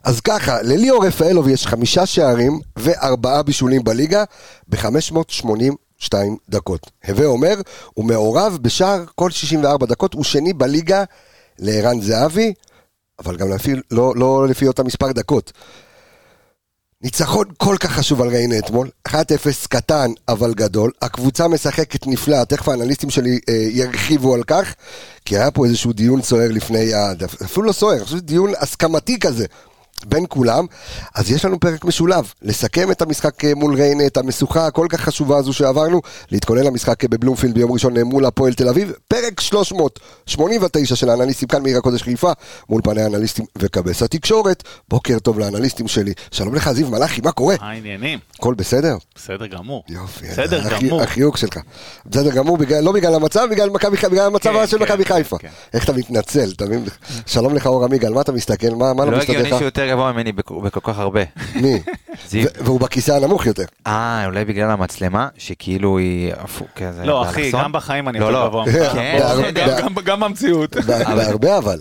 אז ככה, לליאור רפאלוב יש 5 שערים ו4 בישולים בליגה ב-582 דקות. הווה אומר, הוא מעורב בשער כל 64 דקות, הוא שני בליגה לערן זהבי, אבל גם לא לפי אותה מספר דקות. ניצחון כל כך חשוב על ריינה אתמול, 1-0 קטן אבל גדול, הקבוצה משחקת נפלא, תכף האנליסטים שלי ירחיבו על כך, כי היה פה איזשהו דיון סוער לפני, אפילו לא סוער, דיון הסכמתי כזה, בין כולם, אז יש לנו פרק משולב, לסכם את המשחק מול ריינה, את המשוכה הכל כך חשובה הזו שעברנו, להתכונן למשחק בבלומפילד ביום ראשון מול הפועל תל אביב, פרק 389 של האנליסטים כאן מעיר הקודש חיפה, מול פני האנליסטים וכבש התקשורת, בוקר טוב לאנליסטים שלי, שלום לך זיו מלאכי, מה קורה? העניינים? הכל בסדר? בסדר גמור. יופי, בסדר גמור. החיוק שלך. בסדר גמור, לא בגלל המצב, בגלל המצב של מכבי חיפה. איך אתה מתנצל, שלום לך אור עמיגל, מה אתה מסתכל? מה לא מסתכל לך? גבוה ממני בכל כך הרבה. מי? והוא בכיסא הנמוך יותר. אולי בגלל המצלמה, שכאילו היא כזה... לא, אחי, גם בחיים אני יותר גבוה. גם במציאות. בהרבה אבל.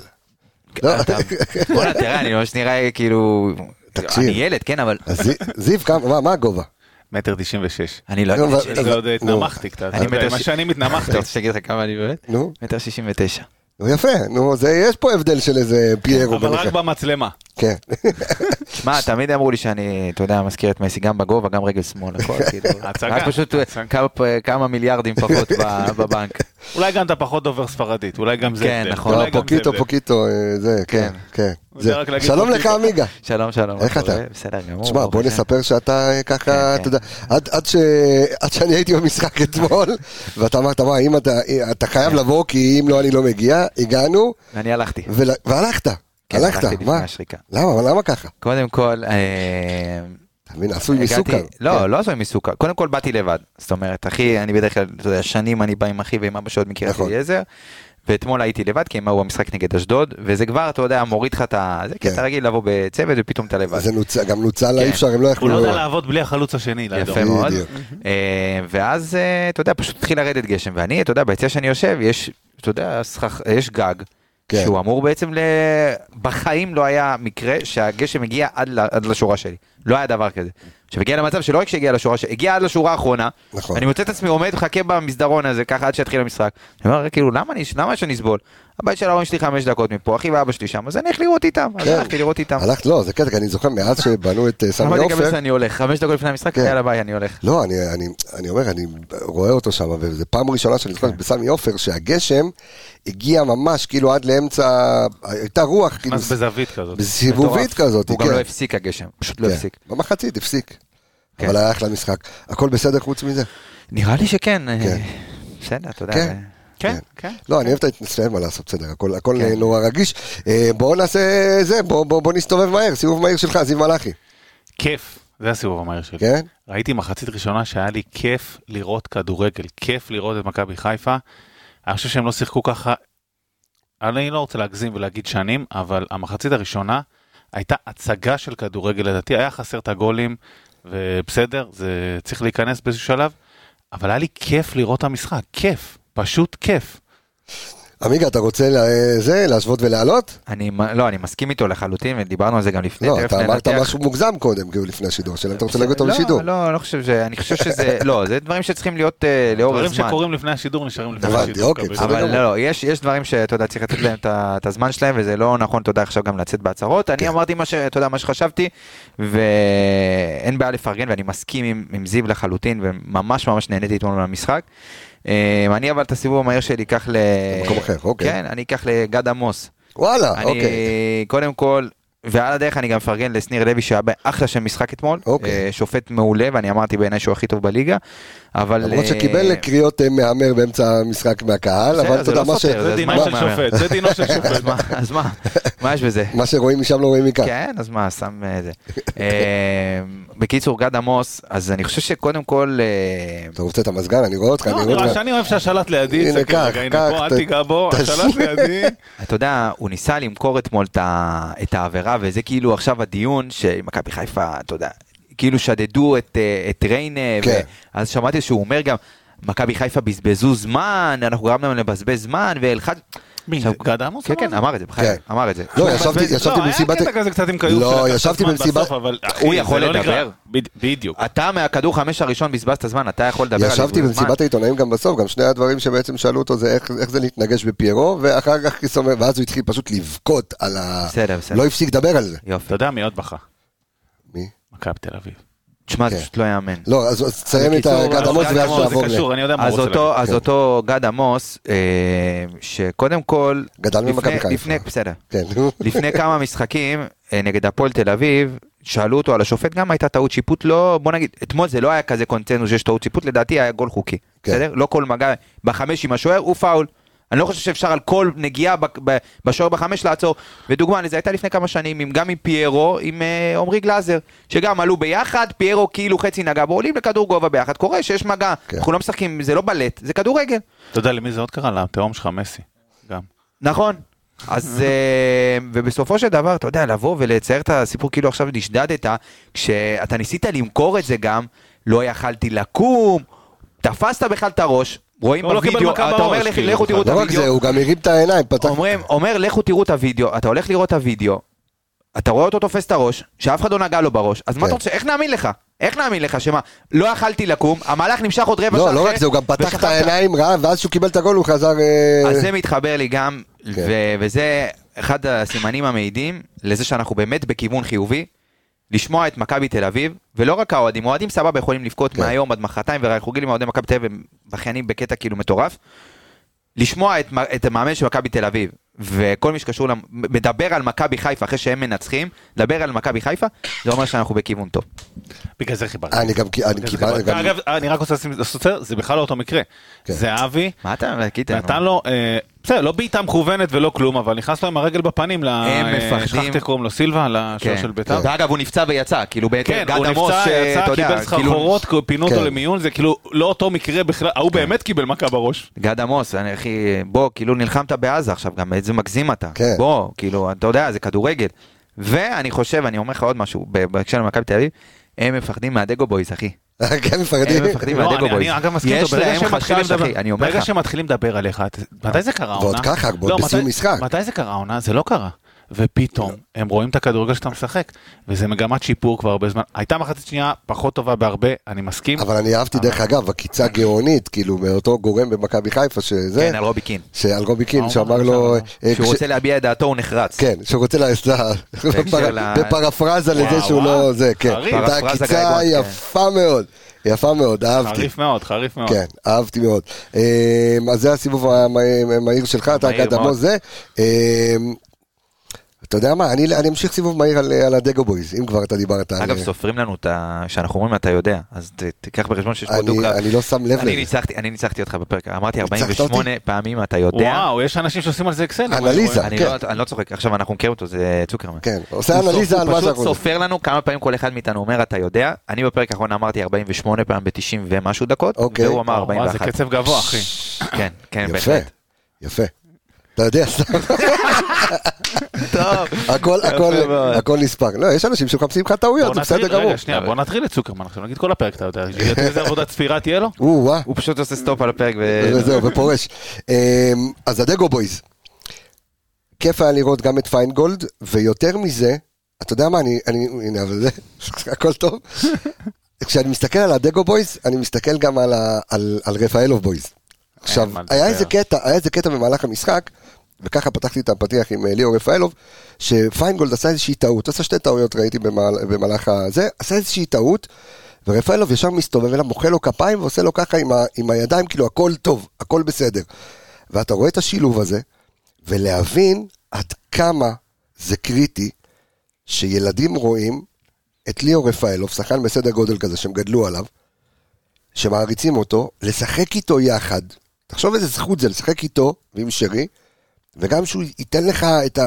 בוא תראה, אני ממש נראה כאילו... אני ילד, כן, אבל... זיו, מה הגובה? 1.96 מטר. אני לא יודע. אני עוד התנמכתי קצת. מה שאני מתנמכתי. אתה רוצה שתגיד לך כמה אני באמת? 1.69 מטר. יפה, נו, יש פה הבדל של איזה פיירו. אבל רק במצלמה. כן. שמע, תמיד אמרו לי שאני, אתה יודע, מזכיר את מסי, גם בגובה, גם רגל שמאל, הכל, כאילו. רק פשוט כמה מיליארדים פחות בבנק. אולי גם אתה פחות דובר ספרדית, אולי גם זה. כן, נכון. פוקיטו, זה, כן, כן. שלום לך עמיגה. שלום. איך אתה? בסדר גמור. תשמע, בוא נספר שאתה ככה, אתה יודע, עד שאני הייתי במשחק אתמול, ואתה אמרת, מה, אם אתה חייב לבוא, כי אם לא, אני לא מגיע, הגענו. ואני הלכתי. והלכת. הלכת, מה? למה ככה? קודם כל, עשוי מסוכר. לא עשוי מסוכר. קודם כל באתי לבד. זאת אומרת, אחי, אני בדרך כלל, אתה יודע, שנים אני בא עם אחי ועם אבא שעוד מכיר את אליעזר, ואתמול הייתי לבד, כי מה הוא המשחק נגד אשדוד, וזה כבר, אתה יודע, מוריד לך את זה, כי אתה רגיל לבוא בצוות ופתאום אתה לבד. זה גם נוצל, אי אפשר, הם לא יכלו... הוא לא יודע לעבוד בלי החלוץ השני. יפה מאוד. ואז, אתה יודע, פשוט התחיל לרדת גשם, ואני, אתה יודע, ביציאה שאני יושב, יש, אתה יודע, יש גג, שהוא אמור בעצם בחיים לא היה מקרה שהגשם הגיע עד לשורה שלי. לא היה דבר כזה. שהגיע למצב שלא רק שהגיע לשורה שלי, הגיע עד לשורה האחרונה, אני מוצא את עצמי עומד וחכה במסדרון הזה, ככה עד שהתחיל המשחק. אני אומר, כאילו, למה שאני אסבול? הבית של ההורים שלי 5 דקות מפה, אחי ואבא שלי שם, אז אני הולך לראות איתם. אז הלכתי לראות איתם. הלכת, לא, זה קטע, אני זוכר מאז שבנו את סמי עופר. אמרתי גם אני הולך, 5 דקות לפני המשחק, יאללה ביי, אני הולך. לא, אני אומר, אני רואה אותו שם, וזו פעם ראשונה שאני זוכר בסמי עופר, שהגשם הגיע ממש כאילו עד לאמצע, הייתה רוח, כאילו, בזווית כזאת. בסיבובית כזאת. הוא גם לא הפסיק הגשם, פשוט לא הפסיק. במחצית הפסיק. אבל היה אחלה משחק. הכל בסדר חוץ מזה? נראה לי שכן. בסדר, אתה יודע. כן. לא, אני אוהב את ההתנסלם, מה לעשות, בסדר, הכל נורא רגיש. בואו נעשה זה, בואו נסתובב מהר, סיבוב מהיר שלך, זיו מלאכי. כיף, זה הסיבוב המהיר שלי. כן? ראיתי מחצית ראשונה שהיה לי כיף לראות כדורגל, כיף לראות את מכבי חיפה. אני חושב שהם לא שיחקו ככה, אני לא רוצה להגזים ולהגיד שנים, אבל המחצית הראשונה הייתה הצגה של כדורגל, לדעתי, היה חסר את הגולים, ובסדר, זה צריך להיכנס באיזשהו שלב, אבל היה לי כיף לראות את המשחק, כיף. פשוט כיף. עמיגה, אתה רוצה להשוות ולעלות? לא, אני מסכים איתו לחלוטין, ודיברנו על זה גם לפני. לא, אתה אמרת משהו מוגזם קודם, כאילו לפני השידור, שלא אתה רוצה להגיד אותו בשידור. לא, אני חושב שזה, לא, זה דברים שצריכים להיות לאור הזמן. דברים שקורים לפני השידור נשארים לפני השידור. אבל לא, יש דברים שאתה יודע, צריך לתת להם את הזמן שלהם, וזה לא נכון, אתה יודע, עכשיו גם לצאת בהצהרות. אני אמרתי מה שחשבתי, ואין בעיה לפרגן, ואני מסכים עם זיו לחלוטין, וממש ממש נהניתי איתו למשחק. אני אבל את הסיבוב המהיר שלי אקח למקום אחר, אוקיי. כן, אני אקח לגד עמוס. וואלה, אוקיי. קודם כל, ועל הדרך אני גם מפרגן לסניר לוי שהיה באחלה של משחק אתמול, שופט מעולה, ואני אמרתי בעיניי שהוא הכי טוב בליגה, אבל... למרות שקיבל קריאות מהמר באמצע המשחק מהקהל, אבל אתה יודע מה ש... זה דינו של שופט, זה דינו של שופט. אז מה יש בזה? מה שרואים משם לא רואים מכאן. כן, אז מה, שם זה. בקיצור, גד עמוס, אז אני חושב שקודם כל... אתה רוצה את המסגן, אני רואה אותך. לא, שאני אוהב שהשלט לידי, הנה כך, אל תיגע בו, השלט לידי. אתה יודע, הוא ניסה למכור אתמול את העבירה, וזה כאילו עכשיו הדיון שמכבי חיפה, אתה יודע, כאילו שדדו את ריינה, אז שמעתי שהוא אומר גם, מכבי חיפה בזבזו זמן, אנחנו גרמנו להם לבזבז זמן, ואלחד... מי? גד עמוס? כן, כן, אמר את זה, בחיים, אמר את זה. לא, ישבתי במסיבת... היה קטע כזה קצת עם קיוף. לא, ישבתי במסיבת... הוא יכול לדבר? בדיוק. אתה מהכדור 5 הראשון בזבזת הזמן, אתה יכול לדבר על ישבתי במסיבת העיתונאים גם בסוף, גם שני הדברים שבעצם שאלו אותו זה איך זה להתנגש בפיירו, ואחר כך ואז הוא התחיל פשוט לבכות על ה... בסדר. לא הפסיק לדבר על זה. אתה יודע מי עוד בכה? מי? מכבי תל אביב. תשמע, זה פשוט לא יאמן. לא, אז תסיים את גד עמוס ואז נעבור אז אותו גד עמוס, שקודם כל, גדל ממכבי חיפה. בסדר. לפני כמה משחקים נגד הפועל תל אביב, שאלו אותו על השופט, גם הייתה טעות שיפוט, לא, בוא נגיד, אתמול זה לא היה כזה קונצנזוס שיש טעות שיפוט, לדעתי היה גול חוקי. בסדר? לא כל מגע בחמש עם השוער, הוא פאול. אני לא חושב שאפשר על כל נגיעה בשוער בחמש לעצור, ודוגמה לזה הייתה לפני כמה שנים, גם עם פיירו, עם עומרי גלאזר, שגם עלו ביחד, פיירו כאילו חצי נגע, ועולים לכדור גובה ביחד, קורה שיש מגע, אנחנו לא משחקים, זה לא בלט, זה כדורגל. אתה יודע למי זה עוד קרה? לתאום שלך מסי, גם. נכון, אז, ובסופו של דבר, אתה יודע, לבוא ולצייר את הסיפור כאילו עכשיו נשדדת, כשאתה ניסית למכור את זה גם, לא יכלתי לקום, תפסת בכלל את הראש, רואים בווידאו, אתה אומר לכו תראו את הווידאו. לא רק זה, הוא גם הרים את העיניים. אומר לכו תראו את הווידאו, אתה הולך לראות את הווידאו, אתה רואה אותו תופס את הראש, שאף אחד לא נגע לו בראש, אז מה אתה רוצה, איך נאמין לך? איך נאמין לך שמה, לא יכלתי לקום, המהלך נמשך עוד רבע שעה. לא רק זה, הוא גם פתח את העיניים רע, ואז שהוא קיבל את הגול הוא חזר... אז זה מתחבר לי גם, וזה אחד הסימנים המעידים, לזה שאנחנו באמת בכיוון חיובי, לשמוע את מכבי תל אביב, ולא רק האוהדים, אוהדים סבבה יכולים לבכות מהיום עד מחרתיים, ואנחנו גילים האוהדים מכבי תל אביב, בחיינים בקטע כאילו מטורף, לשמוע את המאמן של מכבי תל אביב, וכל מי שקשור, מדבר על מכבי חיפה, אחרי שהם מנצחים, לדבר על מכבי חיפה, זה אומר שאנחנו בכיוון טוב. בגלל זה חיברתי. אגב, אני רק רוצה לשים סוצר, זה בכלל לא אותו מקרה. זה אבי, מה אתה נתן לו, בסדר, לא בעיטה מכוונת ולא כלום, אבל נכנס לו עם הרגל בפנים, שכחתי קוראים לו סילבה, לשוער של בית"ר. ואגב, הוא נפצע ויצא, כאילו כן, הוא נפצע, יצא, קיבל סחרחורות, פינו אותו למיון, זה כאילו לא אותו מקרה בכלל, הוא באמת קיבל מכה בראש. גד עמוס, בוא, כאילו נלחמת בעזה עכשיו, גם איזה מגזים אתה. בוא, כאילו, אתה יודע, זה כדורגל. ואני חושב, אני אומר לך עוד משהו, בהקשר למכבי תל אביב, הם מפחדים מהדגו בויז, אחי. כן, מפחדים. הם מפחדים מהדגו בויז. אני אגב מסכים אותו, ברגע שהם מתחילים לדבר עליך, מתי זה קרה עונה? ועוד ככה, בסיום משחק. מתי זה קרה עונה? זה לא קרה. ופתאום הם רואים את הכדורגל שאתה משחק, וזה מגמת שיפור כבר הרבה זמן. הייתה מחצית שנייה פחות טובה בהרבה, אני מסכים. אבל אני אהבתי דרך אגב, הקיצה גאונית, כאילו מאותו גורם במכבי חיפה, שזה... כן, על רובי קין. על רובי קין, שאמר לו... שהוא רוצה להביע את דעתו, הוא נחרץ. כן, שהוא רוצה בפרפרזה לזה שהוא לא... זה, כן. הייתה הקיצה יפה מאוד. יפה מאוד, אהבתי. חריף מאוד. כן, אהבתי מאוד. אז זה הסיבוב המהיר שלך, אתה גד עמוס זה. אתה יודע מה, אני אמשיך סיבוב מהיר על הדגו בויז, אם כבר אתה דיברת על... אגב, סופרים לנו שאנחנו אומרים אתה יודע, אז תיקח בחשבון שיש פה דוגה. אני לא שם לב לזה. אני ניצחתי אותך בפרק, אמרתי 48 פעמים אתה יודע. וואו, יש אנשים שעושים על זה אקסל. אנליזה, כן. אני לא צוחק, עכשיו אנחנו מכירים אותו, זה צוקרמן. כן, עושה אנליזה על מה שאנחנו... הוא פשוט סופר לנו כמה פעמים כל אחד מאיתנו אומר אתה יודע, אני בפרק האחרון אמרתי 48 פעם ב-90 ומשהו דקות, והוא אמר 41. זה קצב גבוה, אחי. כן, בהחלט. יפה. אתה יודע, הכל נספר. לא, יש אנשים שמחפשים לך טעויות, זה בסדר גמור. שנייה, בוא נתחיל לצוקרמן, עכשיו נגיד כל הפרק, אתה יודע, איזה עבודת ספירה תהיה לו? הוא פשוט עושה סטופ על הפרק וזהו, ופורש. אז הדגו בויז, כיף היה לראות גם את פיינגולד, ויותר מזה, אתה יודע מה, הנה, אבל זה, הכל טוב. כשאני מסתכל על הדגו בויז, אני מסתכל גם על רפאלוב בויז. עכשיו, היה איזה קטע במהלך המשחק, וככה פתחתי את הפתיח עם ליאור רפאלוב, שפיינגולד עשה איזושהי טעות, עשה שתי טעויות ראיתי במהלך הזה, עשה איזושהי טעות, ורפאלוב ישר מסתובב אליו, מוחא לו כפיים, ועושה לו ככה עם הידיים, כאילו הכל טוב, הכל בסדר. ואתה רואה את השילוב הזה, ולהבין עד כמה זה קריטי, שילדים רואים את ליאור רפאלוב, שחקן בסדר גודל כזה, שהם גדלו עליו, שמעריצים אותו, לשחק איתו יחד, תחשוב איזה זכות זה, לשחק איתו, ועם שרי, וגם שהוא ייתן לך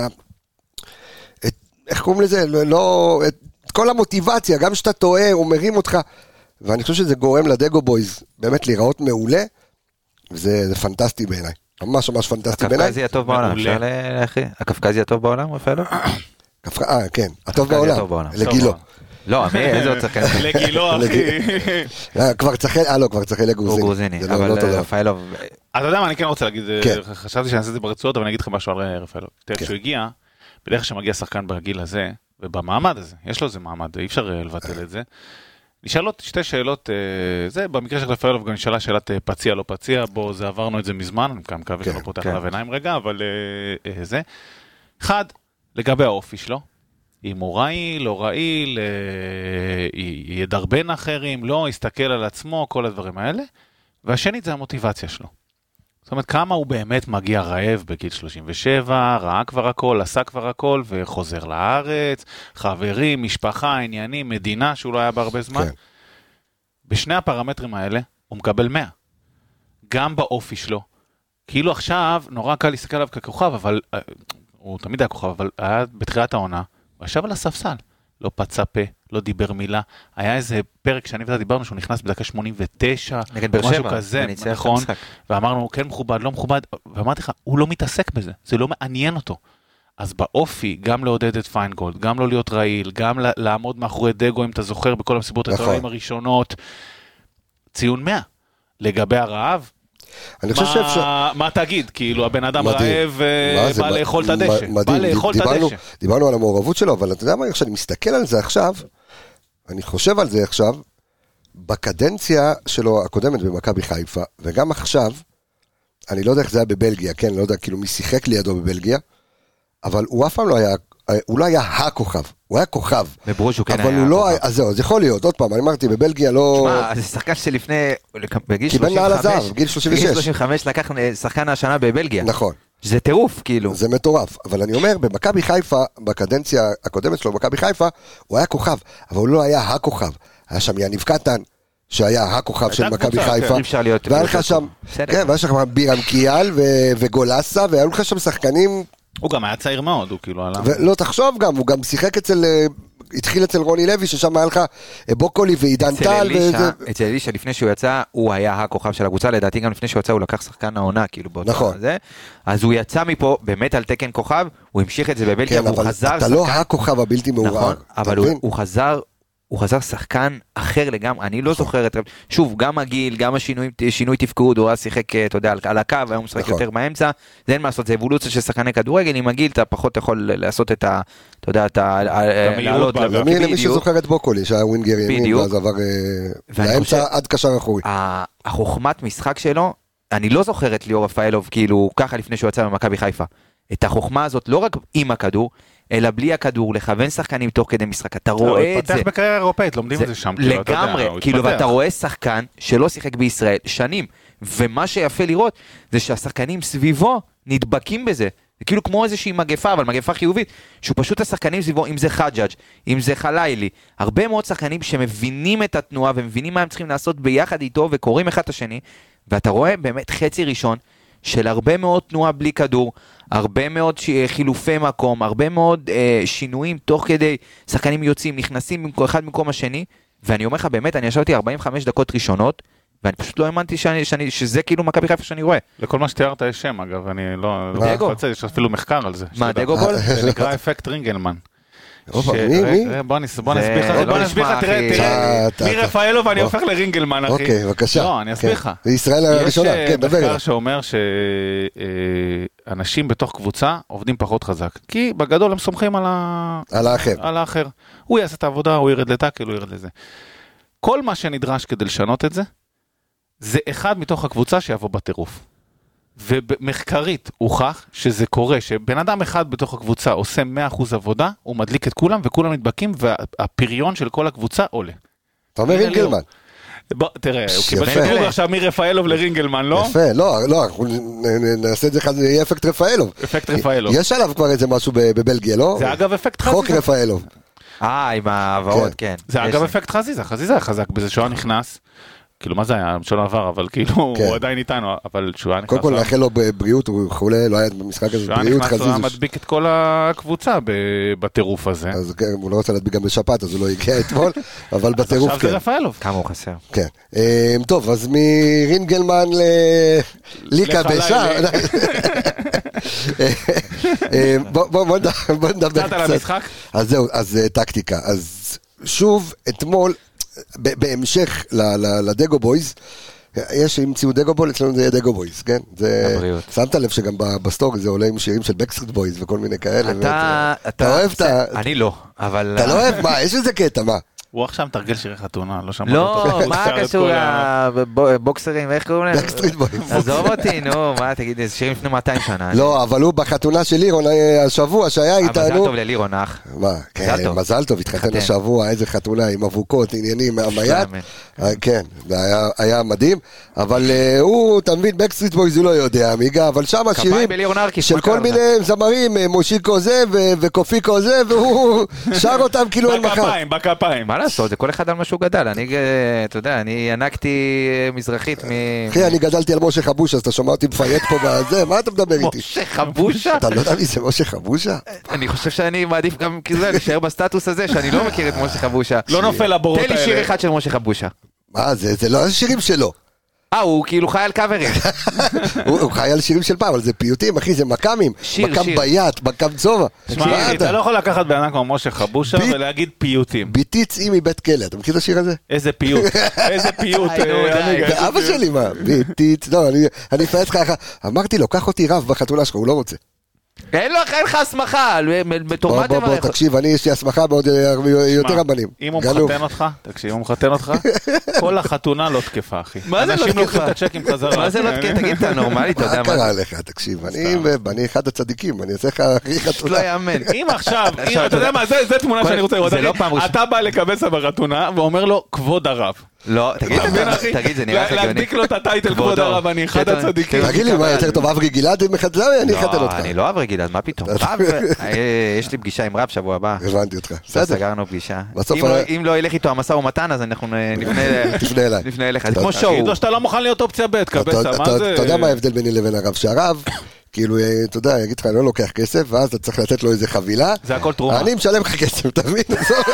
איך קוראים לזה, את כל המוטיבציה, גם שאתה טועה, הוא מרים אותך, ואני חושב שזה גורם לדגו בויז, באמת להיראות מעולה, וזה פנטסטי בעיניי, ממש ממש פנטסטי בעיניי. הקפקזי הטוב בעולם, אפשר להכי, הקפקזי הטוב בעולם, רפאלוב? כן, הטוב בעולם, לגילו. לא, איזה עוד שחקן? לגילו, אחי. כבר צחל לגרוזיני. הוא גרוזיני, אבל רפאלוב... אתה יודע מה, אני כן רוצה להגיד, חשבתי שאני אעשה את זה ברצועות, אבל אני אגיד לך משהו על רפאלוב. תראה, כשהוא הגיע, בדרך שמגיע שחקן בגיל הזה, ובמעמד הזה, יש לו איזה מעמד, אי אפשר לבטל את זה. נשאלות שתי שאלות, זה במקרה של רפאלוב גם נשאלה שאלת פציע לא פציע, בו זה עברנו את זה מזמן, אני מקווה שלא פותח עליו עיניים רגע, אבל זה. אחד, לגבי האופי שלו, אם הוא רעיל, לא רעיל, ידרבן אחרים, לא, יסתכל על עצמו, כל הדברים האלה. והשנית זה המוטיבציה שלו. זאת אומרת, כמה הוא באמת מגיע רעב בגיל 37, ראה כבר הכל, עשה כבר הכל, וחוזר לארץ, חברים, משפחה, עניינים, מדינה שהוא לא היה בהרבה זמן. כן. בשני הפרמטרים האלה, הוא מקבל 100. גם באופי שלו. כאילו עכשיו, נורא קל להסתכל עליו ככוכב, אבל, הוא תמיד היה כוכב, אבל היה בתחילת העונה, הוא ישב על הספסל. לא פצע פה, לא דיבר מילה. היה איזה פרק שאני ואתה דיברנו שהוא נכנס בדקה 89, משהו כזה, נכון? ואמרנו, כן מכובד, לא מכובד, ואמרתי לך, הוא לא מתעסק בזה, זה לא מעניין אותו. אז באופי, גם לעודד את פיינגולד, גם לא להיות רעיל, גם לעמוד מאחורי דגו, אם אתה זוכר, בכל המסיבות העיתונאים הראשונות, ציון 100. לגבי הרעב, מה תגיד? כאילו הבן אדם רעב בא לאכול את הדשא. בא לאכול את הדשא. דיברנו על המעורבות שלו, אבל אתה יודע מה, כשאני מסתכל על זה עכשיו, אני חושב על זה עכשיו, בקדנציה שלו הקודמת במכבי חיפה, וגם עכשיו, אני לא יודע איך זה היה בבלגיה, כן, לא יודע כאילו מי שיחק לידו בבלגיה, אבל הוא אף פעם לא היה, הוא לא היה הכוכב, הוא היה כוכב. בברוז' הוא כן היה אבל הוא לא, אז זהו, אז יכול להיות, עוד פעם, אני אמרתי, בבלגיה לא... תשמע, זה שחקן שלפני, בגיל 35 לקח שחקן השנה בבלגיה. נכון. זה טירוף, כאילו. זה מטורף, אבל אני אומר, במכבי חיפה, בקדנציה הקודמת שלו, במכבי חיפה, הוא היה כוכב, אבל הוא לא היה הכוכב. היה שם יניב קטן, שהיה הכוכב של מכבי חיפה. והיה לך שם, כן, והיה שם בירם קיאל וגולסה, והיו לך שם שחקנים... הוא גם היה צעיר מאוד, הוא כאילו עלה... ולא תחשוב גם, הוא גם שיחק התחיל אצל רוני לוי, ששם היה לך בוקולי ועידן טל. אצל אלישה, לפני שהוא יצא, הוא היה הכוכב של הקבוצה, לדעתי גם לפני שהוא יצא, הוא לקח שחקן העונה, כאילו באותו הזה. אז הוא יצא מפה, באמת על תקן כוכב, הוא המשיך את זה בבלגיה, והוא חזר... אתה לא הכוכב הבלתי מעורר. נכון, אבל הוא חזר שחקן אחר לגמרי, אני לא זוכר את... שוב, גם הגיל, גם השינוי תפקוד, הוא היה שיחק, אתה יודע, על הקו, היום משחק יותר באמצע, זה אין מה לעשות, זה אבולוציה של שחקני כדורגל, עם הגיל אתה פחות יכול לעשות את ה... אתה יודע, אתה... לעלות... למי שזוכר את בוקולי, שהיה ווינגר ימין, ואז עבר לאמצע עד קשר אחורי. החוכמת משחק שלו, אני לא זוכר את ליאור רפאלוב, כאילו, ככה לפני שהוא יצא ממכבי חיפה. את החוכמה הזאת, לא רק עם הכדור, אלא בלי הכדור, לכוון שחקנים תוך כדי משחק, אתה רואה את זה. הוא התפתח בקריירה אירופאית, לומדים את זה שם. לגמרי, כאילו, ואתה רואה שחקן שלא שיחק בישראל שנים, ומה שיפה לראות, זה שהשחקנים סביבו נדבקים בזה. זה כאילו כמו איזושהי מגפה, אבל מגפה חיובית, שהוא פשוט השחקנים סביבו, אם זה חג'אג', אם זה חלילי, הרבה מאוד שחקנים שמבינים את התנועה, ומבינים מה הם צריכים לעשות ביחד איתו, וקוראים אחד את השני, ואתה רואה באמת חצי ראשון, של הרבה מאוד תנועה בלי כדור, הרבה מאוד חילופי מקום, הרבה מאוד שינויים תוך כדי שחקנים יוצאים, נכנסים אחד במקום השני, ואני אומר לך באמת, אני ישבתי 45 דקות ראשונות, ואני פשוט לא האמנתי שזה כאילו מכבי חיפה שאני רואה. לכל מה שתיארת יש שם אגב, אני לא... יש אפילו מחקר על זה. מה, דגו בול? זה נקרא אפקט רינגלמן. בוא נסביר לך, תראה, מרפאלוב אני הופך לרינגלמן, אחי. אוקיי, בבקשה. לא, אני אסביר לך. בישראל הראשונה, כן, דבר. יש מחקר שאומר שאנשים בתוך קבוצה עובדים פחות חזק, כי בגדול הם סומכים על האחר. הוא יעשה את העבודה, הוא ירד לטאקל, הוא ירד לזה. כל מה שנדרש כדי לשנות את זה, זה אחד מתוך הקבוצה שיבוא בטירוף. ומחקרית הוכח שזה קורה, שבן אדם אחד בתוך הקבוצה עושה 100% עבודה, הוא מדליק את כולם, וכולם נדבקים, והפריון של כל הקבוצה עולה. אתה אומר רינגלמן. תראה, הוא קיבל שדרוג עכשיו מרפאלוב לרינגלמן, לא? יפה, לא, אנחנו נעשה את זה אחד, זה יהיה אפקט רפאלוב. אפקט רפאלוב. יש עליו כבר איזה משהו בבלגיה, לא? זה אגב אפקט חזיזה. חוק רפאלוב. עם העברות, כן. זה אגב אפקט חזיזה, חזיזה היה חזק בזה שהוא נכנס. כאילו מה זה היה? שלא עבר, אבל כאילו הוא עדיין איתנו, אבל שהוא היה נכנס... קודם כל לאחל לו בבריאות, הוא חולה, לא היה במשחק הזה בריאות חזיז. שהוא היה מדביק את כל הקבוצה בטירוף הזה. אז כן, הוא לא רוצה להדביק גם בשפט, אז הוא לא הגיע אתמול, אבל בטירוף כן. עכשיו זה רפאלוב. כמה הוא חסר. כן. טוב, אז מרינגלמן לליקה בשער. בוא נדבר קצת על המשחק. אז זהו, אז טקטיקה, אז... שוב, אתמול, בהמשך לדגו בויז, יש המציאו דגו בול, אצלנו זה יהיה דגו בויז, כן? שמת לב שגם בסטורי זה עולה עם שירים של בקסטריט בויז וכל מיני כאלה. אתה אוהב את ה... אני לא, אבל... אתה לא אוהב? מה? יש איזה קטע, מה? הוא עכשיו מתרגל שירי חתונה, לא שמעת אותו. לא, מה קשור לבוקסרים, איך קוראים להם? בקסטריט בויז. עזוב אותי, נו, מה תגיד, זה שירים לפני 200 שנה. לא, אבל הוא בחתונה של לירון השבוע שהיה איתנו. מזל טוב ללירון, אח. מה? כן, מזל טוב, התחתן השבוע, איזה חתונה עם אבוקות, עניינים, מהמיד. כן, זה היה מדהים, אבל הוא, אתה מבין, בקסטריט בויז הוא לא יודע, מיגה, אבל שם השירים של כל מיני זמרים, מושיקו זה וקופיקו זה, והוא שר אותם כאילו אין מחר. בכפיים. מה לעשות, זה כל אחד על משהו גדל, אני, אתה יודע, אני ינקתי מזרחית אחי, אני גדלתי על משה חבושה, אז אתה שומע אותי מפייט פה בזה, מה אתה מדבר איתי? משה חבושה? אתה לא יודע מי זה משה חבושה? אני חושב שאני מעדיף גם כזה, להישאר בסטטוס הזה, שאני לא מכיר את משה חבושה. לא נופל לבורות האלה. תן לי שיר אחד של משה חבושה. מה, זה לא השירים שלו. הוא כאילו חי על קאברים. הוא חי על שירים של פעם, אבל זה פיוטים, אחי, זה מקמים. מקם ביית, מקם צובה. תשמע, אתה לא יכול לקחת בענק כמו משה חבושה ולהגיד פיוטים. ביתי צאי מבית כלא, אתה מכיר את השיר הזה? איזה פיוט, איזה פיוט. אבא שלי, מה? ביתי, לא, אני אפייץ לך, אמרתי לו, קח אותי רב בחתונה שלך, הוא לא רוצה. אין לך הסמכה, בתורמת בוא, תקשיב, יש לי הסמכה בעוד יותר רבנים. אם הוא מחתן אותך, תקשיב, אם הוא מחתן אותך, כל החתונה לא תקפה, אחי. מה זה לא תקפה? אנשים לוקחים את הצ'קים חזרה. מה זה לא תקפה? תגיד אתה נורמלי, אתה יודע מה קרה לך, תקשיב, אני אחד הצדיקים, אני אעשה לך הכי חתונה. לא יאמן. אם עכשיו, אתה יודע מה, זה תמונה שאני רוצה לראות, אתה בא לקבץ בחתונה ואומר לו, כבוד הרב. לא, תגיד, זה נראה לך הגיוני. להדביק לו את הטייטל כבוד הרב, אני אחד הצדיקים. תגיד לי, מה יותר טוב, אברי גלעד מחתלה, אני אחתן אותך. אני לא אברי גלעד, מה פתאום? יש לי פגישה עם רב שבוע הבא. הבנתי אותך. סגרנו פגישה. אם לא ילך איתו המסע ומתן, אז אנחנו נפנה אליך. זה כמו שואו. תגיד לו שאתה לא מוכן להיות אופציה ב', קבצה, מה זה? אתה יודע מה ההבדל ביני לבין הרב? שהרב, כאילו, אתה יודע, יגיד לך, אני לא לוקח כסף, ואז אתה צריך לתת לו איזה חבילה. זה הכל תרומה. אני משלם לך כסף, תבין?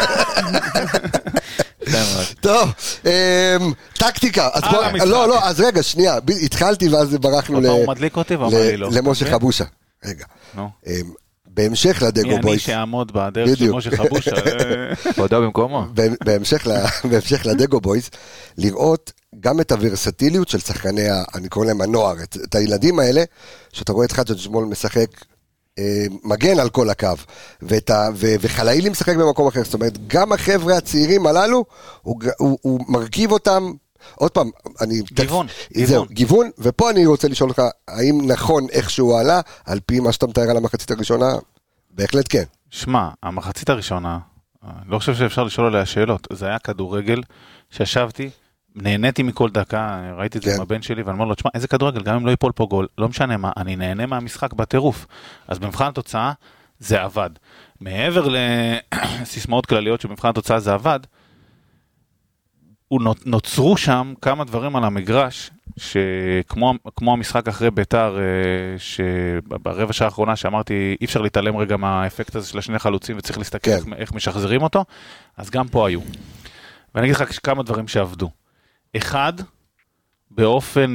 טוב, טקטיקה. לא, אז רגע, שנייה, התחלתי ואז ברחנו למשה חבושה. רגע. בהמשך לדגו בויס. מי אני שיעמוד בדרך של משה חבושה. עודו במקומו. בהמשך לדגו בויס, לראות גם את הוורסטיליות של שחקני, אני קורא להם הנוער, את הילדים האלה, שאתה רואה את חג'ג' שמואל משחק, מגן על כל הקו, וחלאילי משחק במקום אחר, זאת אומרת, גם החבר'ה הצעירים הללו, הוא מרכיב אותם, עוד פעם, גיוון, ופה אני רוצה לשאול לך, האם נכון איך שהוא עלה, על פי מה שאתה מתאר על המחצית הראשונה? בהחלט כן. שמע, המחצית הראשונה, לא חושב שאפשר לשאול עליה שאלות, זה היה כדורגל שישבתי, נהניתי מכל דקה, ראיתי את זה עם הבן שלי, ואני אומר לו, תשמע, איזה כדורגל, גם אם לא ייפול פה גול, לא משנה מה, אני נהנה מהמשחק בטירוף. אז במבחן התוצאה, זה עבד. מעבר לסיסמאות כלליות שבמבחן התוצאה זה עבד, נוצרו שם כמה דברים על המגרש, שכמו המשחק אחרי ביתר, שברבע שעה האחרונה שאמרתי, אי אפשר להתעלם רגע מהאפקט הזה של השני חלוצים, וצריך להסתכל איך משחזרים אותו, אז גם פה היו. ואני אגיד לך כמה דברים שעבדו. אחד, באופן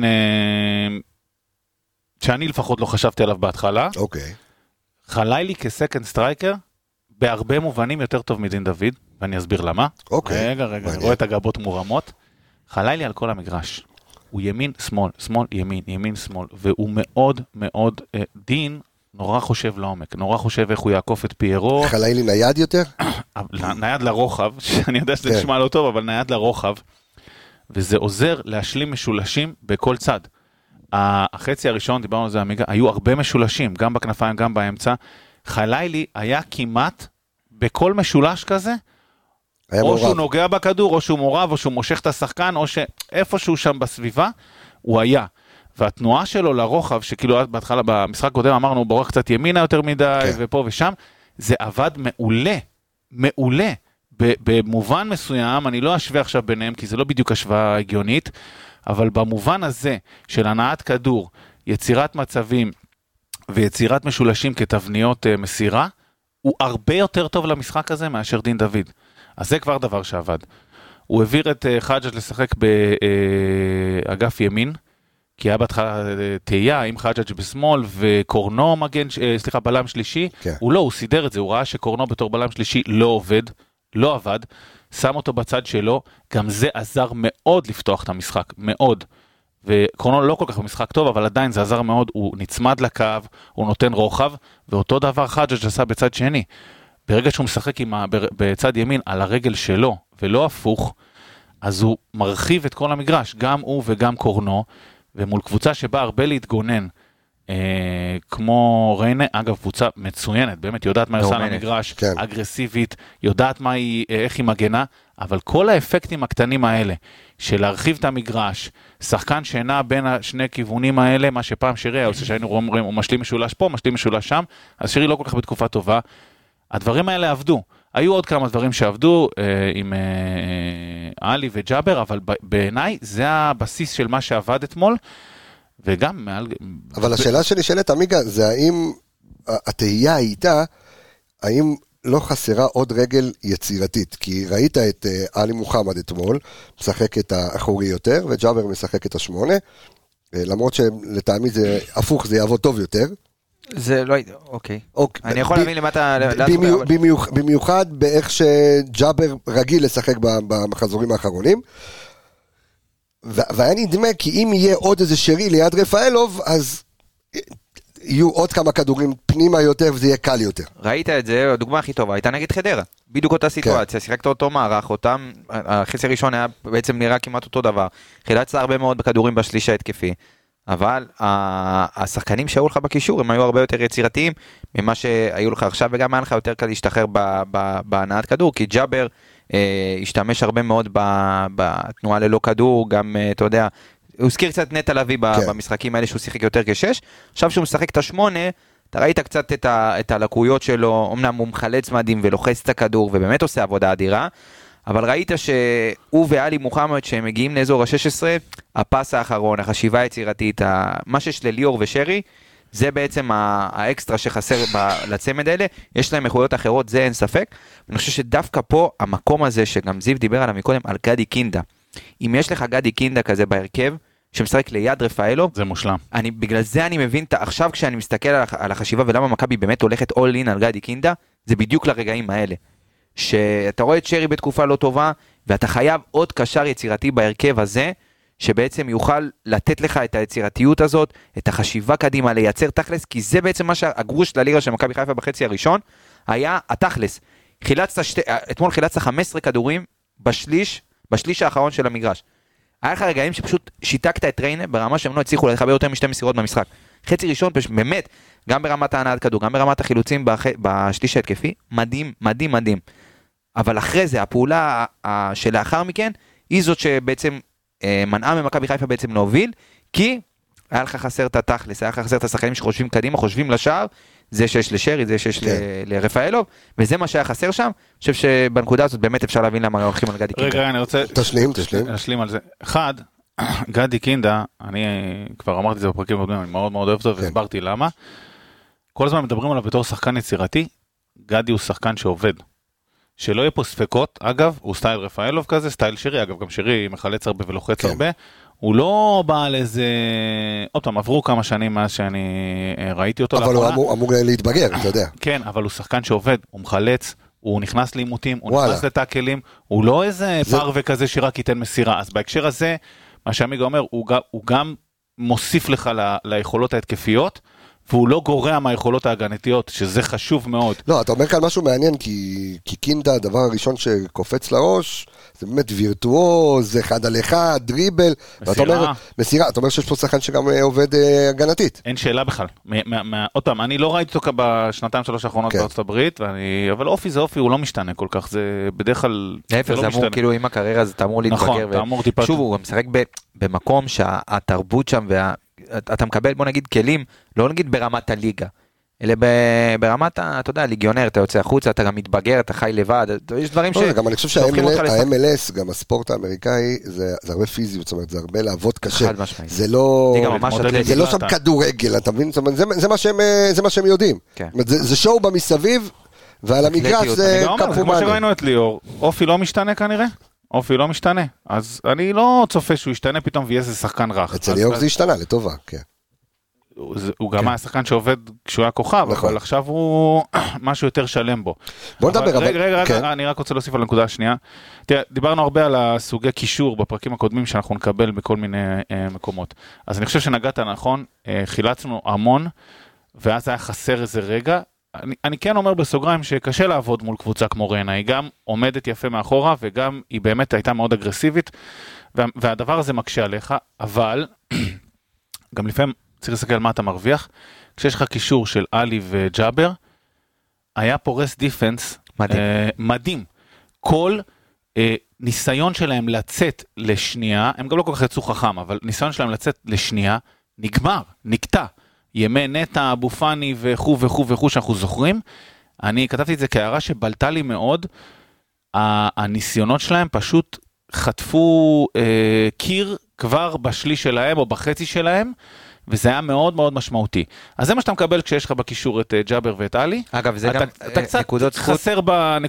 שאני לפחות לא חשבתי עליו בהתחלה, חלאילי כסקנד סטרייקר, בהרבה מובנים יותר טוב מדין דוד, ואני אסביר למה. רגע, אני רואה את הגבות מורמות. חלאילי על כל המגרש. הוא ימין, שמאל, שמאל, ימין, ימין, שמאל, והוא מאוד מאוד, דין נורא חושב לעומק, נורא חושב איך הוא יעקוף את פיירו. חלאילי נייד יותר? נייד לרוחב, שאני יודע שזה נשמע לא טוב, אבל נייד לרוחב, וזה עוזר להשלים משולשים בכל צד. החצי הראשון, דיברנו על זה עמיגה, היו הרבה משולשים, גם בכנפיים, גם באמצע. חלאילי היה כמעט בכל משולש כזה, או שהוא נוגע בכדור, או שהוא מורב, או שהוא מושך את השחקן, או שאיפשהו שם בסביבה, הוא היה. והתנועה שלו לרוחב, שכאילו בהתחלה במשחק קודם אמרנו, הוא בורח קצת ימינה יותר מדי, ופה ושם, זה עבד מעולה, מעולה. במובן מסוים, אני לא אשווה עכשיו ביניהם, כי זה לא בדיוק השוואה הגיונית, אבל במובן הזה של הנעת כדור, יצירת מצבים ויצירת משולשים כתבניות מסירה, הוא הרבה יותר טוב למשחק הזה מאשר דין דוד. אז זה כבר דבר שעבד. הוא העביר את חג'ג' לשחק באגף ימין, כי היה בהתחלה תהיה עם חג'ג' בשמאל וקורנו בלם שלישי, הוא סידר את זה, הוא ראה שקורנו בתור בלם שלישי לא עובד, לא עבד, שם אותו בצד שלו, גם זה עזר מאוד לפתוח את המשחק, מאוד. וקרונו לא כל כך במשחק טוב, אבל עדיין זה עזר מאוד, הוא נצמד לקו, הוא נותן רוחב, ואותו דבר חג'ג' עשה בצד שני. ברגע שהוא משחק בצד ימין על הרגל שלו, ולא הפוך, אז הוא מרחיב את כל המגרש, גם הוא וגם קורנו, ומול קבוצה שבאה הרבה להתגונן, כמו ריינה, אגב קבוצה מצוינת, באמת יודעת מה עושה למגרש, כן. אגרסיבית, יודעת איך היא מגנה, אבל כל האפקטים הקטנים האלה, של להרחיב את המגרש, שחקן שנע בין השני כיוונים האלה, מה שפעם שירי היה עושה שהיינו אומרים, הוא משלים משולש פה, משלים משולש שם, אז שירי לא כל כך בתקופה טובה, הדברים האלה עבדו, היו עוד כמה דברים שעבדו עם אלי וג'אבר, אבל בעיניי זה הבסיס של מה שעבד אתמול, וגם מעל... אבל השאלה שנשאלת, עמיגה, זה האם התהייה הייתה, האם לא חסרה עוד רגל יצירתית? כי ראית את אלי מוחמד אתמול, משחק את האחורי יותר, וג'אבר משחק את השמונה, למרות שלטעמי זה הפוך, זה יעבוד טוב יותר. זה לא... אוקיי. אני יכול להבין למטה... במיוחד באיך שג'אבר רגיל לשחק בחזורים האחרונים, והיה נדמה כי אם יהיה עוד איזה שרי ליד רפאלוב, אז יהיו עוד כמה כדורים פנימה יותר, וזה יהיה קל יותר. ראית את זה, הדוגמה הכי טובה, הייתה נגד חדרה. בדיוק אותה סיטואציה, שיחקת אותו מערך, אותם, החצי הראשון היה בעצם נראה כמעט אותו דבר. חילצת הרבה מאוד בכדורים בשליש ההתקפי, אבל השחקנים שהיו לך בקישור, הם היו הרבה יותר יצירתיים, ממה שהיו לך עכשיו, וגם היה לך יותר קל להשתחרר בהנעת כדור, כי ג'אבר השתמש הרבה מאוד בתנועה ללא כדור, גם, אתה יודע, הוא הזכיר קצת נטע לביא במשחקים האלה שהוא שיחק יותר כשש, עכשיו שהוא משחק את השמונה, אתה ראית קצת את הלקויות שלו, אמנם הוא מחלץ מדהים ולוחץ את הכדור, ובאמת עושה עבודה אדירה, אבל ראית שהוא ואלי מוחמד שהם מגיעים לאזור ה-16, הפס האחרון, החשיבה היצירתית, מה שיש לליאור ושרי, זה בעצם האקסטרה שחסר לצמד האלה, יש להם איכויות אחרות, זה אין ספק, ואני חושב שדווקא פה המקום הזה שגם זיו דיבר עליו מקודם, על גדי קינדה, אם יש לך גדי קינדה כזה בהרכב, שמשחק ליד רפאלוב, זה מושלם. בגלל זה אני מבין, עכשיו כשאני מסתכל על החשיבה ולמה מכבי באמת הולכת all in על גדי קינדה, זה בדיוק לרגעים האלה. שאתה רואה את שרי בתקופה לא טובה, ואתה חייב עוד קשר יצירתי בהרכב הזה, שבעצם יוכל לתת לך את היצירתיות הזאת, את החשיבה קדימה, לייצר תכלס, כי זה בעצם מה שהגרוש לליגה של מכבי חיפה בחצי הראשון, היה התכלס. אתמול חילצת 15 כדורים בשליש האחרון של המגרש. היה לך רגעים שפשוט שיתקת את ריינה ברמה שהם לא הצליחו לחבר יותר משתי מסירות במשחק. חצי ראשון, באמת, גם ברמת ההנעת כדור, גם ברמת החילוצים בשליש ההתקפי, מדהים, מדהים, מדהים. אבל אחרי זה, הפעולה שלאחר מכן, היא זאת שבעצם מנעה ממכבי חיפה בעצם להוביל, כי היה לך חסר את התכלס, היה לך חסר את השחקנים שחושבים קדימה, חושבים לשער, זה שיש לשרי, זה שיש לרפאלוב, וזה מה שהיה חסר שם. אני חושב שבנקודה הזאת באמת אפשר להבין למה הולכים על גדי קינדה. רגע, אני רוצה... תשלים על זה. אחד, גדי קינדה, אני כבר אמרתי את זה בפרקים הקודמים, אני מאוד מאוד אוהב אותו, והסברתי למה. כל הזמן מדברים עליו בתור שחקן יצירתי, גדי הוא שחקן שעובד. שלא יהיה פה ספקות, אגב, הוא סטייל רפאלוב כזה, סטייל שרי, אגב, גם שרי מחלץ הרבה ולוחץ הרבה, הוא לא בא על איזה... עוד פעם, עברו כמה שנים מאז שאני ראיתי אותו לאחרונה. אבל הוא אמור להתבגר, אתה יודע. כן, אבל הוא שחקן שעובד, הוא מחלץ, הוא נכנס לאימותים, הוא נכנס לטאקלים, הוא לא איזה פרווה כזה שרק ייתן מסירה. אז בהקשר הזה, מה שעמיגה אומר, הוא גם מוסיף לך ליכולות ההתקפיות, והוא לא גורע מהיכולות ההגנתיות, שזה חשוב מאוד. לא, אתה אומר כאן משהו מעניין, כי קינדה, הדבר הראשון שקופץ לראש, זה באמת וירטואוז, אחד על אחד, דריבל. מסירה. אתה אומר שיש פה שחקן שגם עובד הגנתית. אין שאלה בכלל. עוד פעם, אני לא ראיתי אותו בשנתיים שלוש האחרונות בארצות הברית, אבל אופי זה אופי, הוא לא משתנה כל כך, זה בדרך כלל... להפך, זה אמור, כאילו עם הקריירה, זה אמור להתבגר. נכון, אתה אמור טיפה... שוב, הוא משחק במקום שהתרבות שם אתה מקבל, בוא נגיד, כלים, לא נגיד ברמת הליגה, אלא ברמת, אתה יודע, ליגיונר, אתה יוצא החוצה, אתה גם מתבגר, אתה חי לבד, יש דברים ש... גם אני חושב שה-MLS, גם הספורט האמריקאי, זה הרבה פיזיות, זאת אומרת, זה הרבה לעבוד קשה. זה לא שם כדורגל, אתה מבין? זה מה שהם יודעים. זה שואו במסביב, ועל המגרש זה כפומני. כמו שראינו את ליאור, אופי לא משתנה כנראה? אופי לא משתנה, אז אני לא צופה שהוא ישתנה פתאום ויהיה איזה שחקן רך. אצל ליאור זה השתנה, לטובה, כן. הוא גם היה שחקן שעובד כשהוא היה כוכב, אבל עכשיו הוא משהו יותר שלם בו. בוא נדבר. רגע, אני רק רוצה להוסיף על הנקודה השנייה. תראה, דיברנו הרבה על הסוגי קישור בפרקים הקודמים שאנחנו נקבל בכל מיני מקומות. אז אני חושב שנגעת נכון, חילצנו המון, ואז היה חסר איזה רגע. אני כן אומר בסוגריים שקשה לעבוד מול קבוצה כמו ריינה, היא גם עומדת יפה מאחורה, וגם היא באמת הייתה מאוד אגרסיבית, והדבר הזה מקשה עליך, אבל גם לפעמים צריך לסתכל מה אתה מרוויח, כשיש לך קישור של אלי וג'אבר, היה פה רס דיפנס מדהים. כל ניסיון שלהם לצאת לשנייה, הם גם לא כל כך יצאו חכם, אבל ניסיון שלהם לצאת לשנייה, נגמר, נקטע. ימי נטע, אבו פני וכו' וכו' וכו' שאנחנו זוכרים, אני כתבתי את זה כהערה שבלטה לי מאוד, הניסיונות שלהם פשוט חטפו קיר כבר בשליש שלהם או בחצי שלהם, וזה היה מאוד מאוד משמעותי. אז זה מה שאתה מקבל כשיש לך בקישור את ג'אבר ואת אלי. אגב, זה גם נקודות זכות. אתה קצת חסר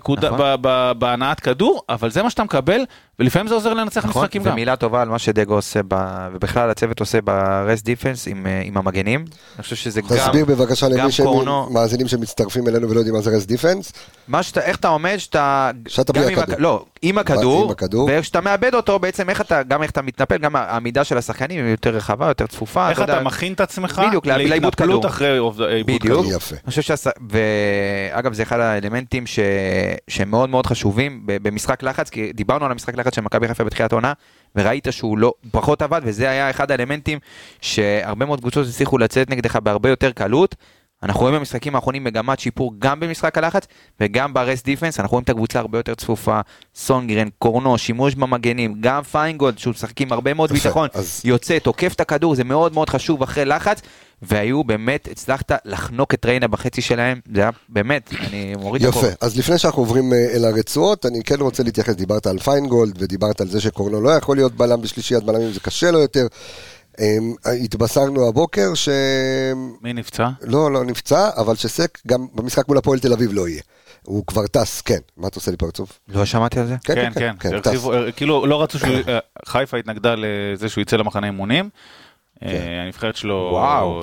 בהנעת כדור, אבל זה מה שאתה מקבל, ולפעמים זה עוזר לנצח משחקים גם. ומילה טובה על מה שדגו עושה, ובכלל הצוות עושה ברס דיפנס עם המגנים. אני חושב שזה גם קורנו. תסביר בבקשה למי שמאזינים שמצטרפים אלינו ולא יודעים מה זה רס דיפנס. איך אתה עומד, שאתה בלי הכדור. לא, עם הכדור, ואיך שאתה מאבד אותו, בעצם גם איך אתה מתנפל, גם העמידה של השחקנים היא יותר רחבה, יותר צפופה. איך אתה מכין את עצמך להתנפלות אחרי עיבוד כדור. אגב, זה אחד האלמנטים שהם מאוד מאוד חשובים במשחק לחץ, כי דיברנו על המשחק לחץ של מכבי חיפה בתחילת העונה, וראית שהוא לא פחות עבד, וזה היה אחד האלמנטים שהרבה מאוד קבוצות הצליחו לצאת נגדך בהרבה יותר קלות. אנחנו רואים במשחקים האחרונים מגמת שיפור גם במשחק הלחץ וגם ברס דיפנס, אנחנו רואים את הקבוצה הרבה יותר צפופה, סונגרן, קורנו, שימוש במגנים, גם פיינגולד, שהוא משחקים הרבה מאוד ביטחון, יוצא, תוקף את הכדור, זה מאוד מאוד חשוב אחרי לחץ, והיו באמת, הצלחת לחנוק את ריינה בחצי שלהם, זה היה באמת, אני מוריד את הכל. יפה, אז לפני שאנחנו עוברים אל הרצועות, אני כן רוצה להתייחס, דיברת על פיינגולד, ודיברת על זה שקורנו לא יכול להיות בלם בשלישיית בלמים, זה קשה לו יותר, התבשרנו הבוקר ש... מי נפצע? לא נפצע, אבל שסק גם במשחק מול הפועל תל אביב לא יהיה. הוא כבר טס, כן. מה אתה עושה לי פרצוף? לא שמעתי על זה? כן. כאילו לא רצו חיפה התנגדה לזה שהוא יצא למחנה אימונים. הנבחרת שלו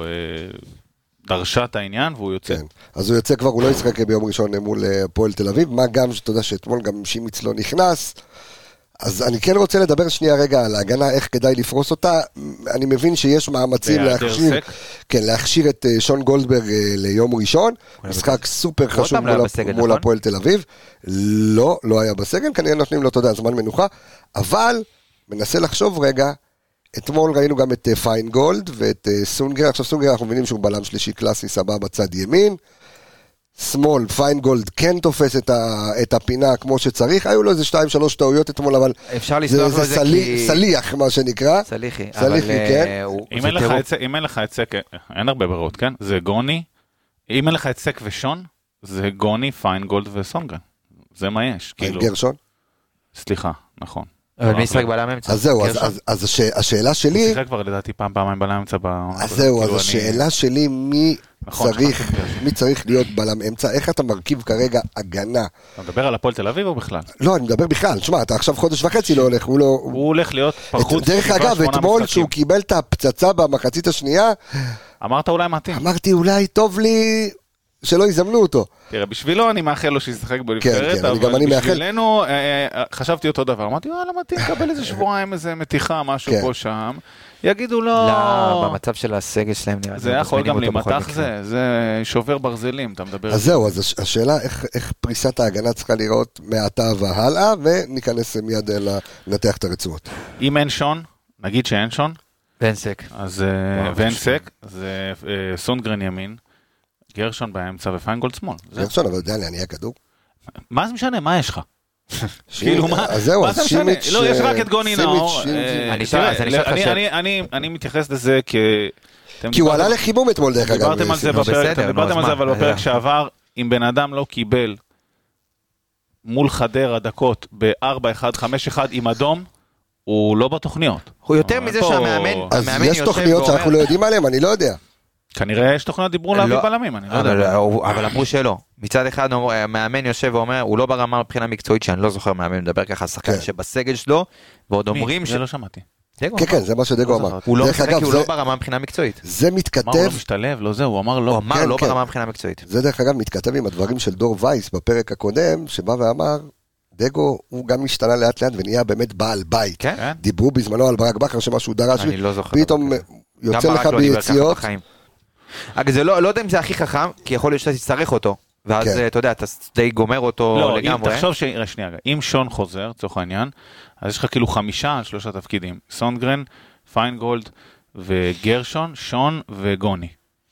דרשה את העניין והוא יוצא. אז הוא יוצא כבר, הוא לא ישחק ביום ראשון מול הפועל תל אביב. מה גם שאתה יודע שאתמול גם שימיץ לא נכנס. אז אני כן רוצה לדבר שנייה רגע על ההגנה, איך כדאי לפרוס אותה. אני מבין שיש מאמצים להכשיר את שון גולדברג ליום ראשון. משחק סופר חשוב מול הפועל תל אביב. לא היה בסגל, כנראה נותנים לו, אתה יודע, זמן מנוחה. אבל מנסה לחשוב רגע, אתמול ראינו גם את פיינגולד ואת סונגר. עכשיו סונגר אנחנו מבינים שהוא בלם שלישי קלאסי סבבה בצד ימין. שמאל, פיינגולד כן תופס את הפינה כמו שצריך, היו לו איזה 2-3 טעויות אתמול, אבל זה סליח מה שנקרא. סליחי, כן. אם אין לך את סק, אין הרבה ברירות, כן? זה גוני, אם אין לך את סק ושון, זה גוני, פיינגולד וסונגרן. זה מה יש. גרשון? סליחה, נכון. אבל מי ישחק בלם אמצע? אז זהו, אז השאלה שלי... הוא שיחק כבר לדעתי פעמיים בלם אמצע. אז זהו, אז השאלה שלי מי צריך להיות בלם אמצע, איך אתה מרכיב כרגע הגנה? אתה מדבר על הפועל תל אביב או בכלל? לא, אני מדבר בכלל, תשמע, אתה עכשיו חודש וחצי לא הולך, הוא הולך להיות פחות... דרך אגב, אתמול שהוא קיבל את הפצצה במחצית השנייה... אמרת אולי מתאים. אמרתי אולי טוב לי... שלא יזמנו אותו. תראה, בשבילו אני מאחל לו שישחק בנבחרת, אבל בשבילנו חשבתי אותו דבר, אמרתי, יאללה מתאים, קבל איזה שבועיים, איזה מתיחה, משהו פה שם, יגידו לו... לא, במצב של הסגל שלהם נראה. זה יכול גם להימתח זה שובר ברזלים, אתה מדבר... אז זהו, אז השאלה איך פריסת ההגנה צריכה לראות מעתה והלאה, וניכנס מיד לנתח את הרצועות. אם אין שון, נגיד שאין שון, ואין סק. ואין סק, זה סונגרן ימין, גרשון באמצע ופיינגולד שמאל. גרשון, אבל יודע להניע כדור. מה זה משנה? מה יש לך? כאילו מה? אז זהו, אז שימיץ'... לא, יש רק את גוני נאור. אני מתייחס לזה כי הוא עלה לחימום אתמול דרך אגב. דיברתם על זה, אבל בפרק שעבר, אם בן אדם לא קיבל מול חדר הדקות ב-4-1-5-1 עם אדום, הוא לא בתוכניות. הוא יותר מזה שהמאמן... אז יש תוכניות שאנחנו לא יודעים עליהן, אני לא יודע. כנראה יש תוכניות דיברו להביא בלמים, אני לא יודע. אבל אמרו שלא. מצד אחד, המאמן יושב ואומר, הוא לא ברמה מבחינה מקצועית, שאני לא זוכר מאמן מדבר ככה, שחקן שבסגל שלו, ועוד אומרים... זה לא שמעתי. כן, כן, זה מה שדגו אמר. הוא לא משחק כי הוא לא ברמה מבחינה מקצועית. זה מתכתב... הוא לא משתלב, לא זה, הוא אמר לא. הוא אמר לא ברמה מבחינה מקצועית. זה דרך אגב מתכתב עם הדברים של דור וייס בפרק הקודם, שבא ואמר, דגו הוא גם משתנה לאט לאט ונהיה באמת בעל בית. דיברו בזמנו על ברק בכר שמשהו דרש, פתאום יוצא לך ביציאות. לא יודע אם זה הכי חכם, כי יכול להיות שאתה תצטרך אותו. ואז אתה יודע, אתה די גומר אותו לגמרי. לא, תחשוב שנייה, אם שון חוזר, צורך העניין, אז יש לך כאילו 5 על 3 תפקידים. סונדגרן, פיינגולד וגרשון, שון וגוני.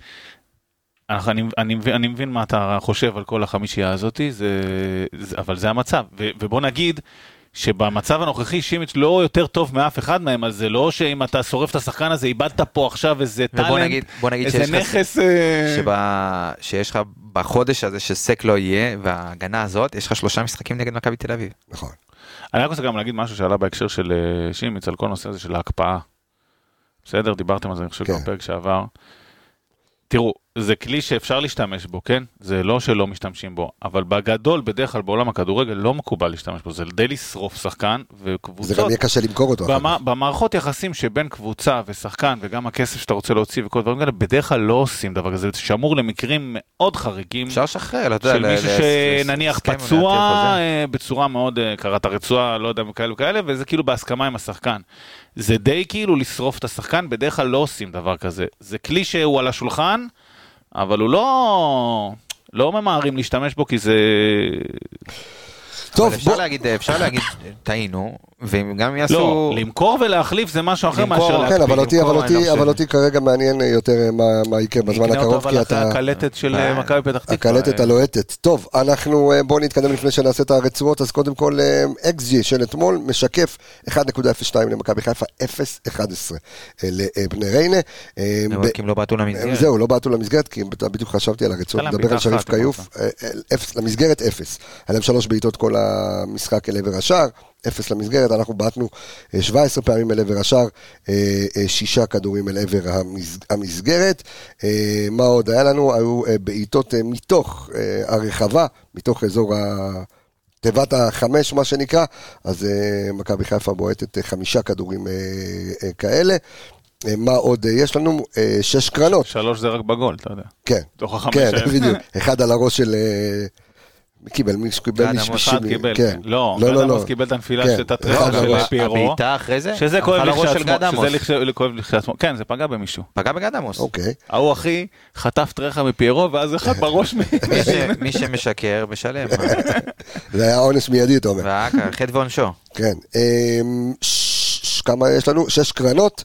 אני מבין מה אתה חושב על כל החמישייה הזאת, אבל זה המצב. ובוא נגיד שבמצב הנוכחי שימיץ' לא יותר טוב מאף אחד מהם, אז זה לא שאם אתה שורף את השחקן הזה, איבדת פה עכשיו איזה טלנט, איזה נכס... שיש לך בחודש הזה שסק לא יהיה, וההגנה הזאת, יש לך 3 משחקים נגד מכבי תל אביב. נכון. אני רק רוצה גם להגיד משהו שעלה בהקשר של שימיץ' על כל נושא הזה של ההקפאה. בסדר, דיברתם על זה, אני חושב בפרק שעבר. תראו, זה כלי שאפשר להשתמש בו, כן? זה לא שלא משתמשים בו, אבל בגדול, בדרך כלל בעולם הכדורגל לא מקובל להשתמש בו, זה די לשרוף שחקן וקבוצות. זה גם יהיה קשה למכור אותו. במערכות יחסים שבין קבוצה ושחקן, וגם הכסף שאתה רוצה להוציא וכל דברים כאלה, בדרך כלל לא עושים דבר כזה, זה שמור למקרים מאוד חריגים. אפשר לשחרר, של מישהו שנניח פצוע בצורה מאוד, קראת הרצועה, לא יודע, כאלה, וזה כאילו בהסכמה עם השחקן. זה די כאילו לשרוף את השחקן, בדרך כלל לא עושים דבר כזה. זה כלי שהוא על השולחן, אבל הוא לא ממהרים להשתמש בו, כי זה... טוב, אפשר להגיד, טעינו, והם גם יעשו... לא, למכור ולהחליף זה משהו אחר מאשר להקפיד. כן, אבל אותי כרגע מעניין יותר מה יקרה בזמן הקרוב, כי אתה... הקלטת של מכבי פתח תקווה. הקלטת הלוהטת. טוב, אנחנו בואו נתקדם לפני שנעשה את הרצועות, אז קודם כל, XG של אתמול משקף 1.02 למכבי חיפה, 0.11 לבני ריינה. כי הם לא בעטו למסגרת. זהו, לא בעטו למסגרת, כי בדיוק חשבתי על הרצועות, מדבר על שריף קיוף, למסגרת 0. עליהם 3 בעיטות כל המשחק אל עבר השער, 0 למסגרת, אנחנו בעטנו 17 פעמים אל עבר השער, 6 כדורים אל עבר המסגרת. מה עוד היה לנו? היו בעיטות מתוך הרחבה, מתוך אזור תיבת ה5 מה שנקרא, אז מכבי חיפה בועטת 5 כדורים כאלה. מה עוד יש לנו? 6 קרנות. 3 זה רק בגול, אתה יודע. כן, כן, בדיוק. אחד על הראש של... מי קיבל? אחד קיבל, לא, גדמוס קיבל את הנפילה של הטרחה של פיירו, הבעיטה אחרי זה? שזה כואב לכשעצמו, כן, זה פגע במישהו. פגע בגדמוס. אוקיי. ההוא אחי חטף טרחה מפיירו, ואז אחד בראש מי שמשקר משלם. זה היה עונש מיידי, אתה אומר. חטא ועונשו. כן. כמה יש לנו? 6 קרנות.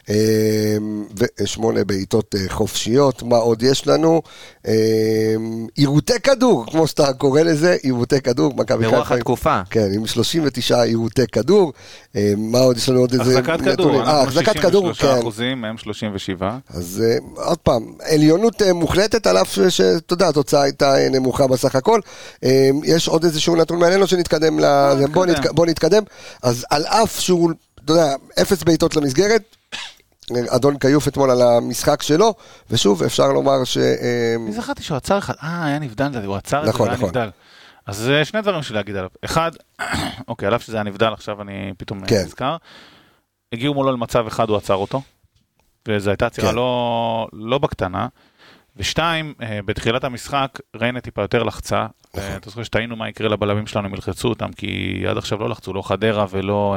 ו8 בעיטות חופשיות. מה עוד יש לנו? עירותי כדור, כמו שאתה קורא לזה, עירותי כדור, מכבי חיפה. ברוח התקופה. כן, עם 39 עירותי כדור. מה עוד יש לנו עוד איזה... החזקת כדור. החזקת כדור, כן. 63%, מהם 37. אז עוד פעם, עליונות מוחלטת, על אף שתודה, התוצאה הייתה נמוכה בסך הכל. יש עוד איזשהו נתון מעניין שנתקדם לזה. בוא נתקדם. אז על אף שהוא, אתה יודע, 0 בעיטות למסגרת, אדון קיוף אתמול על המשחק שלו, ושוב אפשר לומר ש... אני זכרתי שהוא עצר אחד, היה נבדל, הוא עצר את זה והיה נבדל. אז 2 דברים שלי להגיד עליו. אחד, אוקיי, עליו שזה היה נבדל, עכשיו אני פתאום נזכר. הגיעו מולו למצב אחד, הוא עצר אותו, וזו הייתה עצירה לא בקטנה. ו2, בתחילת המשחק, ריינה טיפה יותר לחצה. אתה זוכר שטעינו מה יקרה לבלמים שלנו, הם ילחצו אותם, כי עד עכשיו לא לחצו, לא חדרה ולא...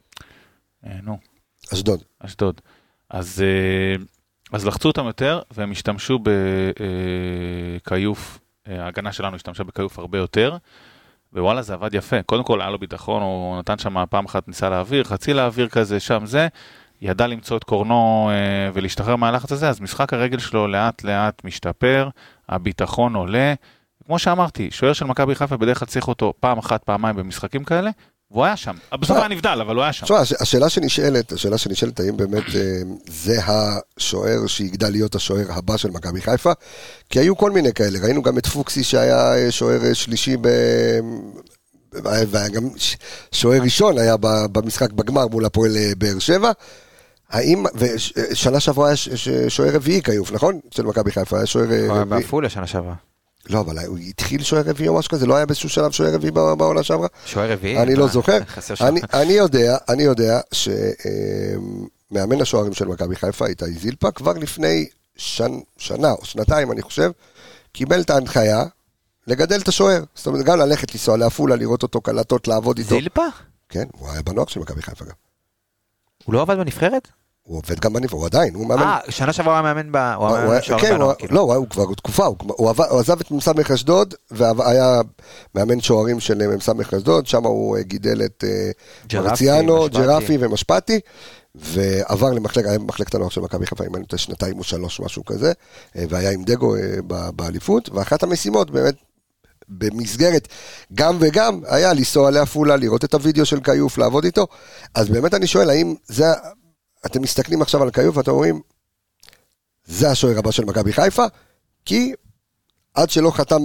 אשדוד. אז לחצו אותם יותר, והם השתמשו בקיוף, ההגנה שלנו השתמשה בקיוף הרבה יותר, ווואלה זה עבד יפה. קודם כל היה לו ביטחון, הוא נתן שם פעם אחת ניסה להעביר, חצי להעביר כזה, שם זה, ידע למצוא את קורנו ולהשתחרר מהלחץ הזה, אז משחק הרגל שלו לאט לאט משתפר, הביטחון עולה, כמו שאמרתי, שוער של מכבי חיפה בדרך כלל צריך אותו פעם אחת, פעמיים במשחקים כאלה, והוא היה שם. בסוף היה נבדל, אבל הוא היה שם. השאלה שנשאלת, האם באמת זה השוער שיגדל להיות השוער הבא של מכבי חיפה? כי היו כל מיני כאלה. ראינו גם את פוקסי שהיה שוער שלישי, וגם שוער ראשון היה במשחק בגמר מול הפועל באר שבע. ושנה שעברה היה שוער רביעי קיוף, נכון? של מכבי חיפה. היה שוער רביעי. בעפולה שנה שעברה. לא, אבל הוא התחיל שוער רביעי או משהו כזה, לא היה באיזשהו שלב שוער רביעי בעונה שעברה? שוער רביעי? אני לא זוכר. אני יודע שמאמן השוערים של מכבי חיפה, איתי זילפה, כבר לפני שנה או שנתיים, אני חושב, קיבל את ההנחיה לגדל את השוער. זאת אומרת, גם ללכת לנסוע לעפולה, לראות אותו, קלטות, לעבוד איתו. זילפה? כן, הוא היה בנוער של מכבי חיפה גם. הוא לא עבד בנבחרת? הוא עובד גם בנבחרת, הוא עדיין, הוא מאמן. שנה שעברה הוא היה מאמן כן, לא, הוא כבר תקופה, הוא עזב את ממסמך אשדוד, והיה מאמן שוערים של ממסמך אשדוד, שם הוא גידל את מרציאנו, ג'רפי ומשפטי, ועבר למחלקת הנוער של מכבי חיפה, עם שנתיים או 3, משהו כזה, והיה עם דגו באליפות, ואחת המשימות באמת, במסגרת גם וגם, היה לנסוע לעפולה, לראות את הוידאו של קיוף, לעבוד איתו, אז באמת אני שואל, האם זה, אתם מסתכלים עכשיו על קיוף, ואתם אומרים, זה השוער הבא של מכבי חיפה, כי עד שלא חתם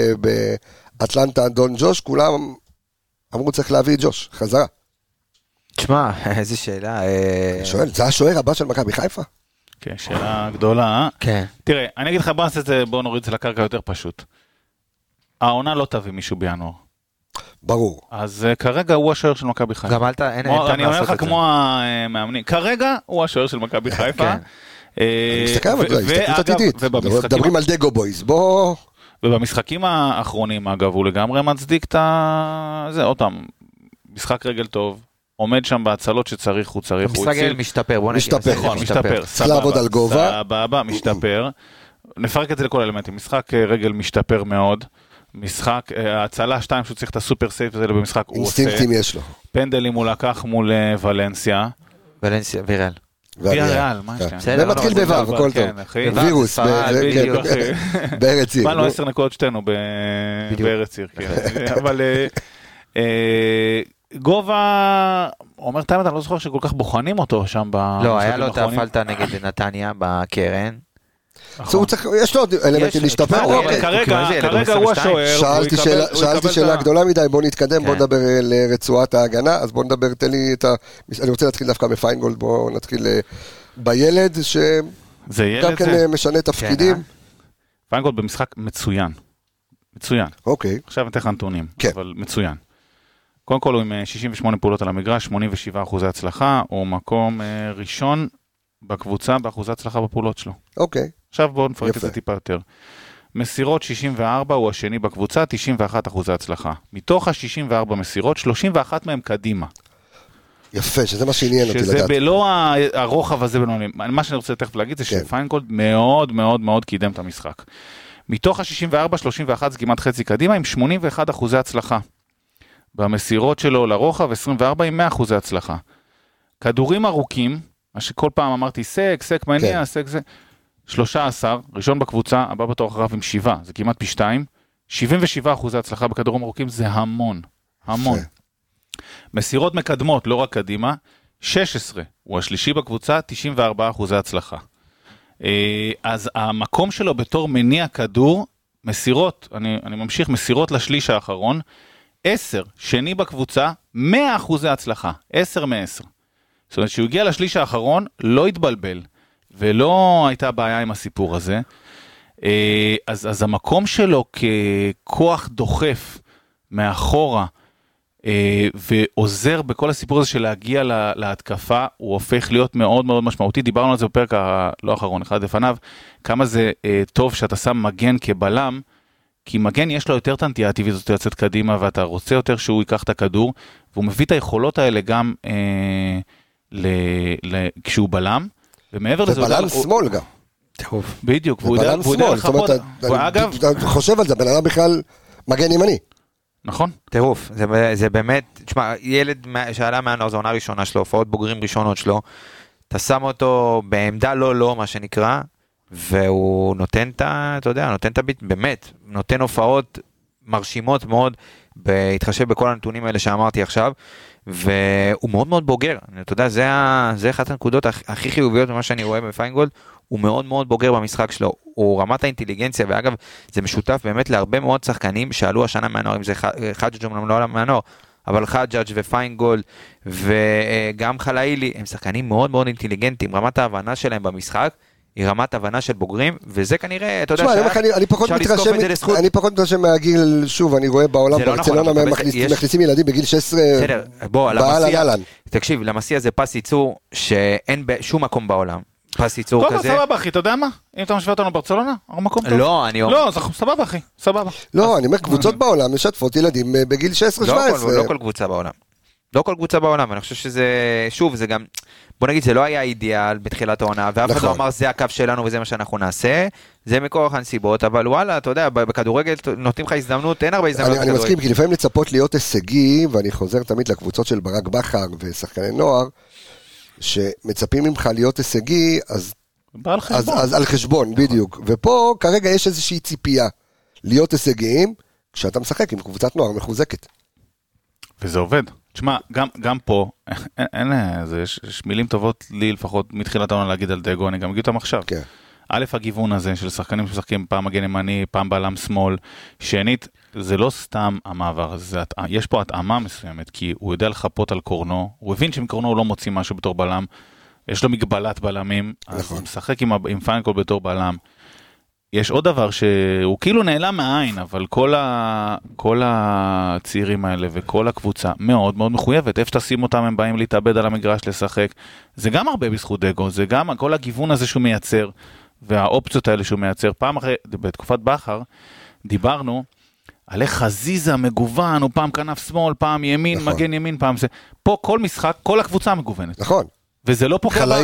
באטלנטה דון ג'וש, כולם אמרו צריך להביא את ג'וש, חזרה. תשמע, איזה שאלה. שואל, זה השוער הבא של מכבי חיפה? כן, שאלה גדולה. כן. תראה, אני אגיד לך, בוא נוריד את זה לקרקע יותר פשוט. העונה לא תביא מישהו בינואר. ברור. אז כרגע הוא השוער של מכבי חיפה. גם אני אומר לך כמו המאמנים, כרגע הוא השוער של מכבי חיפה. אני מסתכל על זה, הסתכלות עתידית. מדברים על דגו בויז, בוא... ובמשחקים האחרונים, אגב, הוא לגמרי מצדיק את זה, עוד פעם, משחק רגל טוב, עומד שם בהצלות שצריך, הוא צריך, הוא הציל. משתפר, בוא נגיד. משתפר. צריך לעבוד על גובה. סבבה, משתפר. נפרק את זה לכל אלמנטים. משחק רגל משתפר מאוד. משחק, ההצלה 2 שהוא צריך את הסופר סייף הזה במשחק, הוא עושה. אינסטינקטים יש לו. פנדלים הוא לקח מול ולנסיה. ולנסיה, ויראל. ויראל, מה יש להם? זה מתחיל בוו, הכל טוב. וירוס, בארץ עיר. באנו 10 נקודות שתינו בארץ עיר. אבל גובה, אומר תאמת, אני לא זוכר שכל כך בוחנים אותו שם. לא, היה לו את הפלטה נגד נתניה בקרן. יש לו עוד אלמנטים להשתפר. כרגע הוא השוער. שאלתי שאלה גדולה מדי, בוא נתקדם, בוא נדבר לרצועת ההגנה, אז בוא נדבר, תן לי את אני רוצה להתחיל דווקא מפיינגולד, בוא נתחיל בילד, שגם כן משנה תפקידים. פיינגולד במשחק מצוין. מצוין. אוקיי. עכשיו נתן לך נתונים, אבל מצוין. קודם כל הוא עם 68 פעולות על המגרש, 87% הצלחה, הוא מקום ראשון בקבוצה באחוזת הצלחה בפעולות שלו. אוקיי. עכשיו בואו נפרק את זה טיפה יותר. מסירות 64 הוא השני בקבוצה, 91% הצלחה. מתוך ה-64 מסירות, 31 מהם קדימה. יפה, שזה מה שעניין אותי לדעת. שזה לא הרוחב הזה בנועלים. מה שאני רוצה תכף להגיד זה שפיינגולד מאוד מאוד מאוד קידם את המשחק. מתוך ה-64, 31 זה כמעט חצי קדימה, עם 81% הצלחה. במסירות שלו לרוחב, 24 עם 100% הצלחה. כדורים ארוכים, מה שכל פעם אמרתי, סק, מניע, סק זה, 13, ראשון בקבוצה, הבא בתור אחריו עם 7, זה כמעט פי 2, 77% הצלחה בכדורים ארוכים, זה המון. מסירות מקדמות, לא רק קדימה, 16, הוא השלישי בקבוצה, 94% הצלחה. אז המקום שלו בתור מניע כדור, מסירות, אני ממשיך, מסירות לשליש האחרון, 10, שני בקבוצה, 100% הצלחה, 10 מ-10. זאת אומרת, שהוא הגיע לשליש האחרון, לא התבלבל, ולא הייתה בעיה עם הסיפור הזה. אז המקום שלו ככוח דוחף מאחורה, ועוזר בכל הסיפור הזה של להגיע להתקפה, הוא הופך להיות מאוד מאוד משמעותי. דיברנו על זה בפרק לא האחרון, אחד לפניו, כמה זה טוב שאתה שם מגן כבלם, כי מגן יש לו יותר תנטייה טבעית, זאת יוצאת קדימה, ואתה רוצה יותר שהוא ייקח את הכדור, והוא מביא את היכולות האלה גם כשהוא בלם, ומעבר לזה... ובלם שמאל גם. בדיוק, והוא יודע לחפות. אתה חושב על זה, בן אדם בכלל מגן ימני. נכון. טירוף, זה באמת, תשמע, ילד שעלה מהנוער, זו עונה ראשונה שלו, הופעות בוגרים ראשונות שלו, אתה שם אותו בעמדה לא, מה שנקרא, והוא נותן אתה יודע, נותן את הביט, באמת, נותן הופעות מרשימות מאוד, בהתחשב בכל הנתונים האלה שאמרתי עכשיו, והוא מאוד מאוד בוגר, אתה יודע, זה אחת הנקודות הכי חיוביות ממה שאני רואה בפיינגולד, הוא מאוד מאוד בוגר במשחק שלו, הוא רמת האינטליגנציה, ואגב, זה משותף באמת להרבה מאוד שחקנים שעלו השנה מהנוער, אם זה חג'ג' אומנם לא עלה מהנוער, אבל חג'ג' ופיינגולד, וגם חלאילי, הם שחקנים מאוד מאוד אינטליגנטים, רמת ההבנה שלהם במשחק, היא רמת הבנה של בוגרים, וזה כנראה, אתה יודע, אני פחות מתרשם מהגיל, שוב, אני רואה בעולם, ברצלונה מכניסים ילדים בגיל 16, בעלן. תקשיב, למסיע זה פס ייצור שאין בשום מקום בעולם. פס ייצור כזה. טוב, סבבה אחי, אתה יודע מה? אם אתה משווה אותנו ברצלונה, הוא מקום טוב. לא, סבבה אחי, סבבה. לא, אני אומר, קבוצות בעולם משתפות ילדים בגיל 16-17. לא כל קבוצה בעולם. לא כל קבוצה בעולם, אני חושב שזה, שוב, זה גם, בוא נגיד, זה לא היה אידיאל בתחילת העונה, ואף אחד לא אמר, זה הקו שלנו וזה מה שאנחנו נעשה, זה מכורח הנסיבות, אבל וואלה, אתה יודע, בכדורגל נותנים לך הזדמנות, אין הרבה הזדמנות בכדורגל. אני מסכים, כי לפעמים לצפות להיות הישגי, ואני חוזר תמיד לקבוצות של ברק בכר ושחקני נוער, שמצפים ממך להיות הישגי, אז על חשבון, בדיוק. ופה כרגע יש איזושהי ציפייה להיות הישגיים, כשאתה משחק עם קבוצת נוער מחוזקת. וזה עובד. תשמע, גם פה, יש מילים טובות לי לפחות מתחילת העונה להגיד על דאגו, אני גם אגיד אותם עכשיו. כן. א', הגיוון הזה של שחקנים שמשחקים פעם מגן ימני, פעם בלם שמאל, שנית, זה לא סתם המעבר, יש פה התאמה מסוימת, כי הוא יודע לחפות על קורנו, הוא הבין שמקורנו הוא לא מוציא משהו בתור בלם, יש לו מגבלת בלמים, אז הוא משחק עם פיינקול בתור בלם. יש עוד דבר שהוא כאילו נעלם מהעין, אבל כל הצעירים האלה וכל הקבוצה מאוד מאוד מחויבת. איפה שתשים אותם הם באים להתאבד על המגרש לשחק. זה גם הרבה בזכות דאגו, זה גם כל הגיוון הזה שהוא מייצר, והאופציות האלה שהוא מייצר. פעם אחרי, בתקופת בכר, דיברנו על איך חזיזה מגוון, הוא פעם כנף שמאל, פעם ימין, נכון. מגן ימין, פעם זה. פה כל משחק, כל הקבוצה מגוונת. נכון. וזה לא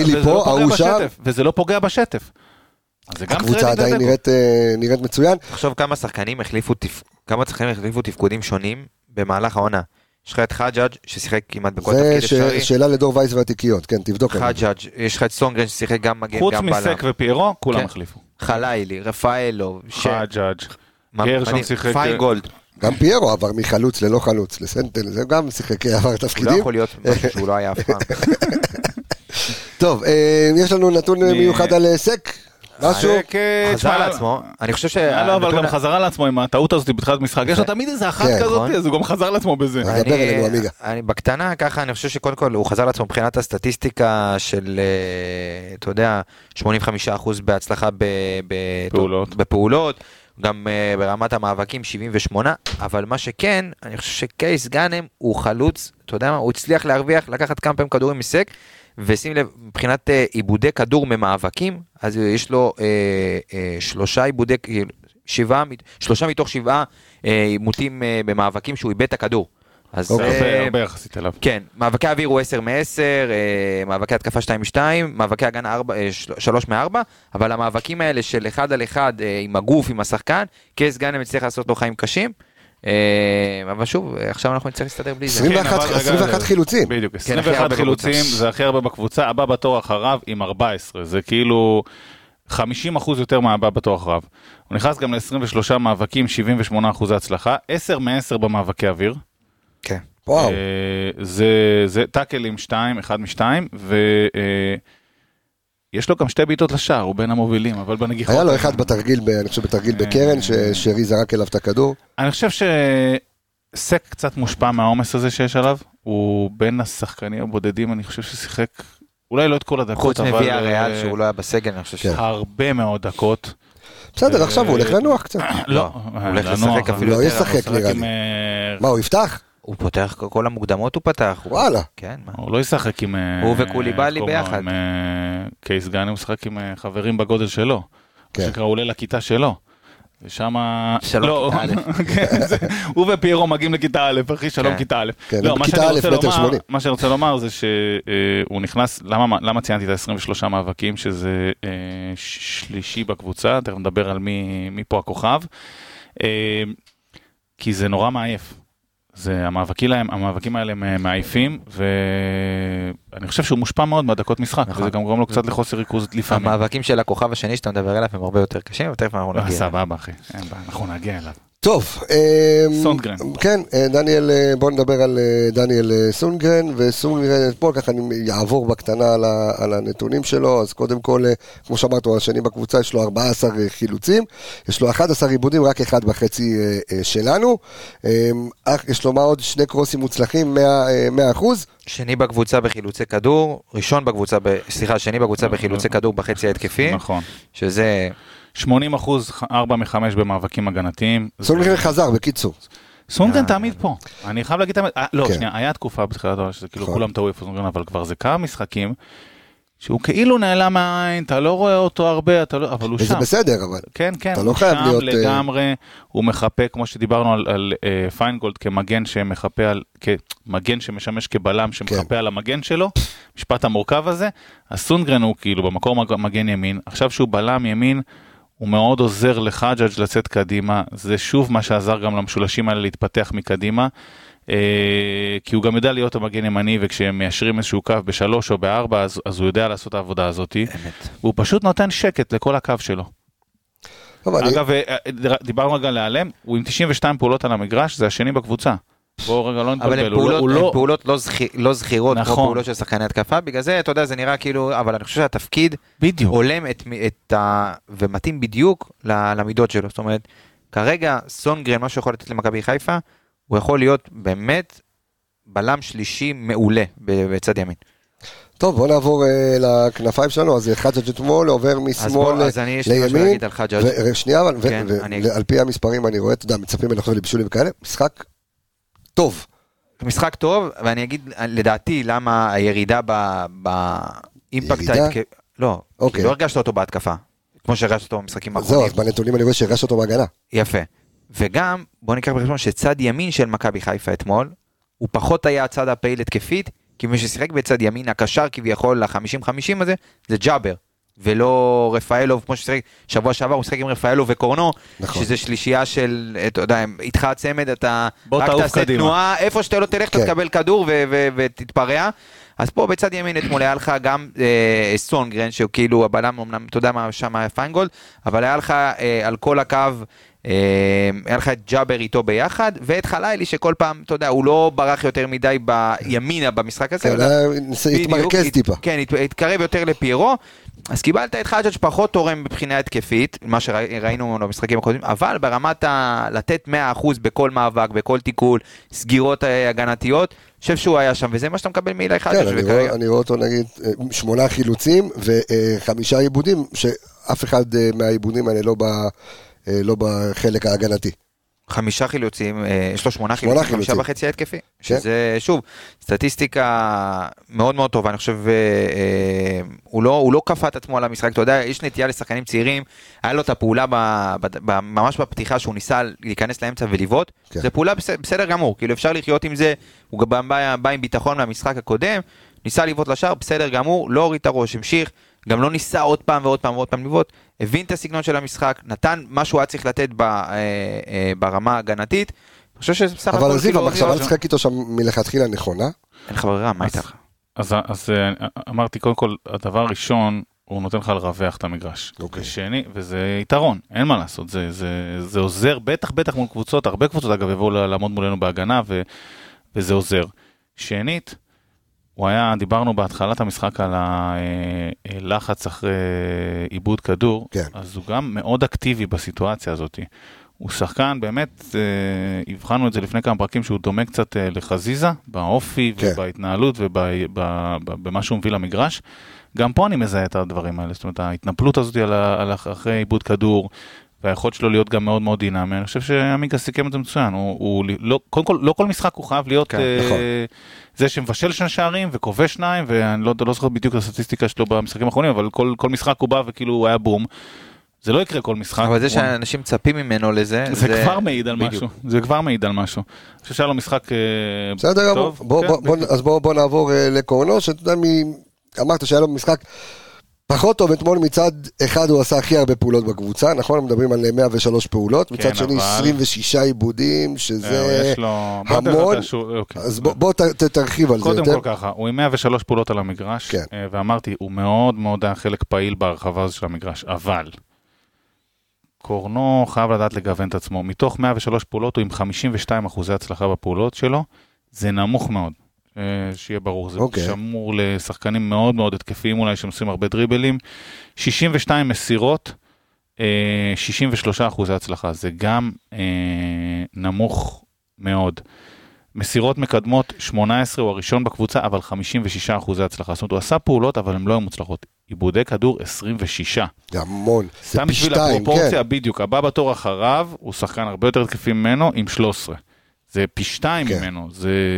פוגע בשטף. הקבוצה עדיין נראית מצוין. תחשוב כמה שחקנים החליפו תפקודים שונים במהלך העונה. יש לך את חג'אג' ששיחק כמעט בכל תפקיד אפשרי. זה שאלה לדור וייס והתיקיות, כן, תבדוק. חג'אג', יש לך את סונגרן ששיחק גם מגן, גם בלם. חוץ מסק ופיירו, כולם החליפו. חליילי, רפאלו, חג'אג', גרשון שיחק. פיינגולד. גם פיירו עבר מחלוץ ללא חלוץ, לסנטל, זה גם שיחק עבר תפקידים. הוא לא יכול להיות משהו שהוא לא היה אף פעם. טוב, יש לנו נתון מיוחד על סק. משהו חזר לעצמו, אני חושב לא, אבל גם חזרה לעצמו עם הטעות הזאת בתחילת משחק, יש לו תמיד איזה אחת כזאת, אז הוא גם חזר לעצמו בזה. נדבר אלינו אמיגה. בקטנה ככה, אני חושב שקודם כל הוא חזר לעצמו מבחינת הסטטיסטיקה של, אתה יודע, 85% בהצלחה בפעולות, גם ברמת המאבקים 78, אבל מה שכן, אני חושב שקייס גאנם הוא חלוץ, אתה יודע מה, הוא הצליח להרוויח, לקחת כמה פעמים כדורים מסק, ושים לב, מבחינת עיבודי כדור ממאבקים, אז יש לו 3 מתוך 7 עימותים במאבקים שהוא איבד את הכדור. הרבה יחסית אליו. כן, מאבקי האוויר הוא 10 מ-10, מאבקי התקפה 2-2, מאבקי הגנה 3 מ-4, אבל המאבקים האלה של 1 על 1 עם הגוף, עם השחקן, קייס גאנם מצליח לעשות לו חיים קשים, אבל שוב, עכשיו אנחנו נצטרך להסתדר בלי זה. 21 חילוצים. בדיוק, 21 חילוצים, זה הכי הרבה בקבוצה, הבא בתור אחריו עם 14, זה כאילו 50% יותר מהבא בתור אחריו. הוא נכנס גם ל-23 מאבקים, 78% הצלחה, 10 מ-10 במאבקי אוויר. כן. וואו. זה טאקלים 2, 1 מ-2, יש לו גם 2 בעיטות לשער, הוא בין המובילים, אבל בנגיחות... היה לו אחד בתרגיל, אני חושב בתרגיל בקרן, שרי זרק אליו את הכדור. אני חושב שסק קצת מושפע מהעומס הזה שיש עליו, הוא בין השחקנים הבודדים, אני חושב ששיחק, אולי לא את כל הדקות, אבל... חוץ מביא הריאל, שהוא לא היה בסגל, אני חושב הרבה מאוד דקות. בסדר, עכשיו הוא הולך לנוח קצת. לא, הוא הולך לשחק אפילו יותר. לא ישחק נראה לי. מה, הוא יפתח? הוא פותח, כל המוקדמות הוא פתח. וואלה. כן, מה? הוא לא ישחק עם... הוא וקוליבאלי ביחד. קייס גאנם הוא משחק עם חברים בגודל שלו. שקרא, הוא עולה לכיתה שלו. ושם... שלום כיתה א'. הוא ופיירו מגיעים לכיתה א', אחי, שלום כיתה א'. בכיתה א', מטר 80. מה שאני רוצה לומר זה שהוא נכנס... למה ציינתי את ה-23 מאבקים, שזה שלישי בקבוצה, תכף נדבר על מי פה הכוכב. כי זה נורא מעייף. המאבקים האלה הם מעייפים, ואני חושב שהוא מושפע מאוד מהדקות משחק, וזה גם גורם לו קצת לחוסר ריכוז לפעמים. המאבקים של הכוכב השני שאתה מדבר אליו הם הרבה יותר קשים, ותכף אנחנו נגיע. סבבה אחי, אנחנו נגיע אליו. טוב, סונגרן. כן, דניאל, בוא נדבר על דניאל סונגרן, וסונגרן אתמול, ככה אני אעבור בקטנה על הנתונים שלו, אז קודם כל, כמו שאמרת, השני בקבוצה, יש לו 14 חילוצים, יש לו 11 עיבודים, רק אחד בחצי שלנו, יש לו מה עוד? שני קרוסים מוצלחים, 100%. שני בקבוצה בחילוצי כדור, שני בקבוצה בחילוצי כדור בחצי ההתקפי, נכון. שזה 80%, 4 מ-5 במאבקים הגנתיים. סונגרן חזר, בקיצור. סונגרן תמיד פה. אני חייב להגיד, לא, שנייה, היה תקופה בתחילת דבר שזה כאילו כולם טעו איפה סונגרן, אבל כבר זה כמה משחקים, שהוא כאילו נעלם מהעין, אתה לא רואה אותו הרבה, אבל הוא שם. וזה בסדר, אבל. כן, הוא שם לגמרי, הוא מחפה, כמו שדיברנו על פיינגולד, כמגן שמשמש כבלם, שמחפה על המגן שלו, משפט המורכב הזה, אז סונגרן הוא כאילו במקור מגן ימין, עכשיו שהוא בלם ימין, הוא מאוד עוזר לחג'אג' לצאת קדימה, זה שוב מה שעזר גם למשולשים האלה להתפתח מקדימה, כי הוא גם יודע להיות המגן ימני, וכשהם מיישרים איזשהו קו ב3 או ב4, אז הוא יודע לעשות את העבודה הזאת, והוא פשוט נותן שקט לכל הקו שלו. אגב, דיברנו רגע להיעלם, הוא עם 92 פעולות על המגרש, זה השני בקבוצה. בואו רגע לא נתבלבל. אבל הן פעולות לא זכירות, כמו פעולות של שחקני התקפה, בגלל זה, אתה יודע, זה נראה כאילו, אבל אני חושב שהתפקיד הולם ומתאים בדיוק למידות שלו. זאת אומרת, כרגע סונגרן, מה שיכול לתת למכבי חיפה, הוא יכול להיות באמת בלם שלישי מעולה בצד ימין. טוב, בוא נעבור לכנפיים שלנו, אז חג'אג' אתמול עובר משמאל לימין, שנייה, ועל פי המספרים אני רואה, אתה יודע, מצפים אני חושב לבישולים וכאלה, משחק טוב. משחק טוב, ואני אגיד לדעתי למה הירידה באימפקט, לא, כי לא הרגשת אותו בהתקפה, כמו שהרגשת אותו במשחקים האחרונים. זהו, אז בנתונים אני רואה שהרגשת אותו בהגנה. יפה. וגם, בוא ניקח בחשבון שצד ימין של מכבי חיפה אתמול, הוא פחות היה הצד הפעיל התקפית, כי מי ששיחק בצד ימין, הקשר כביכול ל-50-50 הזה, זה ג'אבר, ולא רפאלוב, כמו ששיחק שבוע שעבר, הוא שיחק עם רפאלוב וקורנו, שזה שלישייה של, אתה יודע, איתך הצמד, אתה רק תעשה תנועה, איפה שאתה לא תלך, אתה תקבל כדור ותתפרע, אז פה בצד ימין אתמול היה לך גם סונגרן, שהוא כאילו הבלם, אמנם, אתה יודע מה שם היה פיינגולד, אבל היה לך על כל הקו, היה לך את ג'אבר איתו ביחד, ואת חלילי שכל פעם, אתה יודע, הוא לא ברח יותר מדי בימינה במשחק הזה. התמרכז טיפה. כן, התקרב יותר לפיירו, אז קיבלת את חג'אג' פחות תורם מבחינה התקפית, מה שראינו במשחקים הקודמים, אבל ברמת לתת 100% בכל מאבק, בכל תיקול, סגירות הגנתיות, חושב שהוא היה שם, וזה מה שאתה מקבל מאילי חג'אג'. כן, אני רואה אותו נגיד 8 חילוצים ו5 עיבודים, שאף אחד מהעיבודים האלה לא בחלק ההגנתי. 5 חילוצים, יש לו 8 חילוצים, 5.5 התקפי, שזה שוב, סטטיסטיקה מאוד מאוד טובה, אני חושב, הוא לא קפת עצמו על המשחק, אתה יודע, יש נטייה לשחקנים צעירים, היה לו את הפעולה ממש בפתיחה, שהוא ניסה להיכנס לאמצע ולבעוט, זה פעולה בסדר גמור, כאילו אפשר לחיות עם זה, הוא גם בא עם ביטחון מהמשחק הקודם, ניסה לבעוט לשער, בסדר גמור, לא הוריד את הראש, המשיך, גם לא ניסה עוד פעם ועוד פעם ועוד פעם לבעוט, הבין את הסגנון של המשחק, נתן מה שהוא היה צריך לתת ברמה הגנתית, אני חושב שסך הכל... אבל זיו, המחשבה לשחק איתו שם מלכתחילה נכונה? אין לך ברירה, מה איתך? אז אמרתי, קודם כל, הדבר הראשון, הוא נותן לך לרווח את המגרש. ושני, וזה יתרון, אין מה לעשות, זה עוזר, בטח מול קבוצות, הרבה קבוצות אגב יבואו לעמוד מולנו בהגנה, וזה עוזר. שנית, דיברנו בהתחלת המשחק על הלחץ אחרי עיבוד כדור, אז הוא גם מאוד אקטיבי בסיטואציה הזאת. הוא שחקן, באמת, הבחנו את זה לפני כמה פרקים, שהוא דומה קצת לחזיזה, באופי ובהתנהלות ובמה שהוא מביא למגרש. גם פה אני מזהה את הדברים האלה, זאת אומרת, ההתנפלות הזאת על אחרי עיבוד כדור, והיכולת שלו להיות גם מאוד מאוד דינמי, אני חושב שעמיגה סיכם את זה מצוין, קודם כל, לא כל משחק הוא חייב להיות זה שמבשל 2 שערים וכובש 2, ואני לא זוכר בדיוק את הסטטיסטיקה שלו במשחקים האחרונים, אבל כל משחק הוא בא וכאילו הוא היה בום, זה לא יקרה כל משחק. אבל זה שאנשים צפים ממנו לזה, זה כבר מעיד על משהו, זה כבר מעיד על משהו. אני חושב שהיה לו משחק טוב. אז בואו נעבור לקורנו, שאתה יודע, אמרת שהיה לו משחק פחות טוב, אתמול מצד אחד הוא עשה הכי הרבה פעולות בקבוצה, נכון? מדברים על 103 פעולות, מצד שני 26 עיבודים, שזה המון, אז בוא תרחיב על זה. קודם כל ככה, הוא עם 103 פעולות על המגרש, ואמרתי, הוא מאוד מאוד היה חלק פעיל בהרחבה הזו של המגרש, אבל קורנו חייב לדעת לגוון את עצמו. מתוך 103 פעולות, הוא עם 52% הצלחה בפעולות שלו, זה נמוך מאוד. שיהיה ברור, זה שמור לשחקנים מאוד מאוד התקפיים, אולי שעושים הרבה דריבלים. 62 מסירות, 63% הצלחה, זה גם נמוך מאוד. מסירות מקדמות, 18 הוא הראשון בקבוצה, אבל 56% הצלחה. זאת אומרת, הוא עשה פעולות, אבל הן לא היו מוצלחות. עיבודי כדור 26. זה המון, זה פי 2, בשביל הפרופורציה, בדיוק, הבא בתור אחריו, הוא שחקן הרבה יותר התקפי ממנו, עם 13. זה פי 2 ממנו,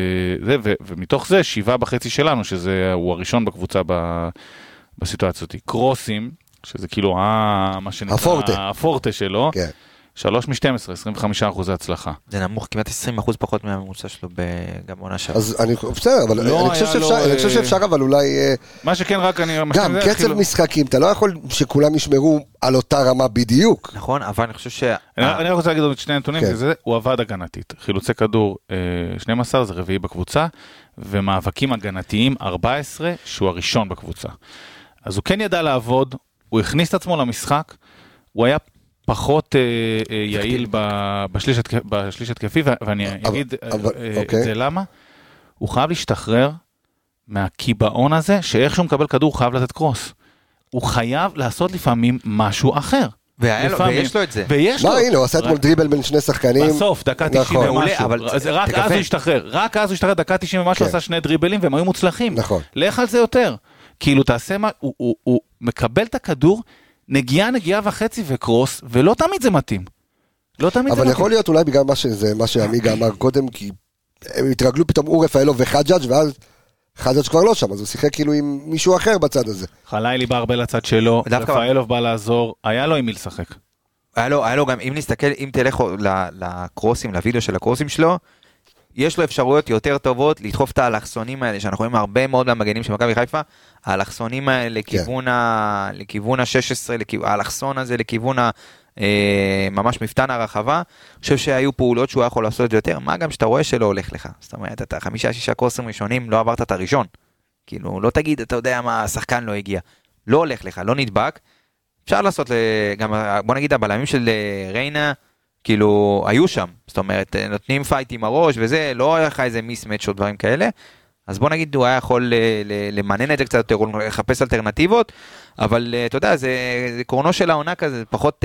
ומתוך זה 7.5 שלנו, שזה הוא הראשון בקבוצה בסיטואציות. קרוסים, שזה כאילו מה שנקרא, הפורטה שלו, 3 מ-12, 25% הצלחה. זה נמוך, כמעט 20% פחות מהממוצע שלו גם עונה שעברה. אז אני בסדר, אבל אני חושב שאפשר, אבל אולי... מה שכן רק אני... גם קצב משחקים, אתה לא יכול שכולם ישמרו על אותה רמה בדיוק. נכון, אבל אני חושב ש... אני רק רוצה להגיד עוד את שני הנתונים, הוא עבד הגנתית. חילוצי כדור 12, זה רביעי בקבוצה, ומאבקים הגנתיים 14, שהוא הראשון בקבוצה. אז הוא כן ידע לעבוד, הוא הכניס את עצמו למשחק, הוא היה פחות יעיל בשליש התקפי, ואני אגיד את זה למה. הוא חייב להשתחרר מהקיבעון הזה, שאיך שהוא מקבל כדור, הוא חייב לתת קרוס. הוא חייב לעשות לפעמים משהו אחר. ויש לו את זה. מה, הנה, הוא עשה אתמול דריבל בין שני שחקנים. בסוף, דקה 90 ומשהו. רק אז הוא השתחרר, דקה 90 ומשהו עשה שני דריבלים, והם היו מוצלחים. לך על זה יותר. כאילו, תעשה מה, הוא מקבל את הכדור, נגיעה וחצי וקרוס, ולא תמיד זה מתאים. לא תמיד זה מתאים. אבל יכול להיות אולי בגלל מה שעמיגה אמר קודם, כי הם התרגלו פתאום אור רפאלוב וחג'אג' ואז חג'אג' כבר לא שם, אז הוא שיחק כאילו עם מישהו אחר בצד הזה. חלילי בא הרבה לצד שלו, רפאלוב בא לעזור, היה לו עם מי לשחק. היה לו גם, אם נסתכל, אם תלך לקרוסים, לוידאו של הקרוסים שלו, יש לו אפשרויות יותר טובות לדחוף את האלכסונים האלה, שאנחנו רואים הרבה מאוד מהמגנים של מכבי חיפה, האלכסונים האלה לכיוון ה-16, האלכסון הזה לכיוון ממש מפתן הרחבה, אני חושב שהיו פעולות שהוא יכול לעשות את זה יותר, מה גם שאתה רואה שלא הולך לך, זאת אומרת, אתה 5-6 קורסים ראשונים, לא עברת את הראשון, כאילו, לא תגיד, אתה יודע מה, השחקן לא הגיע, לא הולך לך, לא נדבק, אפשר לעשות, גם, בוא נגיד, הבלמים של ריינה, כאילו, היו שם, זאת אומרת, נותנים פייט עם הראש וזה, לא היה לך איזה מיסמץ' או דברים כאלה, אז בוא נגיד, הוא היה יכול למנן את זה קצת יותר, לחפש אלטרנטיבות, אבל אתה יודע, זה קורנו של העונה כזה,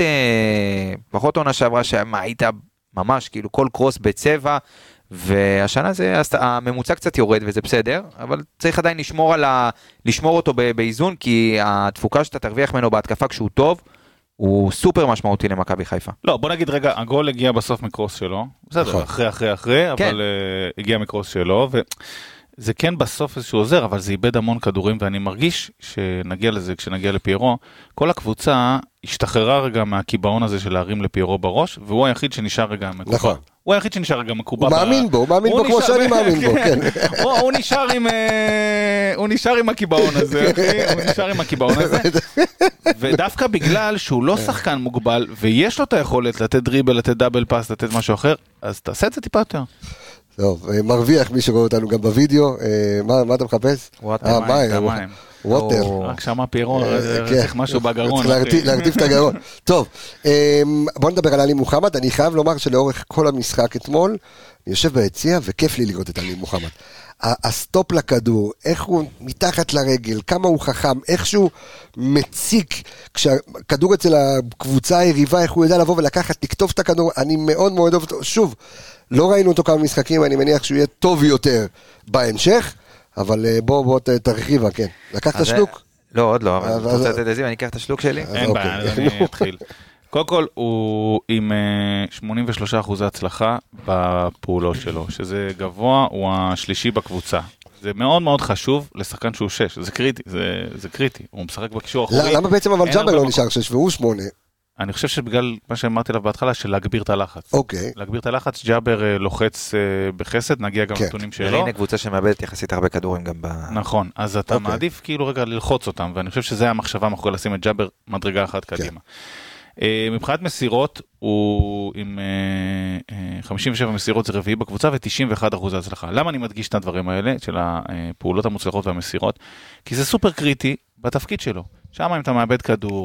פחות עונה שעברה, שמה היית ממש, כאילו, כל קרוס בצבע, והשנה זה, הממוצע קצת יורד וזה בסדר, אבל צריך עדיין לשמור אותו באיזון, כי התפוקה שאתה תרוויח ממנו בהתקפה כשהוא טוב, הוא סופר משמעותי למכבי חיפה. לא, בוא נגיד רגע, הגול הגיע בסוף מקרוס שלו, בסדר, אחרי, אבל הגיע מקרוס שלו, וזה כן בסוף איזשהו עוזר, אבל זה איבד המון כדורים, ואני מרגיש שנגיע לזה, כשנגיע לפיירו, כל הקבוצה השתחררה רגע מהקיבעון הזה של להרים לפיירו בראש, והוא היחיד שנשאר רגע מקובל. נכון. הוא היחיד שנשאר רגע מקובל. הוא מאמין בו כמו שאני מאמין בו, כן. הוא נשאר עם הקיבעון הזה, הוא נשאר עם הקיבעון הזה, ודווקא בגלל שהוא לא שחקן מוגבל, ויש לו את היכולת לתת דריבל, לתת דאבל פאס, לתת משהו אחר, אז תעשה את זה טיפה יותר. טוב, מרוויח מי שרואה אותנו גם בווידאו, מה אתה מחפש? מים. ווטר. רק שמה פירון, צריך משהו בגרון. צריך להרטיף את הגרון. טוב, בוא נדבר על עלי מוחמד. אני חייב לומר שלאורך כל המשחק אתמול, אני יושב ביציע וכיף לי לראות את עלי מוחמד. הסטופ לכדור, איך הוא מתחת לרגל, כמה הוא חכם, איך שהוא מציק, כשהכדור אצל הקבוצה היריבה, איך הוא יודע לבוא ולקחת, לקטוף את הכדור, אני מאוד מאוד אוהב אותו. שוב, לא ראינו אותו כמה משחקים, אני מניח שהוא יהיה טוב יותר בהמשך, אבל בוא תרחיבה, כן. לקחת שלוק? לא, עוד לא, אבל אתה רוצה לתת את זה, אני אקח את השלוק שלי? אין בעיה, אני אתחיל. קודם כל, הוא עם 83% הצלחה בפעולות שלו, שזה גבוה, הוא השלישי בקבוצה. זה מאוד מאוד חשוב לשחקן שהוא 6, זה קריטי, זה קריטי, הוא משחק בקישור אחורי. למה בעצם אבל ג'אבר לא נשאר 6 והוא 8? אני חושב שבגלל מה שאמרתי עליו בהתחלה, של להגביר את הלחץ. אוקיי. להגביר את הלחץ, ג'אבר לוחץ בחסד, נגיע גם לנתונים שלו. הנה קבוצה שמאבדת יחסית הרבה כדורים גם נכון, אז אתה מעדיף כאילו רגע ללחוץ אותם, ואני חושב שזה המחשבה מאחורי לשים את ג'אבר מדרגה אחת קדימה. מבחינת מסירות, הוא עם 57 מסירות זה רביעי בקבוצה ו91% הצלחה. למה אני מדגיש את הדברים האלה של הפעולות המוצלחות והמסירות? כי זה סופר קריטי בתפקיד שלו. שם אם אתה מאבד כדור,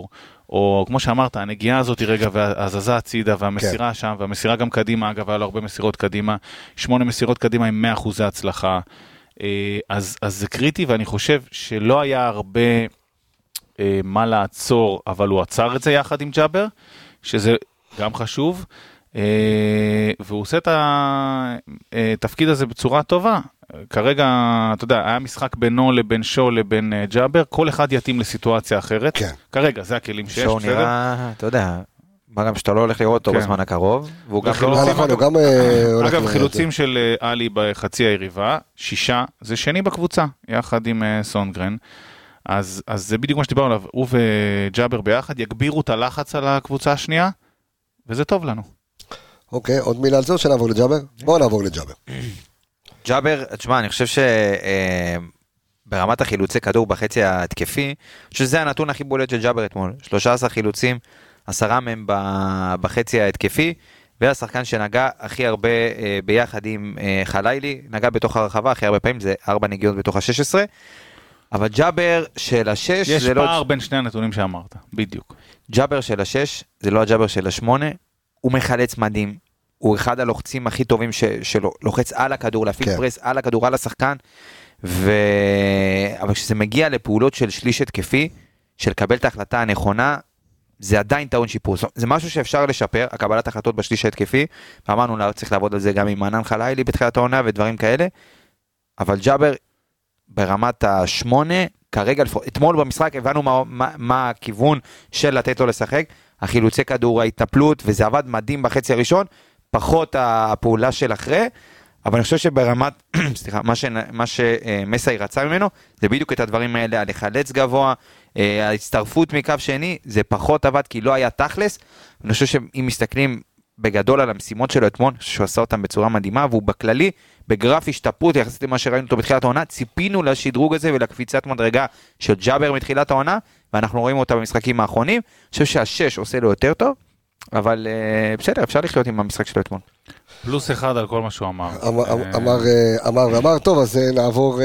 או כמו שאמרת, הנגיעה הזאת רגע, והזזה הצידה, והמסירה שם, והמסירה גם קדימה, אגב, היה לו הרבה מסירות קדימה, 8 מסירות קדימה עם 100% הצלחה, אז זה קריטי, ואני חושב שלא היה הרבה מה לעצור, אבל הוא עצר את זה יחד עם ג'אבר, שזה גם חשוב, והוא עושה את התפקיד הזה בצורה טובה. כרגע, אתה יודע, היה משחק בינו לבין שו לבין ג'אבר, כל אחד יתאים לסיטואציה אחרת. כן. כרגע, זה הכלים שיש. שו נראה, אתה יודע, מה גם שאתה לא הולך לראות אותו בזמן הקרוב, והוא גם חילוצים. אגב, חילוצים של אלי בחצי היריבה, 6, זה שני בקבוצה, יחד עם סונגרן. אז זה בדיוק מה שדיברנו עליו, הוא וג'אבר ביחד יגבירו את הלחץ על הקבוצה השנייה, וזה טוב לנו. אוקיי, עוד מילה על זה או שנעבור לג'אבר? בואו נעבור לג'אבר. ג'אבר, תשמע, אני חושב שברמת החילוצי כדור בחצי ההתקפי, שזה הנתון הכי בולט של ג'אבר אתמול, 13 חילוצים, 10 מהם בחצי ההתקפי, והשחקן שנגע הכי הרבה ביחד עם חלילי, נגע בתוך הרחבה הכי הרבה פעמים, זה 4 נגיעות בתוך ה-16, אבל ג'אבר של ה-6, יש פער בין שני הנתונים שאמרת, בדיוק. ג'אבר של ה-6, זה לא הג'אבר של ה-8, הוא מחלץ מדהים, הוא אחד הלוחצים הכי טובים שלו, לוחץ על הכדור, להפעיל פרס על הכדור, על השחקן, אבל כשזה מגיע לפעולות של שליש התקפי, של לקבל את ההחלטה הנכונה, זה עדיין טעון שיפור, זה משהו שאפשר לשפר, הקבלת החלטות בשליש התקפי, ואמרנו, צריך לעבוד על זה גם עם ענן חלילי בתחילת העונה ודברים כאלה, אבל ג'אבר ברמת ה8, כרגע, אתמול במשחק הבנו מה הכיוון של לתת לו לשחק, החילוצי כדור, ההתנפלות, וזה עבד מדהים בחצי הראשון, פחות הפעולה של אחרי, אבל אני חושב שברמת, סליחה, מה שמסי רצה ממנו, זה בדיוק את הדברים האלה, לחלץ גבוה, ההצטרפות מקו שני, זה פחות עבד, כי לא היה תכלס, אני חושב שאם מסתכלים בגדול על המשימות שלו אתמול, שהוא עשה אותם בצורה מדהימה, והוא בכללי, בגרף השתפרות, יחסית למה שראינו אותו בתחילת העונה, ציפינו לשדרוג הזה ולקפיצת מדרגה של ג'אבר מתחילת העונה, ואנחנו רואים אותה במשחקים האחרונים, אני חושב שה6 עושה לו יותר טוב, אבל בסדר, אפשר לחיות עם המשחק שלו אתמול. פלוס 1 על כל מה שהוא אמר. אמר, טוב, אז נעבור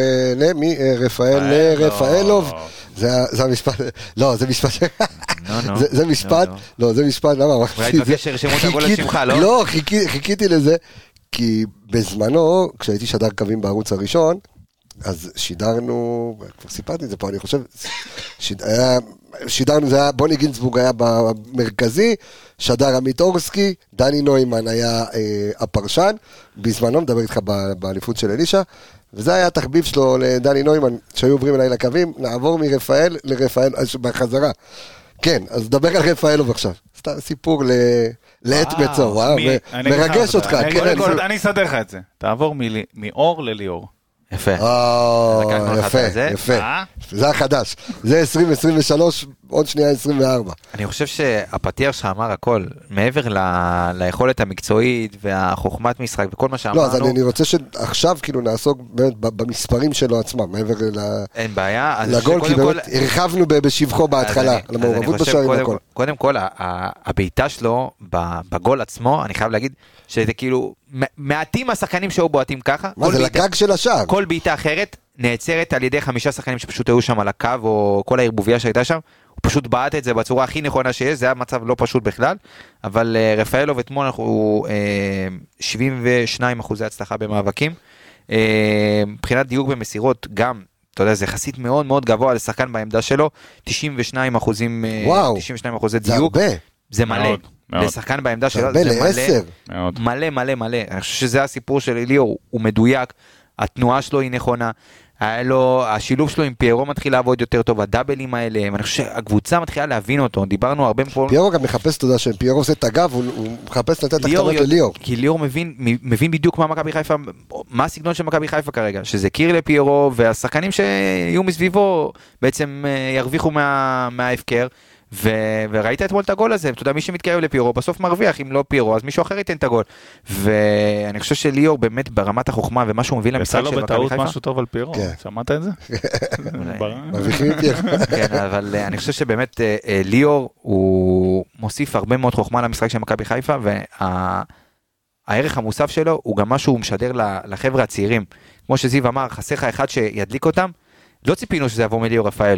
רפאלוב, זה המשפט, לא, זה משפט, זה משפט, לא, זה משפט, למה? אולי תבקש שרשמו את הגול לשמך, לא? לא, חיכיתי לזה, כי בזמנו, כשהייתי שדר קווים בערוץ הראשון, אז שידרנו, כבר סיפרתי את זה פה, אני חושב, שידרנו, זה היה, בוני גינצבורג היה במרכזי, שדר עמית אורסקי, דני נוימן היה הפרשן, בזמנו מדבר איתך באליפות של אלישה, וזה היה התחביב שלו לדני נוימן, שהיו עוברים אליי לקווים, לעבור מרפאל לרפאל, בחזרה. כן, אז דבר על רפאלוב עכשיו, סתם סיפור לעת מצוא, וואו, מרגש אותך. אני אסדר לך את זה, תעבור מאור לליאור. יפה. יפה. זה החדש. זה 2023, עוד שנייה 24. אני חושב שהפתיח שאמר הכל, מעבר ליכולת המקצועית והחוכמת משחק וכל מה שאמרנו. לא, אז אני רוצה שעכשיו כאילו נעסוק במספרים שלו עצמם, מעבר אין בעיה. לגול, כי באמת הרחבנו בשבחו בהתחלה, על המעורבות בשערים הכל. קודם כל, הביתה שלו בגול עצמו, אני חייב להגיד שזה כאילו מעטים השחקנים שהיו בועטים ככה. מה זה לגג של השער? כל בעיטה אחרת נעצרת על ידי 5 שחקנים שפשוט היו שם על הקו, או כל הערבוביה שהייתה שם, הוא פשוט בעט את זה בצורה הכי נכונה שיש, זה היה מצב לא פשוט בכלל, אבל רפאלוב אתמול הוא 72% הצלחה במאבקים, מבחינת דיוק במסירות גם, אתה יודע, זה יחסית מאוד מאוד גבוה לשחקן בעמדה שלו, 92% דיוק, זה מלא. לשחקן בעמדה שלו, זה מלא, מלא, מלא. אני חושב שזה הסיפור של ליאור, הוא מדויק, התנועה שלו היא נכונה, השילוב שלו עם פיירו מתחיל לעבוד יותר טוב, הדאבלים האלה, אני חושב שהקבוצה מתחילה להבין אותו, דיברנו הרבה מפה. פיירו גם מחפש, אתה יודע, שפיירו עושה את הגב, הוא מחפש לתת את הקטנות לליאור. כי ליאור מבין בדיוק מה מכבי חיפה, מה הסגנון של מכבי חיפה כרגע, שזה קיר לפיירו, והשחקנים שיהיו מסביבו בעצם ירוויחו מההפקר, וראית אתמול את הגול הזה, אתה יודע, מי שמתקרב לפירו, בסוף מרוויח, אם לא פירו, אז מישהו אחר ייתן את הגול. ואני חושב שליאור באמת ברמת החוכמה, ומה שהוא מביא למשחק של מכבי חיפה. יצא לו בטעות משהו טוב על פירו, שמעת את זה? מרוויחים פירו. כן, אבל אני חושב שבאמת ליאור, הוא מוסיף הרבה מאוד חוכמה למשחק של מכבי חיפה, והערך המוסף שלו, הוא גם משהו משדר לחבר'ה הצעירים. כמו שזיו אמר, חסר לך אחד שידליק אותם, לא ציפינו שזה יבוא מליאור רפאלוב.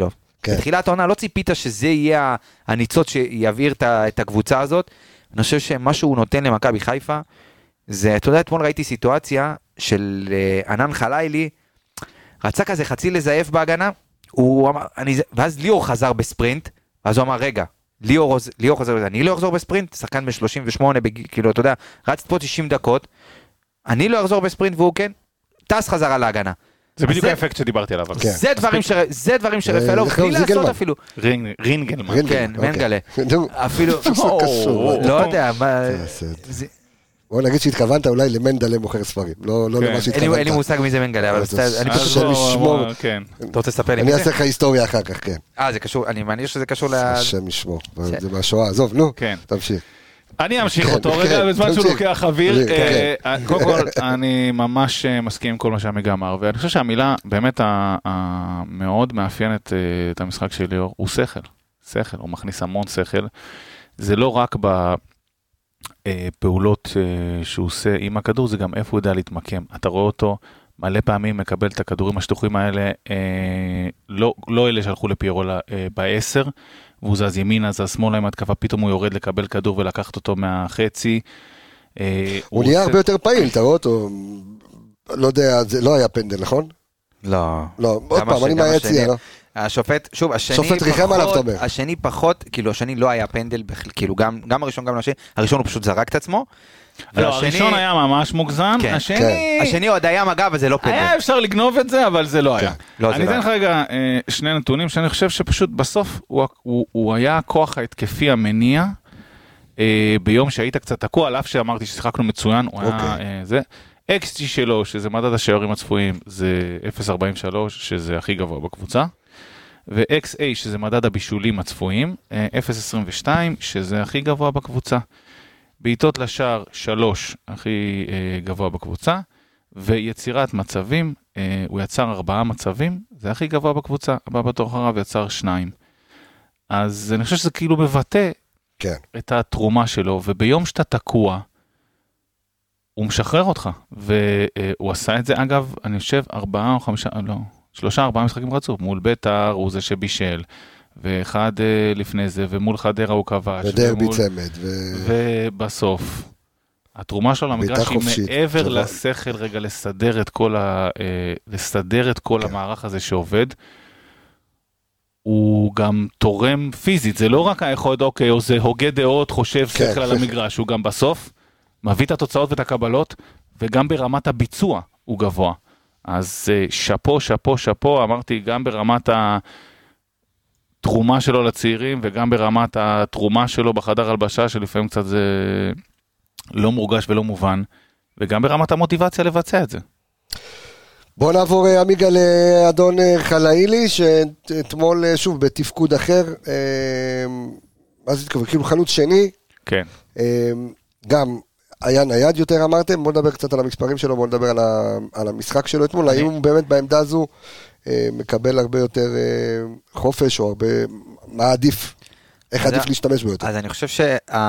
בתחילת העונה לא ציפית שזה יהיה הניצוץ שיבעיר את הקבוצה הזאת. אני חושב שמה שהוא נותן למכבי חיפה, זה, אתה יודע, אתמול ראיתי סיטואציה של ענן חלילי, רצה כזה חצי לזייף בהגנה, ואז ליאור חזר בספרינט, ואז הוא אמר, רגע, ליאור חזר, אני לא אחזור בספרינט, שחקן ב-38, כאילו, אתה יודע, רצת פה 90 דקות, אני לא אחזור בספרינט, והוא כן, טס חזרה להגנה. זה בדיוק האפקט שדיברתי עליו. זה דברים שרפאלוב, בלי לעשות אפילו. רינגלמן. כן, מנגלה. אפילו, לא יודע, בוא נגיד שהתכוונת אולי למנדלה מוכר ספרים, לא למה שהתכוונת. אין לי מושג מי זה מנגלה, אבל אני פשוט משמור. אתה רוצה לספר לי אני אעשה לך היסטוריה אחר כך, כן. זה קשור, אני מעניין שזה קשור השם ישמור, זה מהשואה, עזוב, נו, תמשיך. אני אמשיך אותו רגע בזמן שהוא לוקח אוויר. קודם כל, אני ממש מסכים עם כל מה שעמיגה אמר, ואני חושב שהמילה באמת המאוד מאפיינת את המשחק של ליאור, הוא שכל, הוא מכניס המון שכל. זה לא רק בפעולות שהוא עושה עם הכדור, זה גם איפה הוא יודע להתמקם. אתה רואה אותו מלא פעמים מקבל את הכדורים השטוחים האלה, לא אלה שהלכו לפיירו ב-10, והוא זז ימינה, זז שמאלה עם התקפה, פתאום הוא יורד לקבל כדור ולקחת אותו מהחצי. הוא נהיה הרבה יותר פעיל, אתה רואה אותו, לא יודע, זה לא היה פנדל, נכון? לא. לא, עוד פעם, אני מהיציאה, לא? השופט, שוב, השני פחות, כאילו השני לא היה פנדל, כאילו גם הראשון, גם השני, הראשון הוא פשוט זרק את עצמו. הראשון היה ממש מוגזם, השני עוד היה מגע, אבל זה לא פנדל. היה אפשר לגנוב את זה, אבל זה לא היה. אני אתן לך רגע שני נתונים, שאני חושב שפשוט בסוף הוא היה הכוח ההתקפי המניע, ביום שהיית קצת תקוע, על אף שאמרתי ששיחקנו מצוין, הוא היה זה. XG שלו, שזה מדד השערים הצפויים, זה 0.43, שזה הכי גבוה בקבוצה. ו-XA, שזה מדד הבישולים הצפויים, 0.22, שזה הכי גבוה בקבוצה. בעיטות לשער 3, הכי גבוה בקבוצה. ויצירת מצבים, הוא יצר 4 מצבים, זה הכי גבוה בקבוצה. הבא בתור אחריו יצר 2. אז אני חושב שזה כאילו מבטא את התרומה שלו, וביום שאתה תקוע, הוא משחרר אותך, והוא עשה את זה, אגב, אני חושב, 3-4 משחקים רצוף, מול בית"ר, הוא זה שבישל, ואחד לפני זה, ומול חדרה הוא כבש, ודרבי צמד, ובסוף, התרומה שלו למגרש היא מעבר לשכל רגע לסדר את כל המערך הזה שעובד, הוא גם תורם פיזית, זה לא רק היכולת, אוקיי, או זה הוגה דעות, חושב שכל על המגרש, הוא גם בסוף, מביא את התוצאות ואת הקבלות, וגם ברמת הביצוע הוא גבוה. אז שפו, אמרתי, גם ברמת התרומה שלו לצעירים, וגם ברמת התרומה שלו בחדר הלבשה, שלפעמים קצת זה לא מורגש ולא מובן, וגם ברמת המוטיבציה לבצע את זה. בוא נעבור עמיגה לאדון חלילי, שאתמול שוב בתפקוד אחר, מה זה תקווה? כאילו חלוץ שני. כן. גם היה נייד יותר אמרתם, בוא נדבר קצת על המספרים שלו, בוא נדבר על המשחק שלו אתמול, האם הוא באמת בעמדה הזו מקבל הרבה יותר חופש, או הרבה, מה עדיף, איך עדיף להשתמש בו יותר? אז אני חושב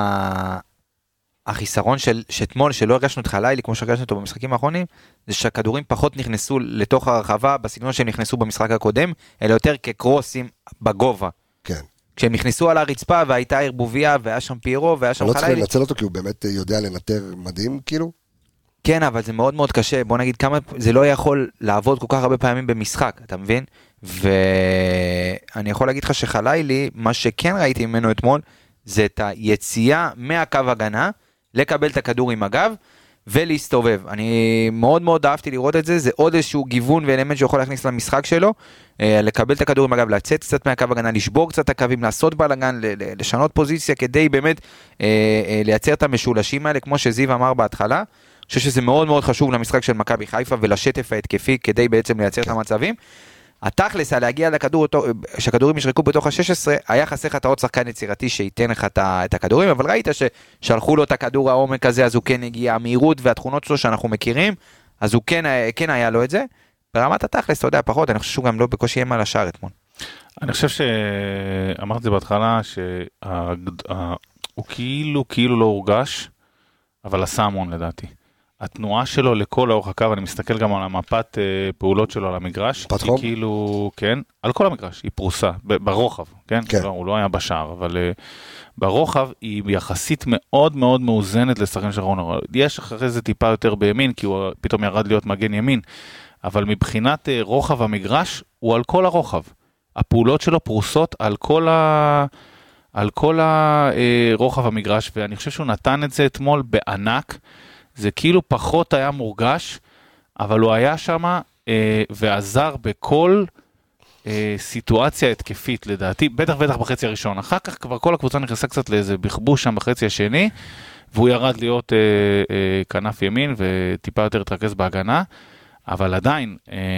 שהחיסרון שאתמול, שלא הרגשנו את חלילי, כמו שהרגשנו אותו במשחקים האחרונים, זה שהכדורים פחות נכנסו לתוך הרחבה, בסגנון שהם נכנסו במשחק הקודם, אלא יותר כקרוסים בגובה. כן. כשהם נכנסו על הרצפה והייתה ערבוביה והיה שם פיירו והיה שם חלילי. לא צריך לנצל אותו כי הוא באמת יודע לנטר מדהים כאילו? כן, אבל זה מאוד מאוד קשה. בוא נגיד כמה, זה לא יכול לעבוד כל כך הרבה פעמים במשחק, אתה מבין? ואני יכול להגיד לך שחלילי, מה שכן ראיתי ממנו אתמול, זה את היציאה מהקו הגנה, לקבל את הכדור עם הגב, ולהסתובב. אני מאוד מאוד אהבתי לראות את זה, זה עוד איזשהו גיוון ואלמנט שיכול להכניס למשחק שלו, לקבל את הכדור עם הגב, לצאת קצת מהקו הגנה, לשבור קצת את הקווים, לעשות בלגן, לשנות פוזיציה, כדי באמת לייצר את המשולשים האלה, כמו שזיו אמר בהתחלה. אני חושב שזה מאוד מאוד חשוב למשחק של מכבי חיפה, ולשטף ההתקפי, כדי בעצם לייצר את המצבים. התכלס, להגיע לכדור, שהכדורים ישרקו בתוך ה-16, היה חסר לך את עוד שחקן יצירתי שייתן לך את הכדורים, אבל ראית ששלחו לו את הכדור העומק הזה, אז הוא כן הגיע, המהירות והתכונות שלו שאנחנו מכירים, אז הוא כן היה לו את זה. ברמת התכלס, אתה יודע, פחות, אני חושב שהוא גם לא בקושי ימה לשער אתמול. אני חושב שאמרתי זה בהתחלה, שהוא כאילו לא הורגש, אבל עשה המון לדעתי. התנועה שלו לכל אורך הקו, אני מסתכל גם על המפת פעולות שלו על המגרש. מפת חום? כאילו, כן, על כל המגרש, היא פרוסה, ברוחב, כן? כן. הוא לא היה בשער, אבל ברוחב היא יחסית מאוד מאוד מאוזנת לשחקן של רון. יש אחרי זה טיפה יותר בימין, כי הוא פתאום ירד להיות מגן ימין, אבל מבחינת רוחב המגרש, הוא על כל הרוחב. הפעולות שלו פרוסות על כל הרוחב המגרש, ואני חושב שהוא נתן את זה אתמול בענק, זה כאילו פחות היה מורגש, אבל הוא היה שם ועזר בכל סיטואציה התקפית לדעתי, בטח בחצי הראשון, אחר כך כבר כל הקבוצה נכנסה קצת לאיזה בכבוש שם בחצי השני, והוא ירד להיות כנף ימין וטיפה יותר התרכז בהגנה, אבל עדיין,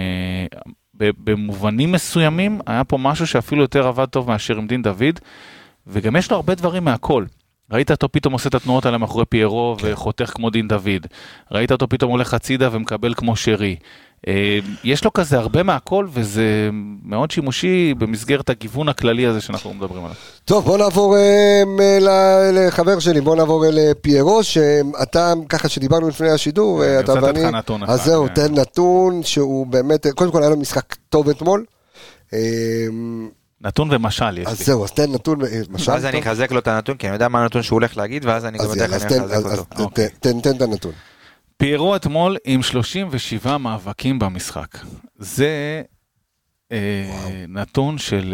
במובנים מסוימים, היה פה משהו שאפילו יותר עבד טוב מאשר עם דין דוד, וגם יש לו הרבה דברים מהכל. ראית אותו פתאום עושה את התנועות האלה מאחורי פיירו וחותך כמו דין דוד. ראית אותו פתאום הולך הצידה ומקבל כמו שרי. יש לו כזה הרבה מהכל, וזה מאוד שימושי במסגרת הגיוון הכללי הזה שאנחנו מדברים עליו. טוב, בוא נעבור לחבר שלי, בוא נעבור לפיירו, שאתה, ככה שדיברנו לפני השידור, אתה ואני, אז זהו, תן נתון שהוא באמת, קודם כל היה לו משחק טוב אתמול, נתון ומשל יש לי. אז זהו, אז תן נתון ומשל. ואז אני אחזק לו את הנתון, כי אני יודע מה הנתון שהוא הולך להגיד, ואז אני גם יודע איך אני אחזק אותו. תן את הנתון. פיירו אתמול עם 37 מאבקים במשחק. זה נתון של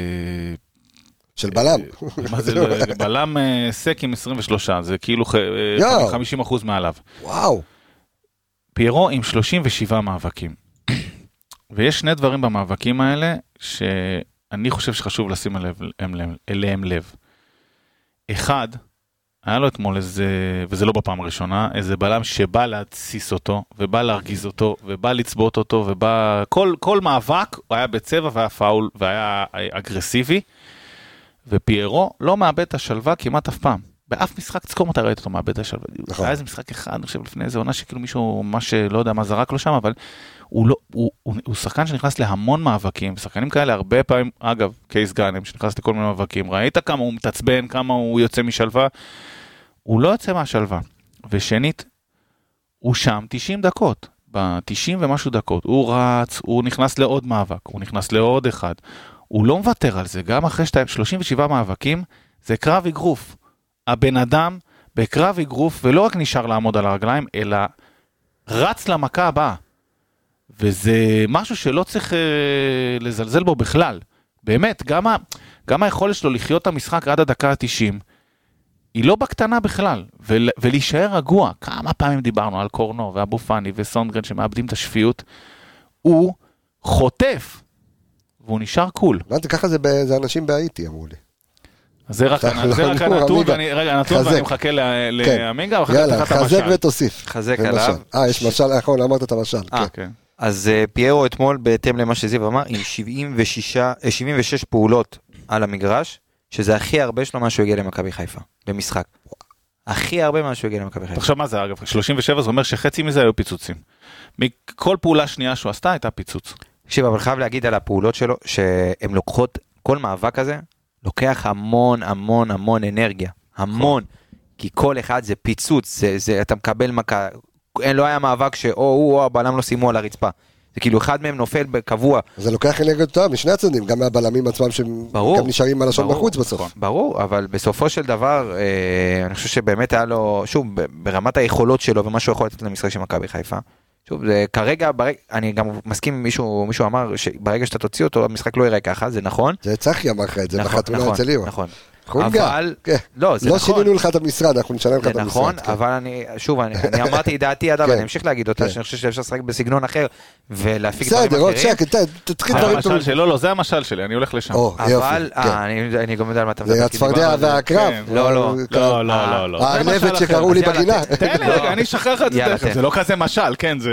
בלם. מה זה? בלם סק עם 23, זה כאילו 50% מעליו. וואו. פיירו עם 37 מאבקים. ויש שני דברים במאבקים האלה שאני חושב שחשוב לשים אליהם לב. אחד, היה לו אתמול איזה, וזה לא בפעם הראשונה, איזה בלם שבא להציס אותו, ובא להרגיז אותו, ובא לצבות אותו, ובא, כל מאבק הוא היה בצבע והיה פאול, והיה אגרסיבי, ופיירו לא מאבד את השלווה כמעט אף פעם. באף משחק תזכור אתה ראית אותו מאבד את השלווה. נכון. היה איזה משחק אחד, אני חושב לפני איזה עונה שכאילו מישהו, מה שלא יודע מה זרק לו שם, אבל הוא שחקן שנכנס להמון מאבקים, שחקנים כאלה הרבה פעמים, אגב, קייס גאנם, שנכנס לכל מיני מאבקים, ראית כמה הוא מתעצבן, כמה הוא יוצא משלווה, הוא לא יוצא מהשלווה, ושנית, הוא שם 90 דקות, ב-90 ומשהו דקות, הוא רץ, הוא נכנס לעוד מאבק, הוא נכנס לעוד אחד, הוא לא מוותר על זה, גם אחרי 37 מאבקים, זה קרב אגרוף, הבן אדם בקרב אגרוף, ולא רק נשאר לעמוד על הרגליים, אלא רץ למכה הבאה, וזה משהו שלא צריך לזלזל בו בכלל. באמת, גם היכולת שלו לחיות את המשחק עד הדקה ה-90, היא לא בקטנה בכלל, ולהישאר רגוע. כמה פעמים דיברנו על קורנו ואבו פני וסונדגרן שמאבדים את השפיות, הוא חוטף, והוא נשאר קול. ככה זה אנשים בהאיטי, אמרו לי. אז זה רק הנתון, ואני מחכה לאמינגה, יאללה, חזק ותוסיף. חזק עליו. יש משל, נכון, אמרת את המשל. אז פיירו אתמול, בהתאם למה שזיו אמר, עם 76 פעולות על המגרש, שזה הכי הרבה שלו מה שהוא הגיע למכבי חיפה, במשחק. הכי הרבה מה שהוא הגיע למכבי חיפה. עכשיו מה זה, אגב, 37 זה אומר שחצי מזה היו פיצוצים. מכל פעולה שנייה שהוא עשתה הייתה פיצוץ. תקשיב, אבל חייב להגיד על הפעולות שלו, שהן לוקחות, כל מאבק הזה, לוקח המון המון המון אנרגיה. המון. כי כל אחד זה פיצוץ, אתה מקבל מכה, לא היה מאבק הוא או הבלם לא שימו על הרצפה. זה כאילו אחד מהם נופל בקבוע. זה לוקח אנרגיות טובה משני הצדדים, גם מהבלמים עצמם שהם גם נשארים על השון בחוץ בסוף. ברור, אבל בסופו של דבר, אני חושב שבאמת היה לו, שוב, ברמת היכולות שלו ומה שהוא יכול לתת למשחק של מכבי חיפה. שוב, כרגע, אני גם מסכים, מישהו אמר שברגע שאתה תוציא אותו, המשחק לא יראה ככה, זה נכון. זה צחי אמר לך את זה בחתונה אצל ליאור. נכון. אבל, לא שינינו לך את המשרד, אנחנו נשלם לך את המשרד. נכון, אבל אני אמרתי דעתי עד, אבל אני אמשיך להגיד אותה, שאני חושב שאפשר לשחק בסגנון אחר, ולהפיק דברים אחרים. בסדר, עוד שקט, תתחיל דברים טובים. לא, זה המשל שלי, אני הולך לשם. אבל, אני גם יודע על מה אתה מדבר. זה הצפרדע והקרב. לא. הארנבת שקראו לי בגינה. תן לי רגע, אני אשחרר לך את זה תכף, זה לא כזה משל, כן, זה...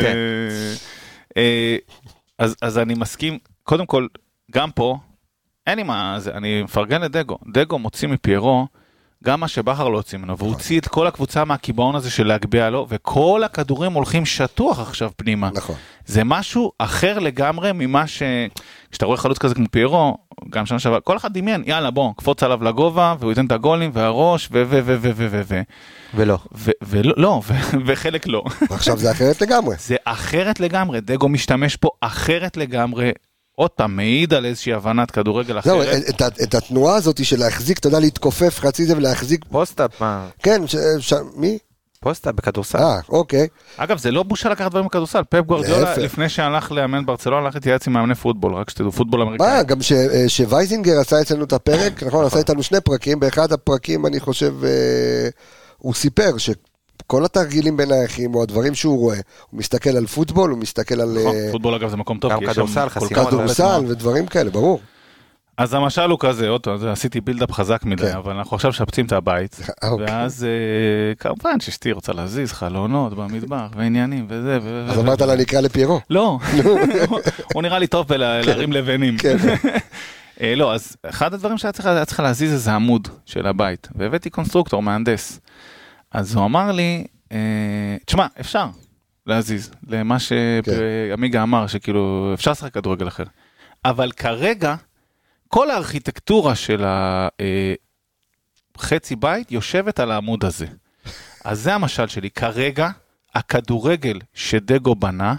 אז אני מסכים, קודם כל, גם פה, אין לי מה, אני מפרגן לדגו. דגו מוציא מפיירו גם מה שבחר לא הוציא ממנו, והוא הוציא את כל הקבוצה מהקיבעון הזה של להגביע לו, וכל הכדורים הולכים שטוח עכשיו פנימה. נכון. זה משהו אחר לגמרי ממה כשאתה רואה חלוץ כזה כמו פיירו, גם שנה שעברה, כל אחד דמיין, יאללה בוא, קפוץ עליו לגובה, והוא ייתן את הגולים, והראש, ולא. ולא, וחלק לא. ועכשיו זה אחרת לגמרי. זה אחרת לגמרי, דגו משתמש פה אחרת לגמרי, עוד פעם, מעיד על איזושהי הבנת כדורגל אחרת. זהו, את התנועה הזאת של להחזיק, אתה יודע, להתכופף חצי זה ולהחזיק... פוסט-אפ, מה? כן, מי? פוסט-אפ בכדורסל. אוקיי. אגב, זה לא בושה לקחת דברים בכדורסל. פפ גוארדיולה, לפני שהלך לאמן ברצלונה, הלך להתייעץ עם מאמני פוטבול, רק שתדעו, פוטבול אמריקאי. גם שווייזינגר עשה אצלנו את הפרק, נכון, עשה איתנו 2 פרקים, באחד הפרקים אני חושב, הוא סיפר כל התרגילים בין האחים, או הדברים שהוא רואה, הוא מסתכל על פוטבול, הוא מסתכל על... פוטבול אגב זה מקום טוב, גם כדורסל, חסימות. כדורסל ודברים כאלה, ברור. אז המשל הוא כזה, עשיתי בילדאפ חזק מדי, אבל אנחנו עכשיו שפצים את הבית, ואז כמובן ששתי רוצה להזיז חלונות במטבח, ועניינים וזה. אז אמרת לה נקרא לפיירו? לא, הוא נראה לי טוב בלהרים לבנים. לא, אז אחד הדברים שהיה צריך להזיז איזה עמוד של הבית, והבאתי קונסטרוקטור, מהנדס. אז הוא אמר לי, תשמע, אפשר להזיז, למה שעמיגה אמר, שכאילו אפשר לשחק כדורגל אחר. אבל כרגע, כל הארכיטקטורה של החצי בית יושבת על העמוד הזה. אז זה המשל שלי. כרגע, הכדורגל שדגו בנה,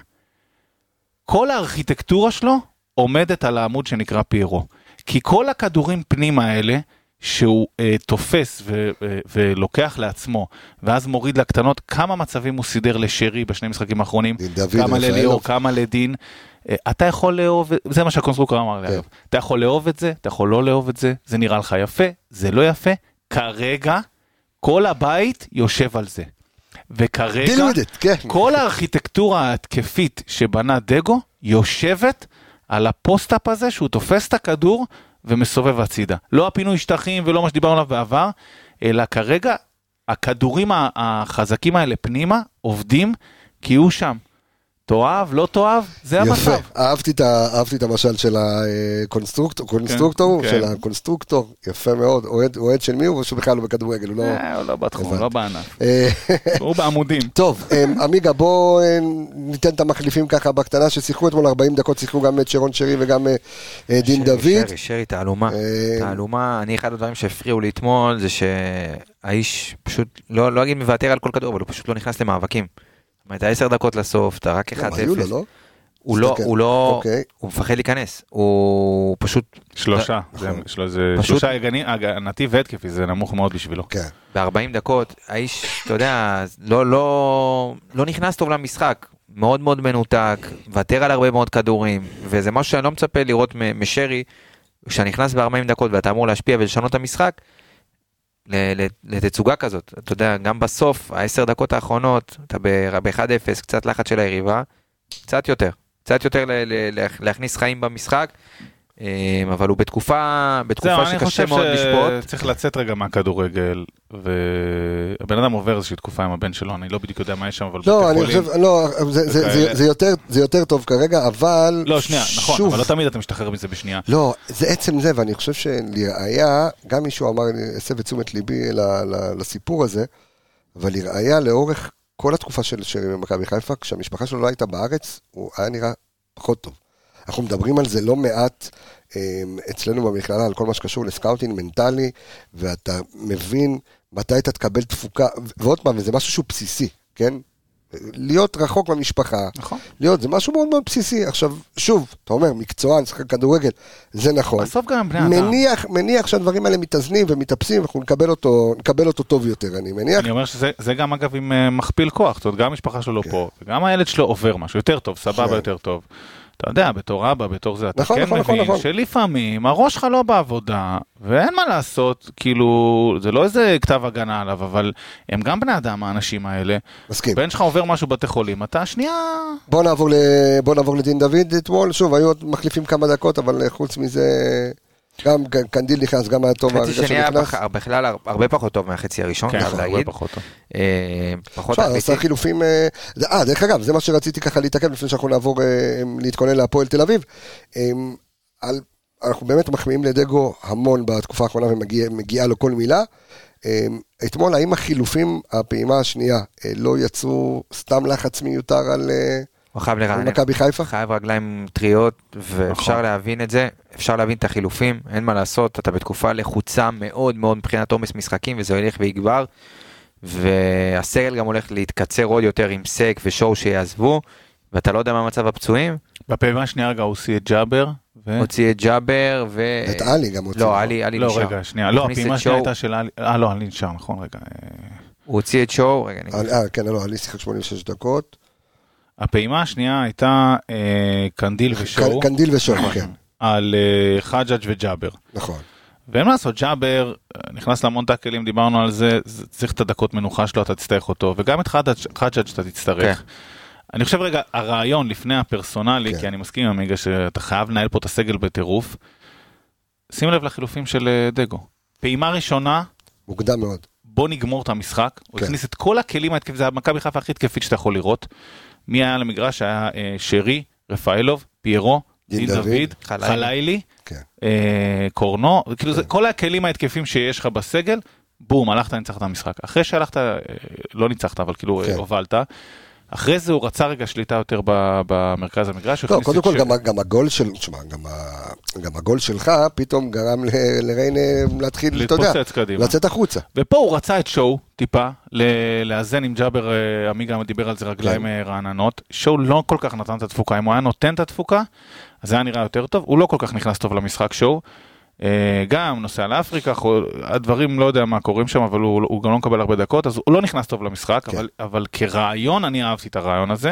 כל הארכיטקטורה שלו עומדת על העמוד שנקרא פיירו. כי כל הכדורים פנימה האלה, שהוא תופס ולוקח לעצמו, ואז מוריד לקטנות, כמה מצבים הוא סידר לשרי בשני משחקים האחרונים, כמה לליאור, כמה לדין, אתה יכול לאהוב, זה מה שהקונסטרוקטור אמר לי, אתה יכול לאהוב את זה, אתה יכול לא לאהוב את זה, זה נראה לך יפה, זה לא יפה, כרגע כל הבית יושב על זה, וכרגע כל הארכיטקטורה ההתקפית שבנה דגו, יושבת על הפוסט-אפ הזה, שהוא תופס את הכדור, ומסובב הצידה. לא הפינוי שטחים ולא מה שדיברנו עליו בעבר, אלא כרגע הכדורים החזקים האלה פנימה עובדים כי הוא שם. תאהב, לא תאהב, זה המצב. יפה, אהבתי את המשל של הקונסטרוקטור, של הקונסטרוקטור, יפה מאוד, אוהד של מי הוא? שהוא בכלל לא בכדורגל, הוא לא בתחום, לא בענף. הוא בעמודים. טוב, עמיגה, בוא ניתן את המחליפים ככה בקטנה, ששיחקו אתמול 40 דקות, שיחקו גם את שרון שרי וגם דין דוד. שרי, תעלומה, אני אחד הדברים שהפריעו לי אתמול, זה שהאיש פשוט, לא אגיד מוותר על כל כדור, אבל הוא פשוט לא נכנס למאבקים. זאת אומרת, 10 דקות לסוף, אתה רק 1-0. הוא לא, הוא מפחד להיכנס, הוא פשוט... שלושה, שלושה הגנתי והתקפי, זה נמוך מאוד בשבילו. ב-40 דקות, האיש, אתה יודע, לא נכנס טוב למשחק, מאוד מאוד מנותק, ותר על הרבה מאוד כדורים, וזה משהו שאני לא מצפה לראות משרי, כשאני נכנס ב-40 דקות ואתה אמור להשפיע ולשנות את המשחק, לתצוגה כזאת, אתה יודע, גם בסוף, 10 דקות האחרונות, אתה ב-1-0, קצת לחץ של היריבה, קצת יותר להכניס חיים במשחק, אבל הוא בתקופה שקשה מאוד לשפוט. צריך לצאת רגע מהכדורגל, והבן אדם עובר איזושהי תקופה עם הבן שלו, אני לא בדיוק יודע מה יש שם, אבל לא, אני חושב, לא, זה יותר טוב כרגע, אבל... לא, שנייה, נכון, אבל לא תמיד אתה משתחרר מזה בשנייה. לא, זה עצם זה, ואני חושב שלראיה, גם מישהו אמר, הסב את תשומת ליבי לסיפור הזה, אבל לראיה לאורך כל התקופה של שרי במכבי חיפה, כשהמשפחה שלו לא הייתה בארץ, הוא היה נראה פחות טוב. אנחנו מדברים על זה לא מעט אצלנו במכללה, על כל מה שקשור לסקאוטינג מנטלי, ואתה מבין מתי אתה תקבל תפוקה, ועוד פעם, וזה משהו שהוא בסיסי, כן? להיות רחוק מהמשפחה, נכון. להיות, זה משהו מאוד מאוד בסיסי. עכשיו, שוב, אתה אומר, מקצוען, שחק כדורגל, זה נכון. בסוף גם בני אדם. מניח שהדברים האלה מתאזנים ומתאפסים, אנחנו נקבל אותו טוב יותר, אני מניח. אני אומר שזה גם אגב עם מכפיל כוח, זאת אומרת, גם המשפחה שלו פה, וגם הילד שלו עובר משהו, יותר טוב, סבבה יותר טוב. אתה יודע, בתור אבא, בתור זה, אתה כן מבין שלפעמים הראש שלך לא בעבודה, ואין מה לעשות, כאילו, זה לא איזה כתב הגנה עליו, אבל הם גם בני אדם, האנשים האלה. מסכים. בן שלך עובר משהו בתי חולים, אתה שנייה... בוא נעבור לדין דוד אתמול, שוב, היו עוד מחליפים כמה דקות, אבל חוץ מזה... גם קנדיל נכנס, גם היה טוב חצי שני היה בכלל הרבה פחות טוב מהחצי הראשון, כן, הרבה פחות טוב. פחות עשה חילופים, דרך אגב, זה מה שרציתי ככה להתעכב לפני שאנחנו נעבור להתכונן להפועל תל אביב. אנחנו באמת מחמיאים לדגו המון בתקופה האחרונה ומגיעה לו כל מילה, אתמול, האם החילופים, הפעימה השנייה, לא יצרו סתם לחץ מיותר על מכבי חיפה? חייב רגליים טריות, ואפשר להבין את זה, אפשר להבין את החילופים, אין מה לעשות, אתה בתקופה לחוצה מאוד מאוד מבחינת עומס משחקים, וזה הולך ויגבר, והסגל גם הולך להתקצר עוד יותר עם סק ושואו שיעזבו, ואתה לא יודע מה מצב הפצועים. בפעימה השנייה רגע הוציא את ג'אבר. הוציא את ג'אבר את אלי גם הוציא. לא, אלי נשאר. לא, רגע, שנייה. לא, הפעימה השנייה הייתה של אלי. לא, אלי נשאר, נכון, רגע. הוא הוציא את שואו, רגע. כן, לא, אלי שיחק 86 דקות. הפעימה השנייה הייתה קנדיל ושואו. קנדיל ושואו, כן. על חג'אג' וג'אבר. נכון. ואין מה לעשות, ג'אבר נכנס להמון טאקלים, דיברנו על זה, צריך את הדקות מנוחה שלו, אתה תצטרך אותו, וגם את חג'אג' אתה תצטרך. אני חושב רגע, הרעיון לפני הפרסונלי, כי אני מסכים עם המיגה שאתה חייב לנהל פה את הסגל בטירוף, שים לב לחילופים של דגו. פעימה ראשונה, מוקדם מאוד. בוא נגמור את המשחק, הוא הכניס את כל הכלים ההתקפיים, זה מכבי חיפה הכי התקפית שאתה יכול לראות. מי היה למגרש? היה שרי, רפאלוב, פיירו, דין דוד, חליילי, קורנו, כאילו כל הכלים ההתקפים שיש לך בסגל, בום, הלכת ניצחת את המשחק. אחרי שהלכת, לא ניצחת, אבל כאילו הובלת, אחרי זה הוא רצה רגע שליטה יותר במרכז המגרש. לא, קודם כל גם הגול של, גם הגול שלך פתאום גרם לריינה להתחיל, אתה יודע, לצאת החוצה. ופה הוא רצה את שואו טיפה, לאזן עם ג'אבר, עמיגה דיבר על זה רגליים רעננות. שואו לא כל כך נתן את התפוקה, אם הוא היה נותן את התפוקה, אז זה היה נראה יותר טוב, הוא לא כל כך נכנס טוב למשחק שואו. גם נוסע לאפריקה, הדברים לא יודע מה קורים שם, אבל הוא גם לא מקבל הרבה דקות, אז הוא לא נכנס טוב למשחק, אבל כרעיון אני אהבתי את הרעיון הזה.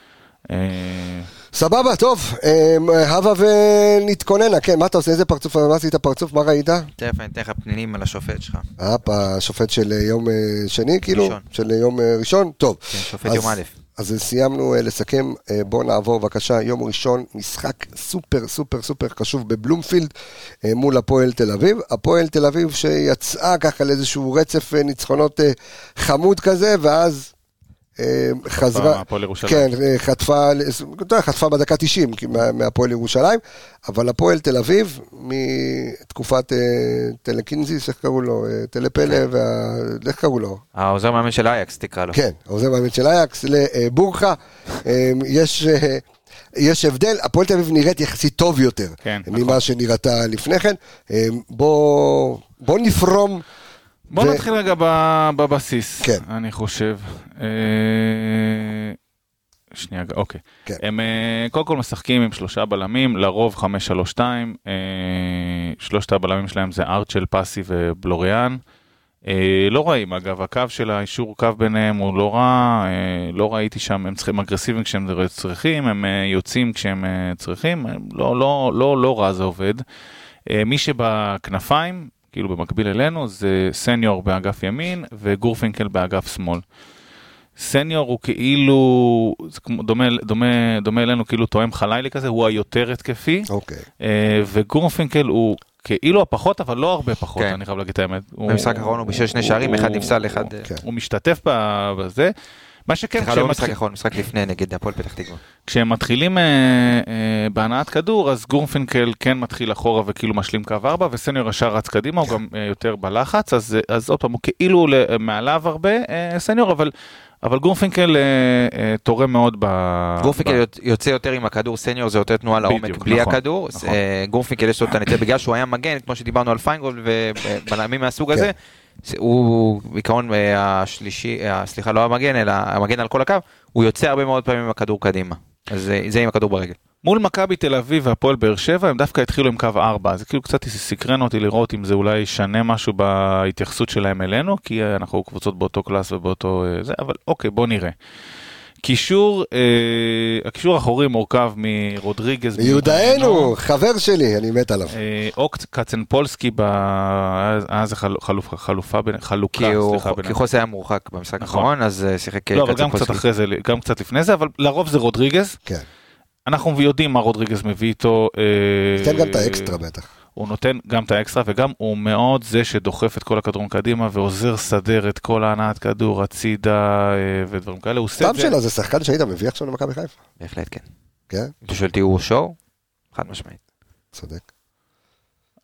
סבבה, טוב, הווה ונתכוננה, כן, מה אתה עושה, איזה פרצוף, מה עשית פרצוף, מה ראית? תכף אני אתן לך פנינים על השופט שלך. השופט של יום שני, כאילו? של יום ראשון, טוב. כן, שופט יום א'. אז סיימנו לסכם, בואו נעבור בבקשה, יום ראשון, משחק סופר סופר סופר חשוב בבלומפילד מול הפועל תל אביב. הפועל תל אביב שיצאה ככה לאיזשהו רצף ניצחונות חמוד כזה, ואז חזרה, כן, חטפה בדקה 90 מהפועל ירושלים, אבל הפועל תל אביב, מתקופת טלקינזיס, איך קראו לו? טלפלא, איך קראו לו? העוזר מאמן של אייקס, תקרא לו. כן, העוזר מאמן של אייקס, לבורחה, יש הבדל, הפועל תל אביב נראית יחסית טוב יותר, ממה שנראתה לפני כן, בוא נפרום, בוא נתחיל רגע בבסיס, אני חושב. שנייה, אוקיי. הם קודם כל משחקים עם 3 בלמים, לרוב 5-3-2, 3 הבלמים שלהם זה ארצ'ל, פאסי ובלוריאן. לא רעים, אגב, הקו של האישור קו ביניהם הוא לא רע, לא ראיתי שם, הם צריכים אגרסיביים כשהם צריכים, הם יוצאים כשהם צריכים, לא רע זה עובד. מי שבכנפיים, כאילו במקביל אלינו, זה סניור באגף ימין וגורפינקל באגף שמאל. סניור הוא כאילו, דומה אלינו כאילו תואם חלילי כזה, הוא היותר התקפי, וגורפינקל הוא כאילו הפחות, אבל לא הרבה פחות, אני חייב להגיד את האמת. במשחק האחרון הוא בשביל 2 שערים, אחד נפסל, אחד... הוא משתתף בזה, מה שכן... לא משחק האחרון, משחק לפני נגד הפועל פתח תקווה. כשהם מתחילים בהנעת כדור, אז גורפינקל כן מתחיל אחורה וכאילו משלים קו 4, וסניור ישר רץ קדימה, הוא גם יותר בלחץ, אז עוד פעם, הוא כאילו מעליו הרבה סניור, אבל גורפינקל תורם מאוד גורפינקל יוצא יותר עם הכדור, סניור זה יותר תנועה לעומק בלי הכדור, גורפינקל יש לו את הנטה, בגלל שהוא היה מגן, כמו שדיברנו על פיינגולד ובלמים מהסוג הזה, הוא בעיקרון השלישי, סליחה, לא המגן, אלא המגן על כל הקו, הוא יוצא הרבה מאוד פעמים עם הכדור קדימה, אז זה עם הכדור ברגל. מול מכבי תל אביב והפועל באר שבע, הם דווקא התחילו עם קו 4, זה כאילו קצת סקרן אותי לראות אם זה אולי ישנה משהו בהתייחסות שלהם אלינו, כי אנחנו קבוצות באותו קלאס ובאותו זה, אבל אוקיי, בוא נראה. הקישור האחורי מורכב מרודריגז. מיודענו, חבר שלי, אני מת עליו. אוקט קצנפולסקי, אז זה חלוקה, כי חוסה היה מורחק במשחק האחרון, אז שיחק קצנפולסקי. לא, אבל גם קצת אחרי זה, גם קצת לפני זה, אבל לרוב זה רודריגז. כן. אנחנו יודעים מה רודריגז מביא איתו. נותן גם את האקסטרה בטח. הוא נותן גם את האקסטרה, וגם הוא מאוד זה שדוחף את כל הכדרון קדימה, ועוזר סדר את כל הענעת כדור, הצידה ודברים כאלה. סתם שלה, זה שחקן שהיית מביא עכשיו למכבי חיפה? בהחלט כן. כן? אתה שואל אותי הוא שואו? חד משמעית. צודק.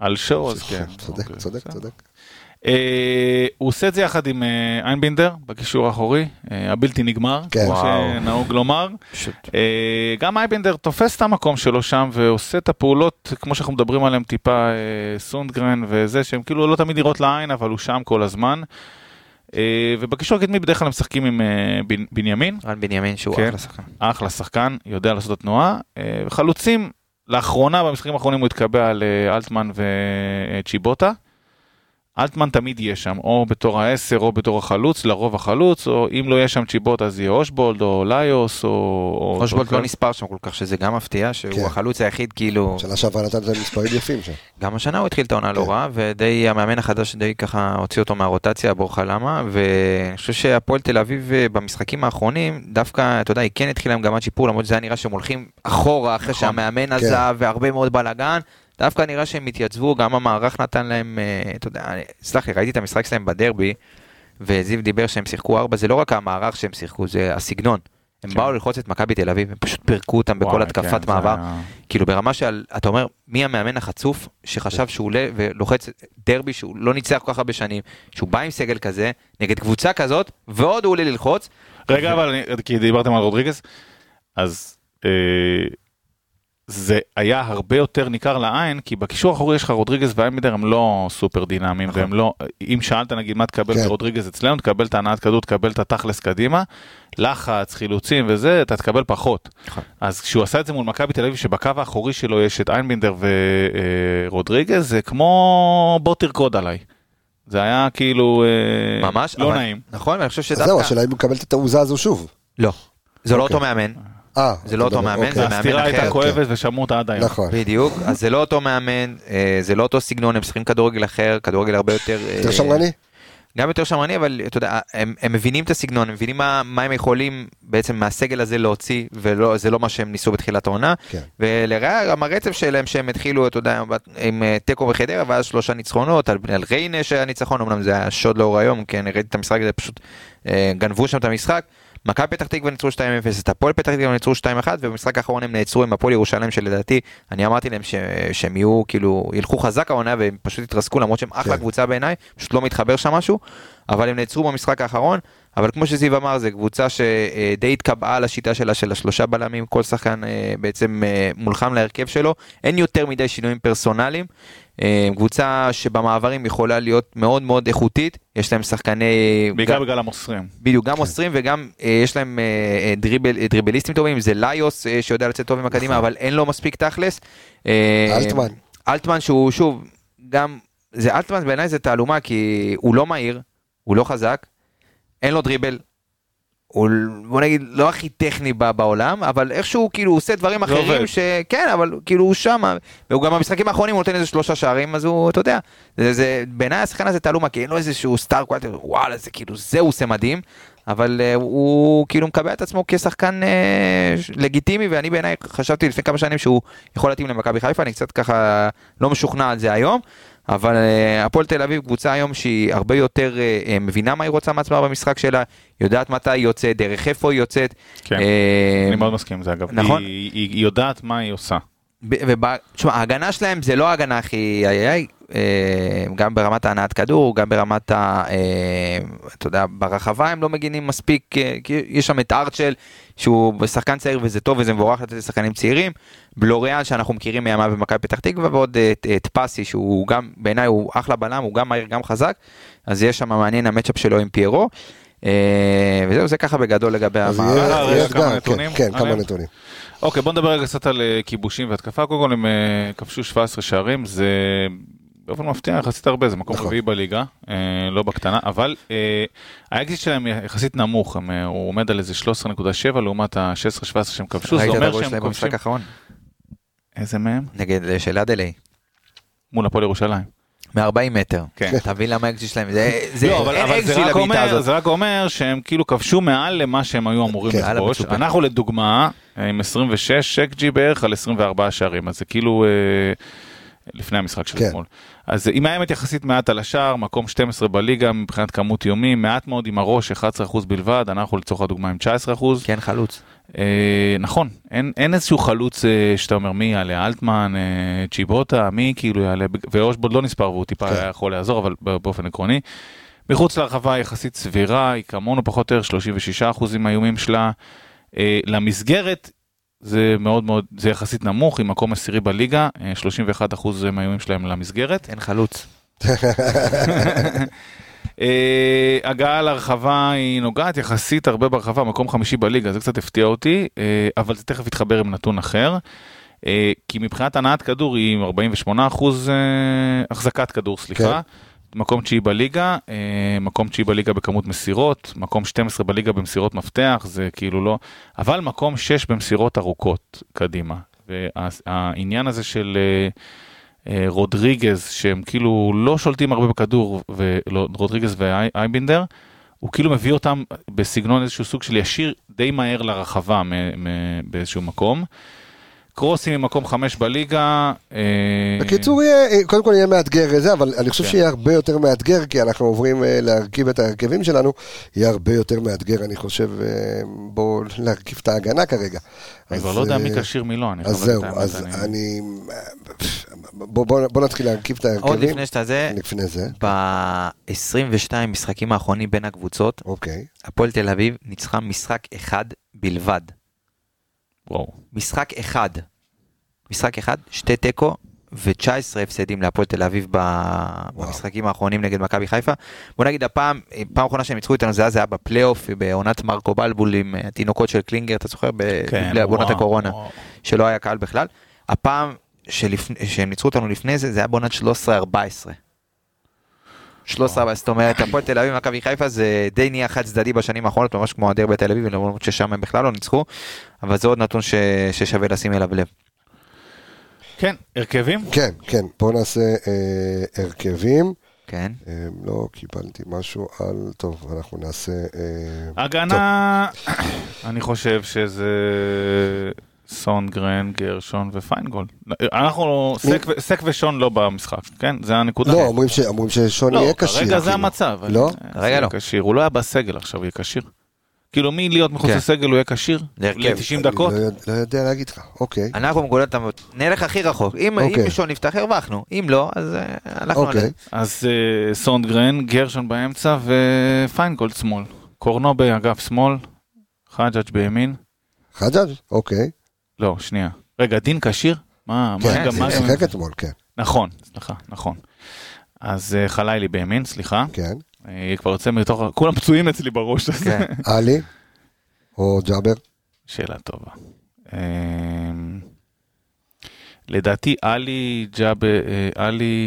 על שואו, אז כן. צודק. הוא עושה את זה יחד עם איינבינדר, בקישור האחורי, הבלתי נגמר, כמו שנהוג לומר. גם איינבינדר תופס את המקום שלו שם, ועושה את הפעולות, כמו שאנחנו מדברים עליהם, טיפה סונדגרן וזה, שהם כאילו לא תמיד נראות לעין, אבל הוא שם כל הזמן. ובקישור הקדמי בדרך כלל הם משחקים עם בנימין. רן בנימין שהוא אחלה שחקן. אחלה שחקן, יודע לעשות את התנועה. חלוצים, לאחרונה, במשחקים האחרונים הוא התקבע על אלטמן וצ'יבוטה. אלטמן תמיד יהיה שם, או בתור ה-10, או בתור החלוץ, לרוב החלוץ, או אם לא יהיה שם צ'יבוט, אז יהיה אושבולד, או ליוס, או... אושבולד לא נספר שם כל כך, שזה גם מפתיע, שהוא החלוץ היחיד, כאילו... שנה שעברה נתן להם מספרים יפים שם. גם השנה הוא התחיל את העונה לא רע, ודי, המאמן החדש די ככה הוציא אותו מהרוטציה, בורחה למה, ואני חושב שהפועל תל אביב במשחקים האחרונים, דווקא, אתה יודע, היא כן התחילה עם גמת שיפור, למרות שזה היה נראה שהם הולכים אחורה, אחרי שהמאמן עזב, והרבה מאוד בלגן. דווקא נראה שהם התייצבו, גם המערך נתן להם, אתה יודע, סלח לי, ראיתי את המשחק שלהם בדרבי, וזיו דיבר שהם שיחקו 4, זה לא רק המערך שהם שיחקו, זה הסגנון. הם באו ללחוץ את מכבי תל אביב, הם פשוט פרקו אותם בכל התקפת מעבר. כאילו ברמה של, אתה אומר, מי המאמן החצוף שחשב שהוא עולה ולוחץ דרבי שהוא לא ניצח כל כך הרבה שנים, שהוא בא עם סגל כזה, נגד קבוצה כזאת, ועוד הוא עולה ללחוץ. רגע, אבל כי דיברתם על רודריגז, אז... זה היה הרבה יותר ניכר לעין, כי בקישור האחורי יש לך רודריגז ואיימדר, הם לא סופר דינמיים, והם לא, אם שאלת נגיד מה תקבל ברודריגז אצלנו, תקבל את הנעת כדור, תקבל את התכלס קדימה, לחץ, חילוצים וזה, אתה תקבל פחות. אז כשהוא עשה את זה מול מכבי תל אביב, שבקו האחורי שלו יש את איינבינדר ורודריגז, זה כמו בוא תרקוד עליי. זה היה כאילו ממש לא נעים. נכון, ואני חושב שדווקא... זהו, השאלה אם הוא מקבל את התעוזה הזו שוב. לא, זה לא אותו מאמן. זה לא אותו מאמן, זה מאמן אחר. הסתירה הייתה כואבת ושמעו אותה עד היום. נכון. בדיוק, אז זה לא אותו מאמן, זה לא אותו סגנון, הם משחקים כדורגל אחר, כדורגל הרבה יותר... יותר שמרני? גם יותר שמרני, אבל אתה יודע, הם מבינים את הסגנון, הם מבינים מה הם יכולים בעצם מהסגל הזה להוציא, וזה לא מה שהם ניסו בתחילת העונה, ולראה גם הרצף שלהם שהם התחילו, אתה יודע, עם טקו וחדרה, ואז 3 ניצחונות, על ריינה שהיה ניצחון, אמנם זה היה שוד לאור היום, כן, ראיתי את המשחק הזה, פשוט גנבו שם את המשחק, מכבי פתח תקווה ניצרו 2-0, את הפועל פתח תקווה ניצרו 2-1, ובמשחק האחרון הם נעצרו עם הפועל ירושלים שלדעתי, אני אמרתי להם שהם יהיו, כאילו, ילכו חזק העונה, והם פשוט התרסקו, למרות שהם אחלה קבוצה בעיניי, פשוט לא מתחבר שם משהו, אבל הם נעצרו במשחק האחרון, אבל כמו שזיו אמר, זה קבוצה שדי התקבעה על השיטה שלה, של 3 בלמים, כל שחקן בעצם מולחם להרכב שלו, אין יותר מדי שינויים פרסונליים, קבוצה שבמעברים יכולה להיות מאוד מאוד איכותית, יש להם שחקני... בעיקר בגלל המוסרים. בדיוק, גם מוסרים וגם יש להם דריבליסטים טובים, זה ליוס שיודע לצאת טוב עם הקדימה, אבל אין לו מספיק תכלס. אלטמן. אלטמן שהוא שוב, גם, זה אלטמן בעיניי זה תעלומה, כי הוא לא מהיר, הוא לא חזק, אין לו דריבל, הוא, בוא נגיד, לא הכי טכני בעולם, אבל איכשהו כאילו הוא עושה דברים אחרים שכן, אבל כאילו הוא שם, והוא גם במשחקים האחרונים הוא נותן איזה 3 שערים, אז הוא, אתה יודע, בעיניי השחקן הזה תעלומה, כי אין לו איזשהו סטאר קואלטר, וואלה, זה כאילו, זה הוא עושה מדהים, אבל הוא כאילו מקבע את עצמו כשחקן לגיטימי, ואני בעיניי חשבתי לפני כמה שנים שהוא יכול להתאים למכבי חיפה, אני קצת ככה לא משוכנע על זה היום, אבל הפועל תל אביב קבוצה היום שהיא הרבה יותר מבינה מה היא רוצה מעצמה במשחק שלה, יודעת מתי היא יוצאת, דרך איפה היא יוצאת. כן, אני מאוד מסכים עם זה אגב. נכון? היא יודעת מה היא עושה. תשמע, ההגנה שלהם זה לא ההגנה הכי, גם ברמת ההנעת כדור, גם ברמת, אתה יודע, ברחבה הם לא מגינים מספיק, כי יש שם את ארצ'ל, שהוא שחקן צעיר וזה טוב וזה מבורך לתת לשחקנים צעירים, בלוריאן שאנחנו מכירים מימיו במכבי פתח תקווה, ועוד את פסי שהוא גם, בעיניי הוא אחלה בלם, הוא גם מהיר, גם חזק, אז יש שם מעניין המאצ'אפ שלו עם פיירו, וזהו, זה ככה בגדול לגבי המערך. כן, כמה נתונים. אוקיי, בוא נדבר רגע קצת על כיבושים והתקפה, קודם כל הם כבשו 17 שערים, זה באופן מפתיע יחסית הרבה, זה מקום רביעי בליגה, לא בקטנה, אבל האקזיט שלהם יחסית נמוך, הוא עומד על איזה 13.7 לעומת ה-16-17 שהם כבשו, זה אומר שהם כובשים... איזה מהם? נגד של אדלי. מול הפועל ירושלים. מ-40 מטר. כן. תבין למה האקזיט שלהם, זה רק אומר שהם כאילו כבשו מעל למה שהם היו אמורים לכבוש. אנחנו לדוגמה, עם 26 שקג'י בערך על 24 שערים, אז זה כאילו לפני המשחק של כן. אתמול. אז היא מאיימת יחסית מעט על השער, מקום 12 בליגה מבחינת כמות איומים, מעט מאוד עם הראש, 11% בלבד, אנחנו לצורך הדוגמה עם 19%. כן, חלוץ. נכון, אין איזשהו חלוץ שאתה אומר מי יעלה, אלטמן, צ'יבוטה, מי כאילו יעלה, ואושבולד לא נספר והוא טיפה היה יכול לעזור, אבל באופן עקרוני. מחוץ להרחבה יחסית סבירה, היא כמונו פחות או יותר 36% עם האיומים שלה. למסגרת זה מאוד מאוד, זה יחסית נמוך, עם מקום 10 בליגה, 31% מהאיומים שלהם למסגרת. אין חלוץ. הגעה להרחבה היא נוגעת יחסית הרבה ברחבה, מקום 5 בליגה, זה קצת הפתיע אותי, אבל זה תכף יתחבר עם נתון אחר, כי מבחינת הנעת כדור היא עם 48% החזקת כדור, סליחה, מקום 9 בליגה, מקום 9 בליגה בכמות מסירות, מקום 12 בליגה במסירות מפתח, זה כאילו לא, אבל מקום 6 במסירות ארוכות קדימה, והעניין הזה של רודריגז, שהם כאילו לא שולטים הרבה בכדור, רודריגז ואייבינדר, הוא כאילו מביא אותם בסגנון איזשהו סוג של ישיר די מהר לרחבה באיזשהו מקום. קרוסים ממקום 5 בליגה. בקיצור, קודם כל יהיה מאתגר זה, אבל אני חושב שיהיה הרבה יותר מאתגר, כי אנחנו עוברים להרכיב את ההרכבים שלנו, יהיה הרבה יותר מאתגר, אני חושב, בואו להרכיב את ההגנה כרגע. אני כבר לא יודע מי קשיר מי לא. אז זהו, אז אני... בואו נתחיל להרכיב את ההרכבים. עוד לפני זה, ב-22 משחקים האחרונים בין הקבוצות, הפועל תל אביב ניצחה משחק אחד בלבד. משחק אחד, 2 תיקו ו19 הפסדים להפועל תל אביב במשחקים האחרונים נגד מכבי חיפה. בוא נגיד, פעם האחרונה שהם ניצחו איתנו זה היה בפלייאוף בעונת מרקו בלבול עם התינוקות של קלינגר, אתה זוכר? בעונת הקורונה, שלא היה קהל בכלל. הפעם שהם ניצחו אותנו לפני זה, זה היה בעונת 13-14. זאת אומרת, הפועל תל אביב ומכבי חיפה זה די נהיה חד צדדי בשנים האחרונות, ממש כמו הדרבי בתל אביב, למרות ששם הם בכלל לא ניצחו, אבל זה עוד נתון ששווה לשים אליו לב. כן, הרכבים? כן, בואו נעשה הרכבים. כן. לא קיבלתי משהו על... טוב, אנחנו נעשה... הגנה, אני חושב שזה... סונגרן, גרשון ופיינגולד. אנחנו, סק ושון לא במשחק, כן? זה הנקודה. לא, אומרים ששון יהיה קשיר. כרגע זה המצב. לא? כרגע לא. הוא לא היה בסגל עכשיו, הוא יהיה קשיר. כאילו מי להיות מחוץ לסגל הוא יהיה קשיר? ל-90 דקות? לא יודע להגיד לך, אוקיי. אנחנו מגולת, נלך הכי רחוק. אם שון נפתח, הרווחנו. אם לא, אז הלכנו עליהם. אז סונגרן, גרשון באמצע ופיינגולד שמאל. קורנו באגף שמאל, חג'אג' בימין. חג'אג'? אוקיי. לא, שנייה. רגע, דין קשיר? מה? כן, שיחק אתמול, כן. נכון, סליחה, נכון. אז חלילי בימין, סליחה. כן. כבר יוצא מתוך, כולם פצועים אצלי בראש. עלי? או ג'אבר? שאלה טובה. לדעתי, עלי, ג'אבר, עלי...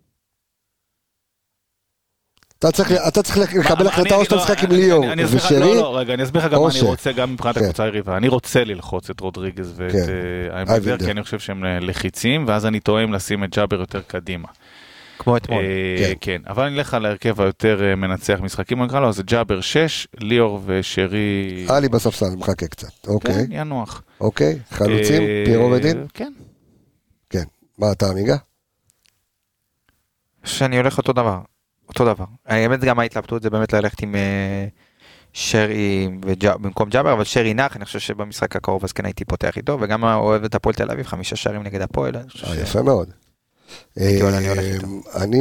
אתה צריך לקבל החלטה או שאתה משחק עם ליאור ושרי? לא, רגע, אני אסביר לך גם מה אני רוצה, גם מבחינת הקבוצה היריבה. אני רוצה ללחוץ את רודריגז ואת אייבינדר, כי אני חושב שהם לחיצים, ואז אני טועה אם לשים את ג'אבר יותר קדימה. כמו אתמול. כן, אבל אני אלך על ההרכב היותר מנצח משחקים, אני אקרא לו, אז ג'אבר 6, ליאור ושרי... עלי בספסל, מחכה קצת, אוקיי. כן, ינוח. אוקיי, חלוצים, פירו ודין? כן. כן, מה אתה עמיגה? שאני הולך אותו דבר. האמת גם ההתלבטות זה באמת ללכת עם שרי במקום ג'אבר, אבל שרי נח, אני חושב שבמשחק הקרוב אז כן הייתי פותח איתו, וגם אוהב את הפועל תל אביב, 5 שערים נגד הפועל. יפה מאוד. אני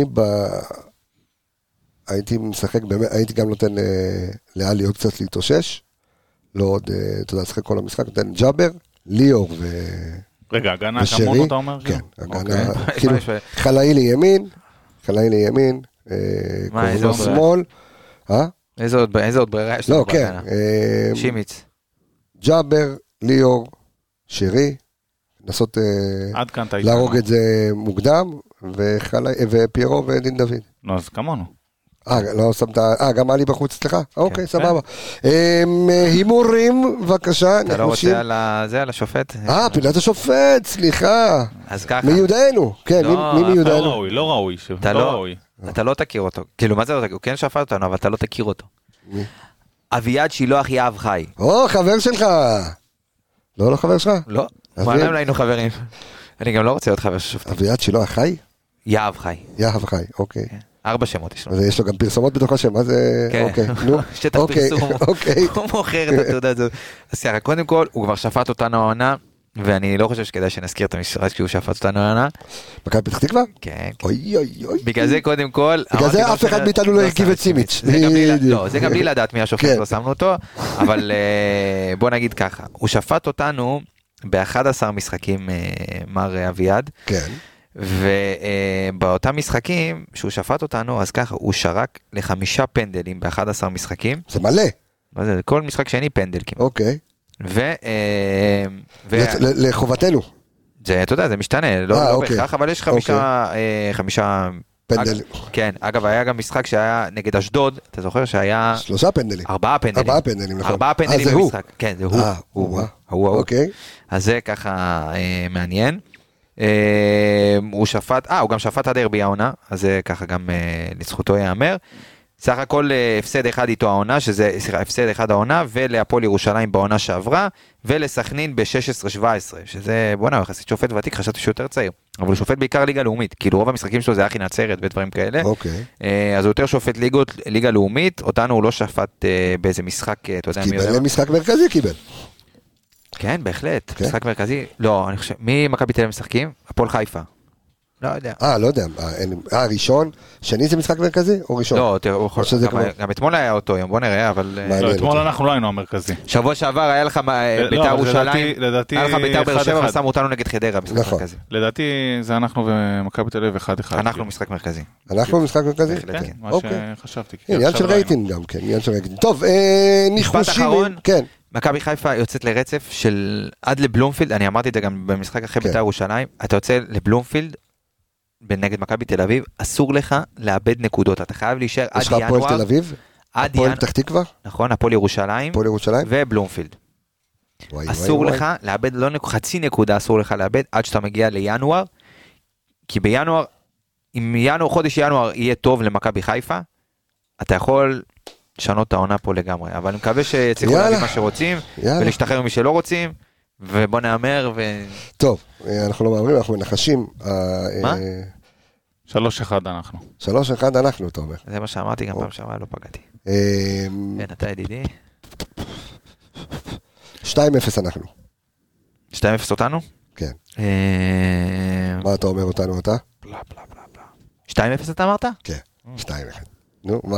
הייתי משחק, הייתי גם נותן לאלי עוד קצת להתאושש, לא עוד, אתה יודע, לשחק כל המשחק, נותן ג'אבר, ליאור רגע, הגנה כמונו אתה אומר? כן, הגנה, כאילו, חלאי לימין, קורנו שמאל. איזה עוד ברירה יש לנו בהגנה? שימיץ. ג'אבר, ליאור, שרי, לנסות להרוג את זה מוקדם, ופיירו ודין דוד. לא, אז כמונו. לא שמת, גם עלי בחוץ, סליחה? אוקיי, סבבה. הימורים, בבקשה. אתה לא רוצה על השופט? פינת השופט, סליחה. אז ככה. מיודענו, כן, מי מיודענו? לא ראוי. אתה לא תכיר אותו. כאילו, מה זה לא תכיר? הוא כן שפט אותנו, אבל אתה לא תכיר אותו. אביעד שילוח יאהב חי. חבר שלך. לא חבר שלך? לא. מעולם לא היינו חברים. אני גם לא רוצה להיות חבר של שופטים. אביעד שילה החי? יהב חי. יהב חי, אוקיי. 4 שמות יש לו. ויש לו גם פרסומות בתוך השם, מה זה? כן, אוקיי, נו. שטח פרסום. הוא מוכר את התעודה הזאת. אז ככה, קודם כל, הוא כבר שפט אותנו העונה, ואני לא חושב שכדאי שנזכיר את המשרד כשהוא שפט אותנו העונה. מכבי פתח תקווה? כן. אוי אוי אוי. בגלל זה קודם כל... בגלל זה אף אחד מאיתנו לא הרכיב את סימיץ'. לא, זה גם בלי לדעת מי השופט, לא שמנו אותו, אבל בוא נגיד ככה, הוא שפט אותנו ב-11 משחקים, מר אביעד. כן. ובאותם משחקים שהוא שפט אותנו, אז ככה, הוא שרק ל5 פנדלים ב-11 משחקים. זה מלא. כל משחק שני פנדל כמעט. אוקיי. לחובתנו. זה, אתה יודע, זה משתנה, לא בהכרח, אבל יש 5 פנדלים. כן, אגב, היה גם משחק שהיה נגד אשדוד, אתה זוכר שהיה... 3 פנדלים. 4 פנדלים. 4 פנדלים, נכון. 4 פנדלים במשחק. כן, זה הוא. אוקיי. אז זה ככה מעניין. הוא שפט, הוא גם שפט הדרבי העונה, אז זה ככה גם לזכותו יאמר. סך הכל הפסד אחד איתו העונה, שזה הפסד אחד העונה, ולהפועל ירושלים בעונה שעברה, ולסכנין ב-16-17, שזה, בוא'נה, יחסית שופט ותיק, חשבתי שהוא יותר צעיר, אבל הוא שופט בעיקר ליגה לאומית, כאילו רוב המשחקים שלו זה אחי נצרת ודברים כאלה, אז הוא יותר שופט ליגה לאומית, אותנו הוא לא שפט באיזה משחק, אתה יודע מי יודע. קיבל משחק מרכזי קיבל. כן, בהחלט, משחק מרכזי, לא, אני חושב, מי מכבי תל אביב משחקים? הפועל חיפה. לא יודע. לא יודע. ראשון, שני זה משחק מרכזי או ראשון? לא, גם אתמול היה אותו יום, בוא נראה, אבל... לא, אתמול אנחנו לא היינו המרכזי. שבוע שעבר היה לך ביתר ירושלים, היה לך ביתר באר שבע ושמו אותנו נגד חדרה, משחק מרכזי. לדעתי זה אנחנו ומכבי תל אביב 1-1. אנחנו משחק מרכזי. אנחנו משחק מרכזי? כן, מה שחשבתי. עניין של רייטינג גם, כן, עניין של רייטינג. טוב, ניחושים. כן. מכבי חיפה יוצאת לרצף של עד לבלומפילד, אני אמרתי את זה גם במשחק אחרי ביתר ירושלים, אתה יוצא לבלומפילד בנגד מכבי תל אביב, אסור לך לאבד נקודות, אתה חייב להישאר עד ינואר. יש לך הפועל תל אביב? הפועל פתח תקווה? נכון, הפועל ירושלים ובלומפילד. אסור לך לאבד, חצי נקודה אסור לך לאבד עד שאתה מגיע לינואר, כי בינואר, אם חודש ינואר יהיה טוב למכבי חיפה, אתה יכול לשנות את העונה פה לגמרי, אבל אני מקווה שיצליחו להגיד מה שרוצים, ולהשתחרר ממי שלא רוצים, ובוא נאמר טוב, אנחנו לא מאמרים, אנחנו מנחשים. מה? 3-1 אנחנו. 3-1 אנחנו, אתה אומר. זה מה שאמרתי, גם פעם שעברה לא פגעתי. כן, אתה ידידי. 2-0 אנחנו. 2-0 אותנו? כן. מה אתה אומר אותנו אתה? 2-0 אתה אמרת? כן, 2-1. נו, מה?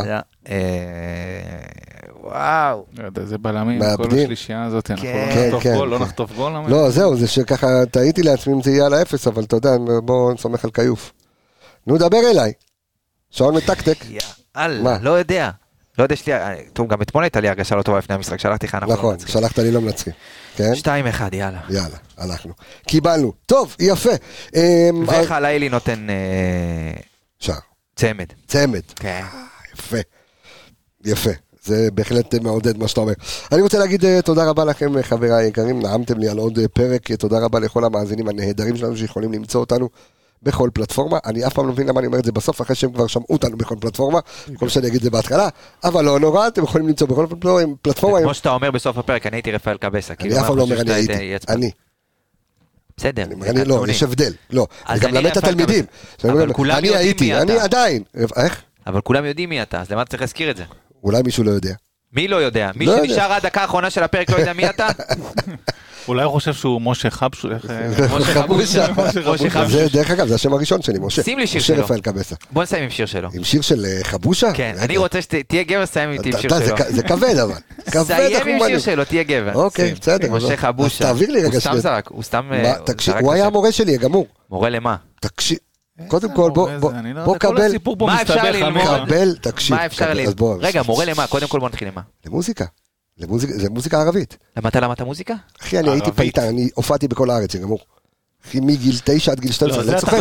וואו. זה בלמים, כל השלישייה הזאת, אנחנו לא נחטוף גול. לא, זהו, זה שככה טעיתי לעצמי אם זה יהיה על האפס, אבל אתה יודע, בואו נסומך על קיוף. נו, דבר אליי. שעון מתקתק. מה? לא יודע. לא יודע שלי, טוב, גם אתמול הייתה לי הרגשה לא טובה לפני המשחק, שלחתי לך אנחנו לא מנצחים. נכון, שלחת לי לא מנצחים. 2-1, יאללה. יאללה, הלכנו. קיבלנו. טוב, יפה. וחלילי נותן... שער. צמד. צמד. כן. יפה. יפה. זה בהחלט מעודד מה שאתה אומר. אני רוצה להגיד תודה רבה לכם חבריי היקרים, נעמתם לי על עוד פרק, תודה רבה לכל המאזינים הנהדרים שלנו שיכולים למצוא אותנו בכל פלטפורמה. אני אף פעם לא מבין למה אני אומר את זה בסוף, אחרי שהם כבר שמעו אותנו בכל פלטפורמה, כל שאני אגיד את זה בהתחלה, אבל לא נורא, אתם יכולים למצוא בכל פלטפורמה. כמו שאתה אומר בסוף הפרק, אני הייתי רפאל קבסה. אני אף פעם לא אומר אני הייתי, אני. בסדר. אני לא, יש הבדל. לא, אני גם למד את התלמידים. אני הייתי, אני עדיין. איך? אבל כולם יודעים מי אתה, אז למה אתה צריך להזכיר את זה? אולי מישהו לא יודע. מי לא יודע? מי שנשאר עד דקה האחרונה של הפרק לא יודע מי אתה? אולי הוא חושב שהוא משה חבושה. זה דרך אגב, זה השם הראשון שלי, משה. שים לי שיר שלו. רפאל קבסה. בוא נסיים עם שיר שלו. עם שיר של חבושה? כן, אני רוצה שתהיה גבר, סיים איתי עם שיר שלו. זה כבד אבל. סיים עם שיר שלו, תהיה גבר. אוקיי, בסדר. משה חבושה. תעביר לי רגע. הוא סתם זרק, הוא סתם... הוא היה המורה שלי, הגמור. מורה למה? תקשיב. קודם כל, בוא קבל, מה אפשר ללמוד? תקשיב. מה אפשר ללמוד? רגע, מורה למה? קודם כל בוא נתחיל למה? למוזיקה. זה מוזיקה ערבית. למדת מוזיקה? אחי, אני הייתי פייטן, אני הופעתי בכל הארץ, גמור. אחי, מגיל 9 עד גיל 12, לא צוחק.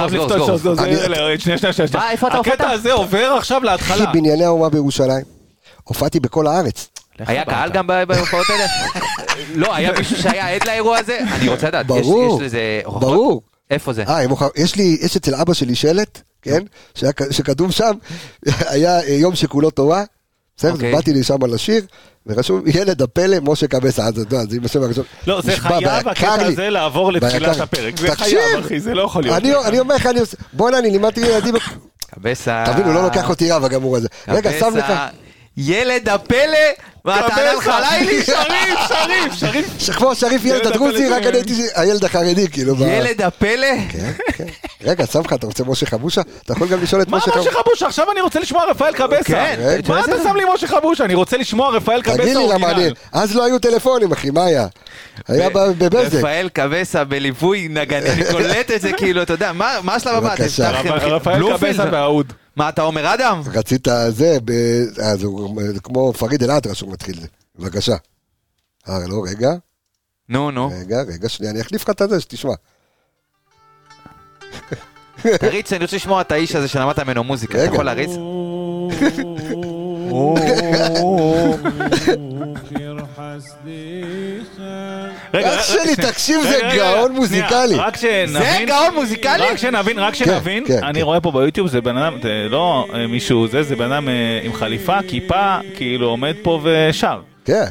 מה, איפה אתה הופעת? הקטע הזה עובר עכשיו להתחלה. אחי, בנייני האומה בירושלים. הופעתי בכל הארץ. היה קהל גם בהופעות האלה? לא, היה מישהו שהיה עד לאירוע הזה? אני רוצה לדעת. ברור, ברור. איפה זה? יש אצל אבא שלי שלט, כן? שכתוב שם, היה יום שכולו תורה, בסדר? באתי לי שם לשיר, ורשום ילד הפלא, משה קבסה, אז זה עם השם הראשון. לא, זה חייב הקטע הזה לעבור לתחילת הפרק. זה חייב, אחי, זה לא יכול להיות. אני אומר לך, בוא'נה, אני לימדתי ילדים... קבסה. תבין, הוא לא לוקח אותי רב הגמור הזה. רגע, שם לך. ילד הפלא, ואתה לך לילי, שריף. כמו שריף ילד הדרוזי, רק אני הייתי הילד החרדי, כאילו. ילד הפלא? כן, כן. רגע, שם לך, אתה רוצה משה חבושה? אתה יכול גם לשאול את מה משה חבושה. משה חבושה? עכשיו אני רוצה לשמוע רפאל קבסה. מה אתה שם לי משה חבושה? אני רוצה לשמוע רפאל קבסה. תגיד לי למה אני... אז לא היו טלפונים, אחי, מה היה? היה בבזק. רפאל קבסה בליווי נגני, אני קולט את זה כאילו, אתה יודע, מה השלב הבא? רפאל קבסה והאוד. מה אתה אומר, אדם? רצית זה, זה כמו פריד אל-אטרש שהוא מתחיל זה. בבקשה. לא, רגע. נו. רגע, שנייה, אני אחליף לך את זה, שתשמע. תריץ, אני רוצה לשמוע את האיש הזה שלמדת ממנו מוזיקה, אתה יכול להריץ? אח שלי, תקשיב, זה גאון מוזיקלי. זה גאון מוזיקלי? רק שנבין, אני רואה פה ביוטיוב, זה בן אדם, לא מישהו, זה בן אדם עם חליפה, כיפה, כאילו עומד פה ושר. כן.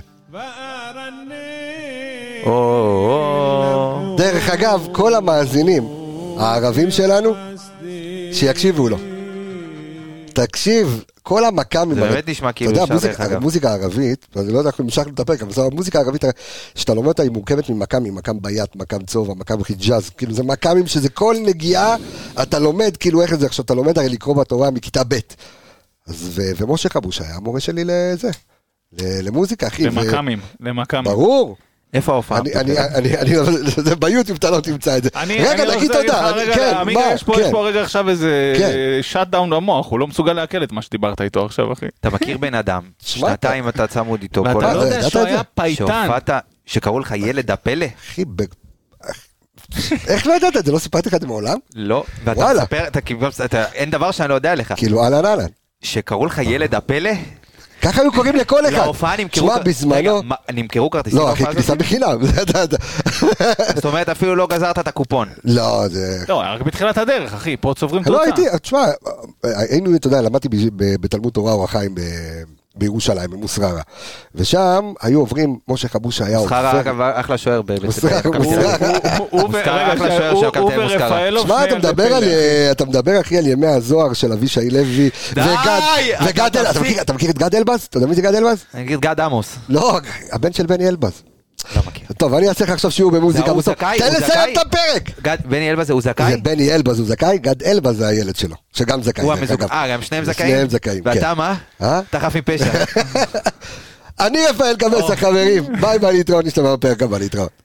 דרך אגב, כל המאזינים הערבים שלנו, שיקשיבו לו. תקשיב, כל המקאמים... זה באמת נשמע כאילו אפשר דרך אגב. המוזיקה הערבית, אני לא יודע איך נמשך לטפק, אבל זו המוזיקה הערבית, שאתה לומד אותה היא מורכבת ממקאמים, מקאם ביית, מקאם צובה, מקאם חיג'אז, כאילו זה מקאמים שזה כל נגיעה, אתה לומד כאילו איך זה, עכשיו אתה לומד הרי לקרוא בתורה מכיתה ב'. ומשה חבושה היה המורה שלי לזה, למוזיקה, אחי. למקאמים. ברור. איפה ההופעה? זה ביוטיוב, אתה לא תמצא את זה. רגע, נגיד תודה. יש פה רגע עכשיו איזה שאט דאון במוח, הוא לא מסוגל להקל את מה שדיברת איתו עכשיו, אחי. אתה מכיר בן אדם, שנתיים אתה צמוד איתו. ואתה לא יודע שהוא היה פייטן. שקראו לך ילד הפלא? אחי, איך לא ידעת את זה? לא סיפרתי לך את זה מעולם? לא, ואתה מספר, אין דבר שאני לא יודע לך. כאילו, אהלן. שקראו לך ילד הפלא? ככה היו קוראים לכל אחד. להופעה נמכרו... תשמע, בזמנו... נמכרו כרטיסים לא, אחי, כניסה בחינם. זאת אומרת, אפילו לא גזרת את הקופון. לא, זה... לא, רק בתחילת הדרך, אחי, פה צוברים תוצאה. לא, הייתי, תשמע, היינו, אתה יודע, למדתי בתלמוד תורה אור החיים בירושלים, במוסררה. ושם היו עוברים, משה חבושה היה עובר... מוסררה, אגב, אחלה שוער מוסררה. הוא ורפאלוב. תשמע, אתה מדבר, אחי, על ימי הזוהר של אבישי לוי. וגד אלבז. אתה מכיר את גד אלבז? אתה יודע מי זה גד אלבז? אני אגיד גד עמוס. לא, הבן של בני אלבז. לא מכיר. טוב, אני אעשה לך עכשיו שיעור במוזיקה. הוא זכאי, תן לסיים את הפרק. בני אלבז הוא זכאי? זה בני אלבז הוא זכאי, גד אלבז זה הילד שלו, שגם זכאי. גם שניהם זכאים? שניהם זכאים, כן. ואתה מה? אתה חף מפשע. אני רפאל קבסה, חברים. ביי, להתראות, נשתמע בפרק הבא, להתראות.